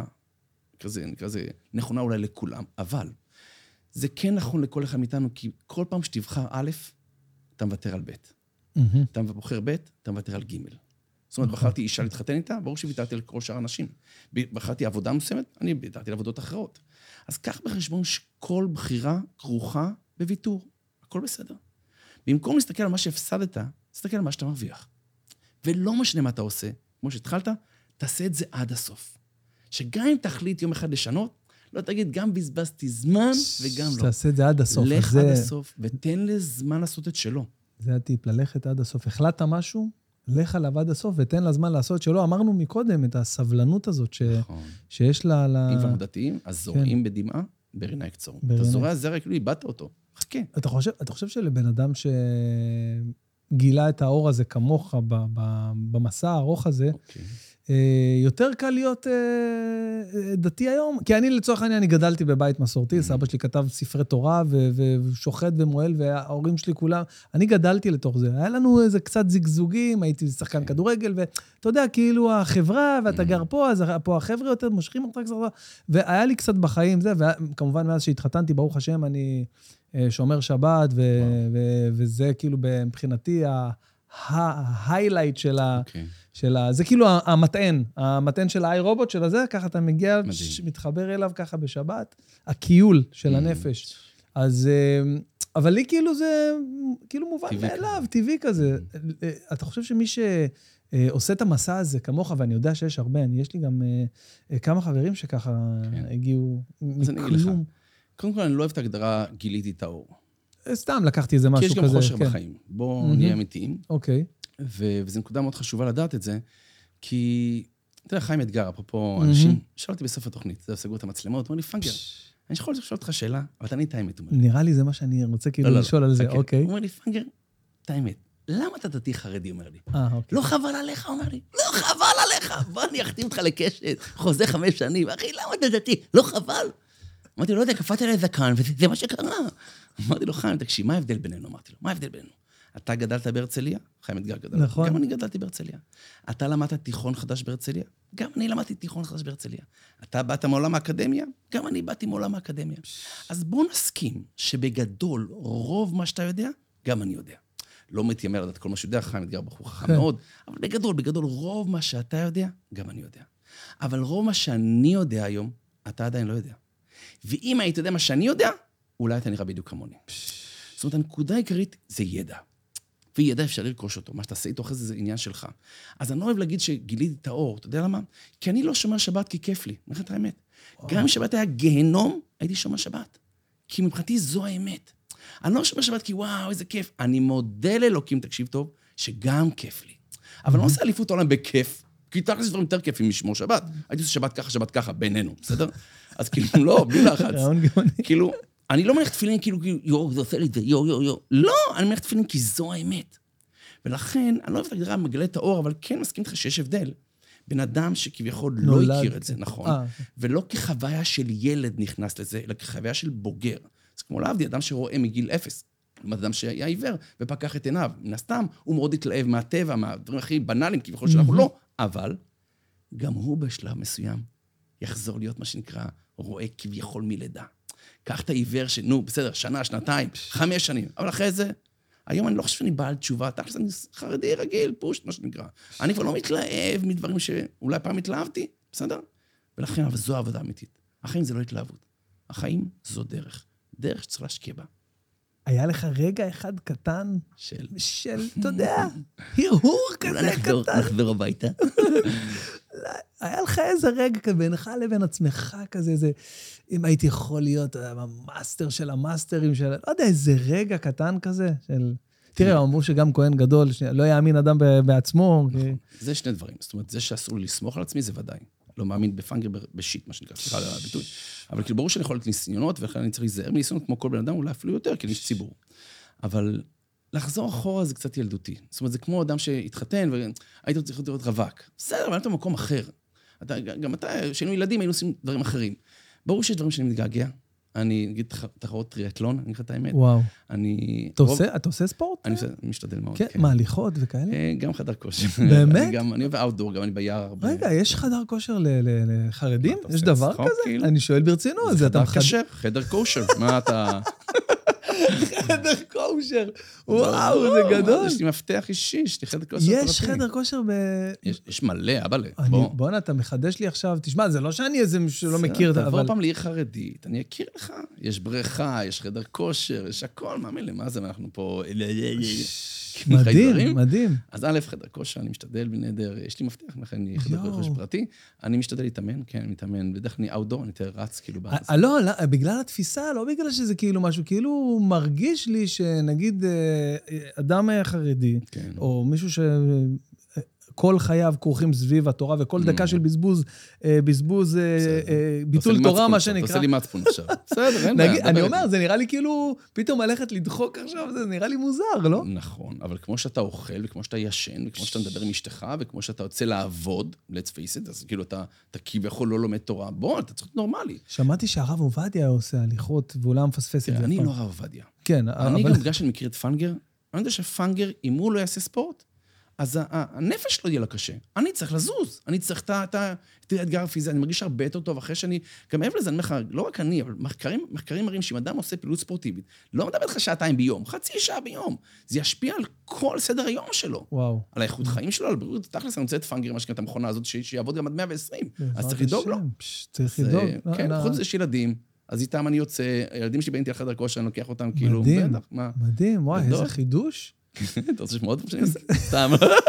S2: כזה נכונה אולי לכולם, אבל זה כן נכון לכל אחד מאיתנו, כי כל פעם שתבחר א', אתה מוותר על ב'. אתה בוחר ב', אתה מוותר על ג'. זאת אומרת, בחרתי אישה להתחתן איתה, ברור שוויתרתי על כל שאר אנשים. בחרתי עבודה מסוימת, אני ויתרתי על עבודות אחרות. אז קח בחשבון שכל בחירה כרוכה בוויתור. הכל בסדר. במקום להסתכל על מה שהפסדת, תסתכל על מה שאתה מרוויח. ולא משנה מה אתה עושה, כמו שהתחלת, תעשה את זה עד הסוף. שגם אם תחליט יום אחד לשנות, לא תגיד, גם בזבזתי זמן וגם לא.
S1: תעשה את זה עד הסוף.
S2: לך עד הסוף, ותן לזמן לעשות את שלו.
S1: זה הטיפ, ללכת עד הסוף. החלטת משהו, לך עליו עד הסוף, ותן לזמן לעשות שלו. אמרנו מקודם את הסבלנות הזאת שיש לה...
S2: אם כבר דתיים, אז זורעים בדמעה, ברינה יקצור. אתה זורע זרע, כאילו איבדת אותו. חכה.
S1: אתה חושב שלבן אדם שגילה את האור הזה כמוך במסע הארוך הזה, יותר קל להיות דתי היום? כי אני לצורך העניין, אני גדלתי בבית מסורתי, סבא שלי כתב ספרי תורה ושוחט ומועל, וההורים שלי כולם, אני גדלתי לתוך זה. היה לנו איזה קצת זיגזוגים, הייתי שחקן כדורגל, ואתה יודע, כאילו החברה, ואתה גר פה, אז פה החבר'ה יותר מושכים אותך קצת, והיה לי קצת בחיים זה, וכמובן מאז שהתחתנתי, ברוך השם, אני שומר שבת, וזה כאילו מבחינתי ההיילייט של זה כאילו המטען של האי רובוט של הזה, ככה אתה מגיע, מתחבר אליו ככה בשבת, הקיול של הנפש. אז, אבל לי כאילו זה, כאילו מובן מאליו, טבעי כזה. אתה חושב שמי שעושה את המסע הזה כמוך, ואני יודע שיש הרבה, יש לי גם כמה חברים שככה הגיעו מכלום.
S2: קודם כל, אני לא אוהב את ההגדרה, גיליתי את האור.
S1: סתם לקחתי איזה משהו כזה.
S2: כי יש גם חושר בחיים. בואו נהיה אמיתיים.
S1: אוקיי.
S2: וזו נקודה מאוד חשובה לדעת את זה, כי, אתה יודע, חיים אתגר, אפרופו אנשים, שאלתי בסוף התוכנית, זה סגרו את המצלמות, אמר לי, פנגר, אני יכול לשאול אותך שאלה, אבל אתה ענית האמת.
S1: נראה לי זה מה שאני רוצה כאילו לשאול על זה, אוקיי.
S2: הוא אומר לי, פנגר, את האמת, למה אתה דתי חרדי, אומר לי? לא חבל עליך, אומר לי, לא חבל עליך, בוא אני אחתים אותך לקשת, חוזה 5 שנים, אחי, למה אתה דתי? לא חבל. אמרתי לו, לא יודע, קפאתי עלי זקן, וזה מה שקרה. אמרתי לו, חיים, תקשיב, מה ההבדל בינינו? אמרתי לו, מה ההבדל בינינו? אתה גדלת בהרצליה, חיים אתגר גדל.
S1: נכון.
S2: גם אני גדלתי בהרצליה. אתה למדת תיכון חדש בהרצליה, גם אני למדתי תיכון חדש בהרצליה. אתה באת מעולם האקדמיה, גם אני באתי מעולם האקדמיה. אז בוא נסכים שבגדול, רוב מה שאתה יודע, גם אני יודע. לא מתיימר לדעת כל מה שיודע, חיים אתגר בחור חכם מאוד, אבל בגדול, רוב מה שאתה יודע, גם אני יודע. אבל רוב מה שאני יודע היום, אתה עדיין לא יודע. ואם היית יודע מה שאני יודע, אולי אתה נראה בדיוק כמוני. זאת אומרת, הנקודה העיקרית זה ידע. וידע אפשר לרכוש אותו. מה שאתה עושה איתו אחרי זה, זה עניין שלך. אז אני לא אוהב להגיד שגיליתי את האור. אתה יודע למה? כי אני לא שומר שבת כי כיף לי. אני אומר לך את האמת. גם אם שבת היה גיהנום, הייתי שומר שבת. כי מבחינתי זו האמת. אני לא שומר שבת כי וואו, איזה כיף. אני מודה לאלוקים, תקשיב טוב, שגם כיף לי. אבל אני לא עושה אליפות העולם בכיף, כי תכלס דברים יותר כיפים משמור שבת. הייתי עושה שבת ככה, בינינו, בסדר? אז כאילו, לא, בלי לחץ. כאילו, אני לא מניח תפילין כאילו, יו, זה עושה לי את זה, יו. לא, אני מניח תפילין כי זו האמת. ולכן, אני לא אוהב את הגדרה מגלה את האור, אבל כן מסכים איתך שיש הבדל. בן אדם שכביכול לא
S1: נולד.
S2: הכיר את זה, נכון, ולא כחוויה של ילד נכנס לזה, אלא כחוויה של בוגר. זה כמו להבדיל, אדם שרואה מגיל 0, אדם שהיה עיוור ופקח את עיניו. מן הסתם, הוא מאוד התלהב מהטבע, מהדברים הכי בנאליים, כביכול שאנחנו לא, אבל גם הוא בשלב מסוים יחזור להיות מה שנקרא רואה כביכול מלידה. קח את העיוור בסדר, שנה, שנתיים, 5 שנים, אבל אחרי זה, היום אני לא חושב שאני בעל תשובה, תכלס אני חרדי רגיל, פושט, מה שנקרא. אני כבר לא מתלהב מדברים שאולי פעם התלהבתי, בסדר? ולכן, אבל זו העבודה האמיתית. החיים זה לא התלהבות. החיים זו דרך. דרך שצריך להשקיע בה.
S1: היה לך רגע אחד קטן של, אתה יודע, הרהור כזה קטן.
S2: נחזור הביתה.
S1: היה לך איזה רגע בינך לבין עצמך כזה, איזה, אם הייתי יכול להיות המאסטר של המאסטרים של, לא יודע, איזה רגע קטן כזה של... תראה, אמרו שגם כהן גדול, לא יאמין אדם בעצמו.
S2: זה שני דברים. זאת אומרת, זה שאסור לי לסמוך על עצמי, זה ודאי. לא מאמין בפאנגר בשיט, מה שנקרא, סליחה על הביטוי. אבל כאילו ברור שאני יכול להיות ניסיונות, ולכן אני צריך להיזהר מניסיונות כמו כל בן אדם, אולי אפילו יותר, כי אני איש ציבור. אבל לחזור אחורה זה קצת ילדותי. זאת אומרת, זה כמו אדם שהתחתן, והיית צריך להיות רווק. בסדר, אבל אתה במקום אחר. גם אתה, כשהיינו ילדים, היינו עושים דברים אחרים. ברור שיש דברים שאני מתגעגע. אני אגיד תחרות טריאטלון, אני אגיד את האמת.
S1: וואו.
S2: אני...
S1: אתה עושה ספורט?
S2: אני משתדל מאוד.
S1: כן, מהליכות וכאלה?
S2: גם חדר כושר.
S1: באמת?
S2: אני אוהב אאוטדור, גם אני ביער הרבה.
S1: רגע, יש חדר כושר לחרדים? יש דבר כזה? אני שואל ברצינות.
S2: זה חדר כשר, חדר כושר. מה אתה...
S1: חדר כושר. וואו, זה גדול.
S2: יש לי מפתח אישי, יש לי חדר כושר פרטי.
S1: יש חדר כושר
S2: יש מלא, אבאלה.
S1: בוא'נה, אתה מחדש לי עכשיו. תשמע, זה לא שאני איזה מישהו שלא מכיר, אבל...
S2: תבוא פעם לעיר חרדית, אני אכיר לך. יש בריכה, יש חדר כושר, יש הכל, מאמין לי, מה זה, אנחנו פה...
S1: מדהים, מדהים.
S2: אז א', חדר כושר, אני משתדל בנדר, יש לי מפתח, לכן אני חדר כושר פרטי, אני משתדל להתאמן, כן, אני מתאמן, בדרך כלל אני אאוטדור, אני יותר רץ, כאילו,
S1: לא, בגלל התפיסה, לא בגלל שזה כאילו משהו, כאילו מרגיש לי שנגיד אדם חרדי, או מישהו כל חייו כורכים סביב התורה, וכל דקה של בזבוז, ביטול תורה, מה שנקרא.
S2: אתה עושה לי מצפון עכשיו. בסדר, אין בעיה.
S1: אני אומר, זה נראה לי כאילו, פתאום ללכת לדחוק עכשיו, זה נראה לי מוזר, לא?
S2: נכון, אבל כמו שאתה אוכל, וכמו שאתה ישן, וכמו שאתה מדבר עם אשתך, וכמו שאתה יוצא לעבוד, let's face it, אז כאילו אתה כביכול לא לומד תורה, בוא, אתה צריך להיות נורמלי.
S1: שמעתי שהרב עובדיה עושה הליכות, ואולי מפספס את זה.
S2: אני לא הרב עובדיה.
S1: כן,
S2: אני גם בגלל שאני מכיר את פאנגר, אני יודע שפאנגר, אם הוא לא יעשה ספורט, אז הנפש לא יהיה לה קשה. אני צריך לזוז. אני צריך את האתגר הפיזי. אני מרגיש הרבה יותר טוב אחרי שאני... גם מעבר לזה, אני אומר לך, לא רק אני, אבל מחקרים מראים שאם אדם עושה פעילות ספורטיבית, לא מדבר לך 2 שעות ביום, 0.5 שעה ביום. זה ישפיע על כל סדר היום שלו.
S1: וואו.
S2: על האיכות חיים שלו, על בריאות. תכלס, אני רוצה את פאנגר, מה שקרה את המכונה הזאת, שיעבוד גם עד 120. אז צריך לדאוג לו.
S1: צריך לדאוג.
S2: כן, חוץ מזה יש ילדים. אז איתם אני יוצא, הילדים שלי באים לחדר כושר, אני לוקח אותם כאילו...
S1: מדהים, וואי, איזה חידוש.
S2: אתה רוצה לשמוע עוד פעם שאני עושה? סתם.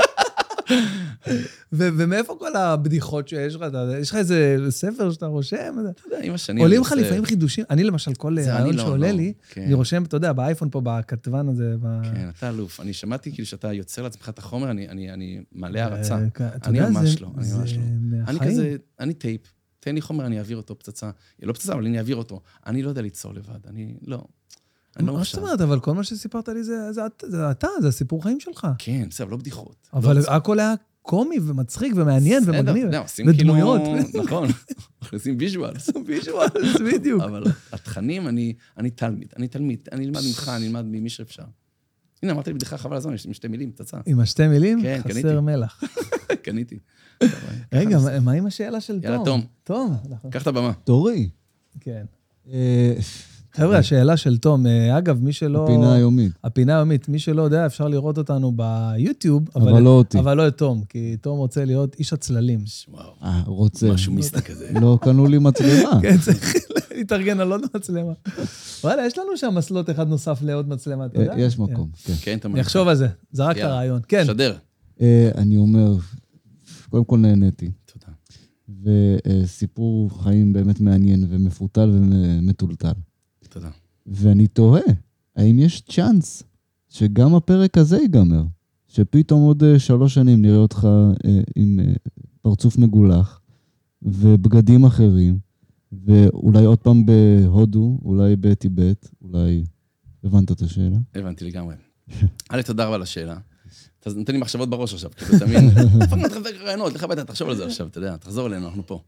S1: ומאיפה כל הבדיחות שיש לך? יש לך איזה ספר שאתה רושם?
S2: אתה יודע, עם השנים...
S1: עולים לך לפעמים חידושים. אני למשל, כל רעיון שעולה לי, אני רושם, אתה יודע, באייפון פה, בכתבן הזה.
S2: כן, אתה אלוף. אני שמעתי כאילו שאתה יוצר לעצמך את החומר, אני מלא הרצה. אני ממש לא, אני ממש לא. אני כזה, אני טייפ. תן לי חומר, אני אעביר אותו פצצה. לא פצצה, אבל אני אעביר אותו. אני לא יודע ליצור לבד, אני לא...
S1: מה זאת אומרת, אבל כל מה שסיפרת לי זה אתה, זה הסיפור חיים שלך.
S2: כן, בסדר, לא בדיחות.
S1: אבל הכל היה קומי ומצחיק ומעניין ומגניב.
S2: ודמויות. נכון, עושים ויז'ואלס.
S1: ויז'ואלס, בדיוק.
S2: אבל התכנים, אני תלמיד, אני אלמד ממך, אני אלמד ממי שאפשר. הנה, אמרתי לי בדיחה חבל הזמן, עם 2 מילים, פצצה.
S1: עם 2 מילים?
S2: כן, קניתי.
S1: חסר מלח.
S2: קניתי.
S1: רגע, מה עם השאלה של תום?
S2: יאללה, תום.
S1: תום.
S2: קח את הבמה.
S3: תורי.
S1: כן. חבר'ה, השאלה של תום, אגב, מי שלא...
S3: הפינה היומית.
S1: הפינה היומית, מי שלא יודע, אפשר לראות אותנו ביוטיוב,
S3: אבל לא אותי.
S1: אבל לא את תום, כי תום רוצה להיות איש הצללים.
S2: וואו.
S3: רוצה.
S2: משהו מיסטי כזה.
S3: לא קנו לי מצלמה.
S1: כן, צריך להתארגן על עוד מצלמה. וואלה, יש לנו שם מסלוט אחד נוסף לעוד מצלמה, אתה יודע?
S3: יש מקום, כן.
S2: כן, אתה
S1: נחשוב על זה, זרק את הרעיון. כן.
S2: שדר.
S3: אני אומר, קודם כל נהניתי.
S2: תודה.
S3: וסיפור חיים באמת מעניין ומפותל ומטולטל.
S2: תודה.
S3: ואני תוהה, האם יש צ'אנס שגם הפרק הזה ייגמר? שפתאום עוד 3 שנים נראה אותך עם פרצוף מגולח ובגדים אחרים, ואולי עוד פעם בהודו, אולי בטיבט, אולי... הבנת את השאלה?
S2: הבנתי לגמרי. תודה רבה לשאלה. אתה נותן לי מחשבות בראש עכשיו, כאילו, אתה מבין? לפעמים אתה חזק רעיונות, לך הביתה, תחשוב על זה עכשיו, אתה יודע, תחזור אלינו, אנחנו פה.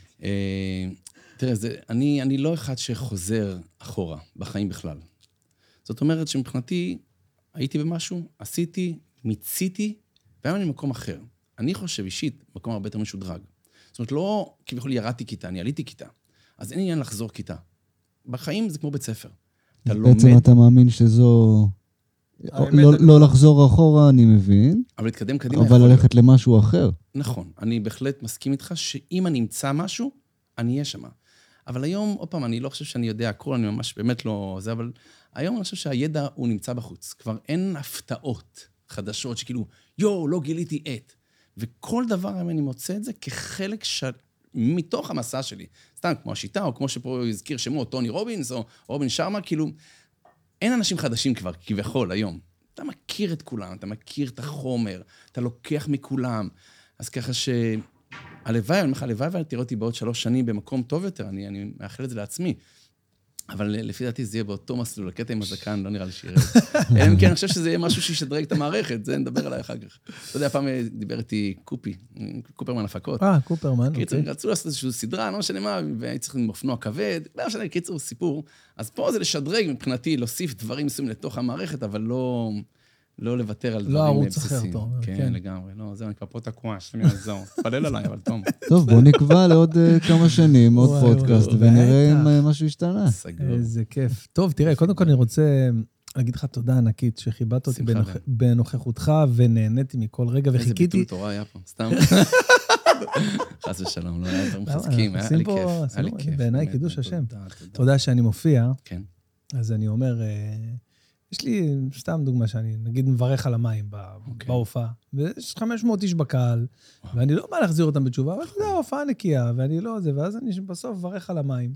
S2: תראה, אני לא אחד שחוזר אחורה, בחיים בכלל. זאת אומרת שמבחינתי, הייתי במשהו, עשיתי, מיציתי, והיום אני במקום אחר. אני חושב אישית, מקום הרבה יותר משודרג. זאת אומרת, לא כביכול ירדתי כיתה, אני עליתי כיתה. אז אין עניין לחזור כיתה. בחיים זה כמו בית ספר. אתה לומד...
S3: בעצם אתה מאמין שזו... לא לחזור אחורה, אני מבין.
S2: אבל להתקדם קדימה.
S3: אבל ללכת למשהו אחר.
S2: נכון. אני בהחלט מסכים איתך שאם אני אמצא משהו, אני אהיה שמה. אבל היום, עוד פעם, אני לא חושב שאני יודע הכל, אני ממש באמת לא... זה, אבל היום אני חושב שהידע הוא נמצא בחוץ. כבר אין הפתעות חדשות שכאילו, לא גיליתי את. וכל דבר אני מוצא את זה כחלק מתוך המסע שלי. סתם, כמו השיטה, או כמו שפה הזכיר שמו, טוני רובינס, או רובין שרמה, כאילו, אין אנשים חדשים כבר, כביכול, היום. אתה מכיר את כולם, אתה מכיר את החומר, אתה לוקח מכולם. אז ככה הלוואי, אני אומר לך, הלוואי, תראה אותי בעוד 3 שנים במקום טוב יותר, אני מאחל את זה לעצמי. אבל לפי דעתי זה יהיה באותו מסלול, הקטע עם הזקן, לא נראה לי שירד. אלא אם כן, אני חושב שזה יהיה משהו שישדרג את המערכת, זה נדבר עליי אחר כך. אתה יודע, פעם דיבר איתי קופרמן הפקות.
S1: קופרמן, אוקיי.
S2: רצו לעשות איזושהי סדרה, לא משנה מה, והייתי צריך עם אופנוע כבד, לא משנה, קיצור, סיפור. אז פה זה לשדרג מבחינתי, להוסיף דברים מסוימים לתוך המערכת, אבל לא לוותר על דברים בסיסיים.
S1: לא ערוץ אחר, טוב.
S2: כן, לגמרי. לא, זהו, אני כבר פה תקוע, שאני אעזור. תפלל עליי, אבל טוב.
S3: טוב, בוא נקבע לעוד כמה שנים, עוד פודקאסט, ונראה אם משהו השתנה.
S1: איזה כיף. טוב, תראה, קודם כל אני רוצה להגיד לך תודה ענקית, שחיבדת אותי בנוכחותך, ונהניתי מכל רגע, וחיכיתי...
S2: איזה ביטול תורה היה פה, סתם. חס ושלום, לא היה דברים מחזקים, היה לי כיף.
S1: בעיניי קידוש השם. תודה שאני מופיע.
S2: כן.
S1: אז אני אומר... יש לי סתם דוגמה שאני, נגיד, מברך על המים בהופעה, ויש 500 איש בקהל, ואני לא בא להחזיר אותם בתשובה, אבל זה ההופעה נקייה, ואני לא זה, ואז אני בסוף מברך על המים.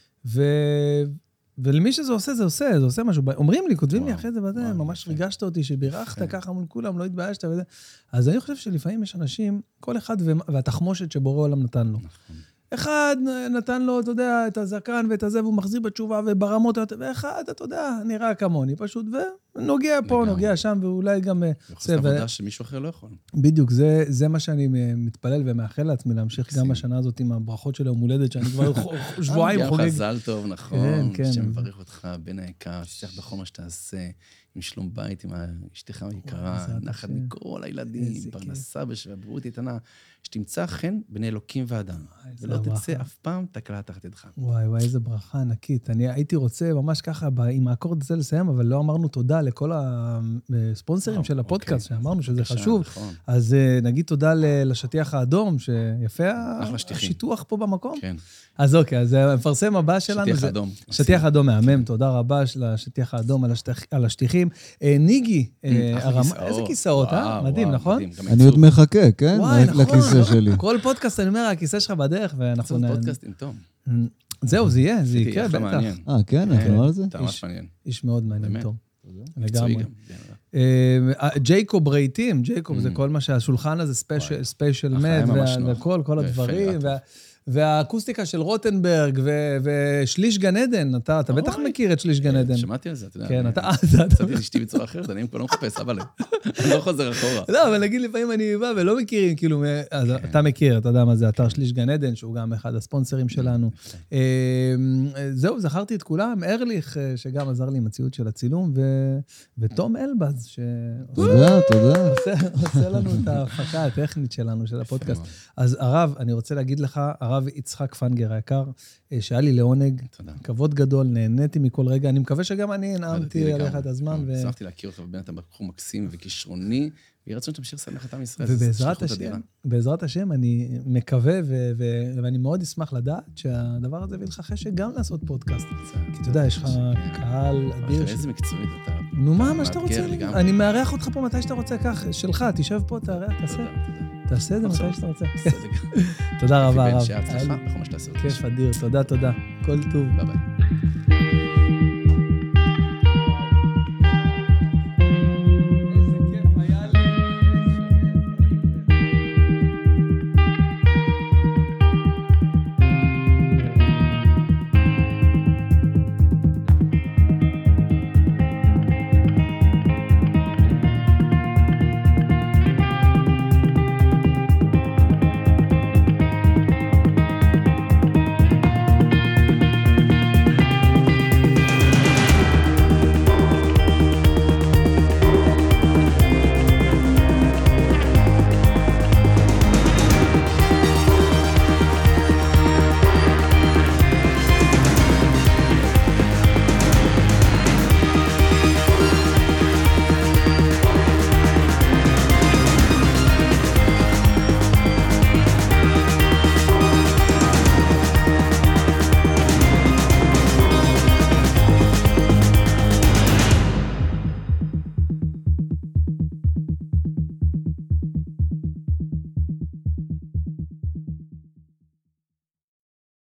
S1: ולמי שזה עושה, זה עושה משהו. אומרים לי, כותבים לי אחרי זה, וזה, ממש ריגשת אותי, שבירכת ככה מול כולם, לא התביישת וזה. אז אני חושב שלפעמים יש אנשים, כל אחד והתחמושת שבורא עולם נתן לו. אחד נתן לו, אתה יודע, את הזקן ואת הזה, והוא מחזיר בתשובה וברמות, ואחד, אתה יודע, נראה כמוני, פשוט, ונוגע פה, נוגע שם, ואולי גם...
S2: יחסת עבודה שמישהו אחר לא יכול.
S1: בדיוק, זה מה שאני מתפלל ומאחל לעצמי, להמשיך גם בשנה הזאת עם הברכות של היום הולדת, שאני כבר שבועיים חוגג.
S2: גם חזל טוב, נכון, שמברך אותך בין היקר, שתצליח בכל מה שתעשה, עם שלום בית, עם אשתך היקרה, נחת מכל הילדים, פרנסה ובריאות איתנה, שתמצא חן בין אלוקים ואדם, ולא תצא אף פעם תקלה תחת ידך.
S1: וואי, איזה ברכה ענקית. אני הייתי רוצה ממש ככה, עם האקורד הזה לסיים, אבל לא אמרנו תודה לכל הספונסרים של הפודקאסט, שאמרנו שזה חשוב. אז נגיד תודה לשטיח האדום, שיפה השיטוח פה במקום.
S2: כן.
S1: אז אוקיי, אז המפרסם הבא שלנו...
S2: שטיח האדום.
S1: שטיח האדום מהמם, תודה רבה לשטיח האדום על השטיחים. ניגי, איזה כיסאות, מדהים, נכון?
S3: אני עוד מחכה, כן?
S1: וואי, נכון.
S3: לכיסא שלי.
S1: כל פודקאסט, אני אומר, הכיסא שלך בדרך, ואנחנו...
S2: זה פודקאסט עם תום.
S1: זהו, זה יהיה, זה יקרה, בטח.
S3: כן, אנחנו על זה?
S2: אתה ממש מעניין.
S1: איש מאוד מעניין, תום.
S2: לגמרי.
S1: ג'ייקוב רהיטים, ג'ייקוב זה כל מה שהשולחן הזה, ספיישל מד, וכל הדברים, והאקוסטיקה של רוטנברג, ושליש גן עדן, אתה בטח מכיר את שליש גן עדן.
S2: שמעתי על זה, אתה יודע.
S1: כן, אתה...
S2: צאתי אשתי בצורה אחרת, אני כבר לא מחפש, אבל אני לא חוזר אחורה.
S1: לא, אבל נגיד לפעמים אני בא ולא מכירים, כאילו, אתה מכיר, אתה יודע מה זה, אתר שליש גן עדן, שהוא גם אחד הספונסרים שלנו. זהו, זכרתי את כולם, ארליך, שגם עזר לי עם הציוד של הצילום, ותום אלבז,
S3: תודה.
S1: עושה לנו את ההפקה הטכנית שלנו, של הפודקאסט. אז הרב, אני רוצה להגיד לך, הרב יצחק פנגר היקר, שהיה לי לעונג, כבוד גדול, נהניתי מכל רגע, אני מקווה שגם אני נעמתי עליך את הזמן.
S2: שמחתי להכיר אותך בבין אתה בחור מקסים וכישרוני, ויהי רצון שתמשיך שמח את עם ישראל.
S1: ובעזרת השם, אני מקווה, ואני מאוד אשמח לדעת שהדבר הזה הביא לך חשק גם לעשות פודקאסט. כי אתה יודע, יש לך קהל אדיר.
S2: איזה מקצועית אתה.
S1: נו, מה שאתה רוצה? אני מארח אותך פה מתי שאתה רוצה, כך, שלך, תשב פה, תעשה את זה מתי שאתה רוצה. תודה רבה, הרב.
S2: שיהיה הצלחה בכל מה שתעשה.
S1: כיף אדיר, תודה. כל טוב.
S2: ביי ביי.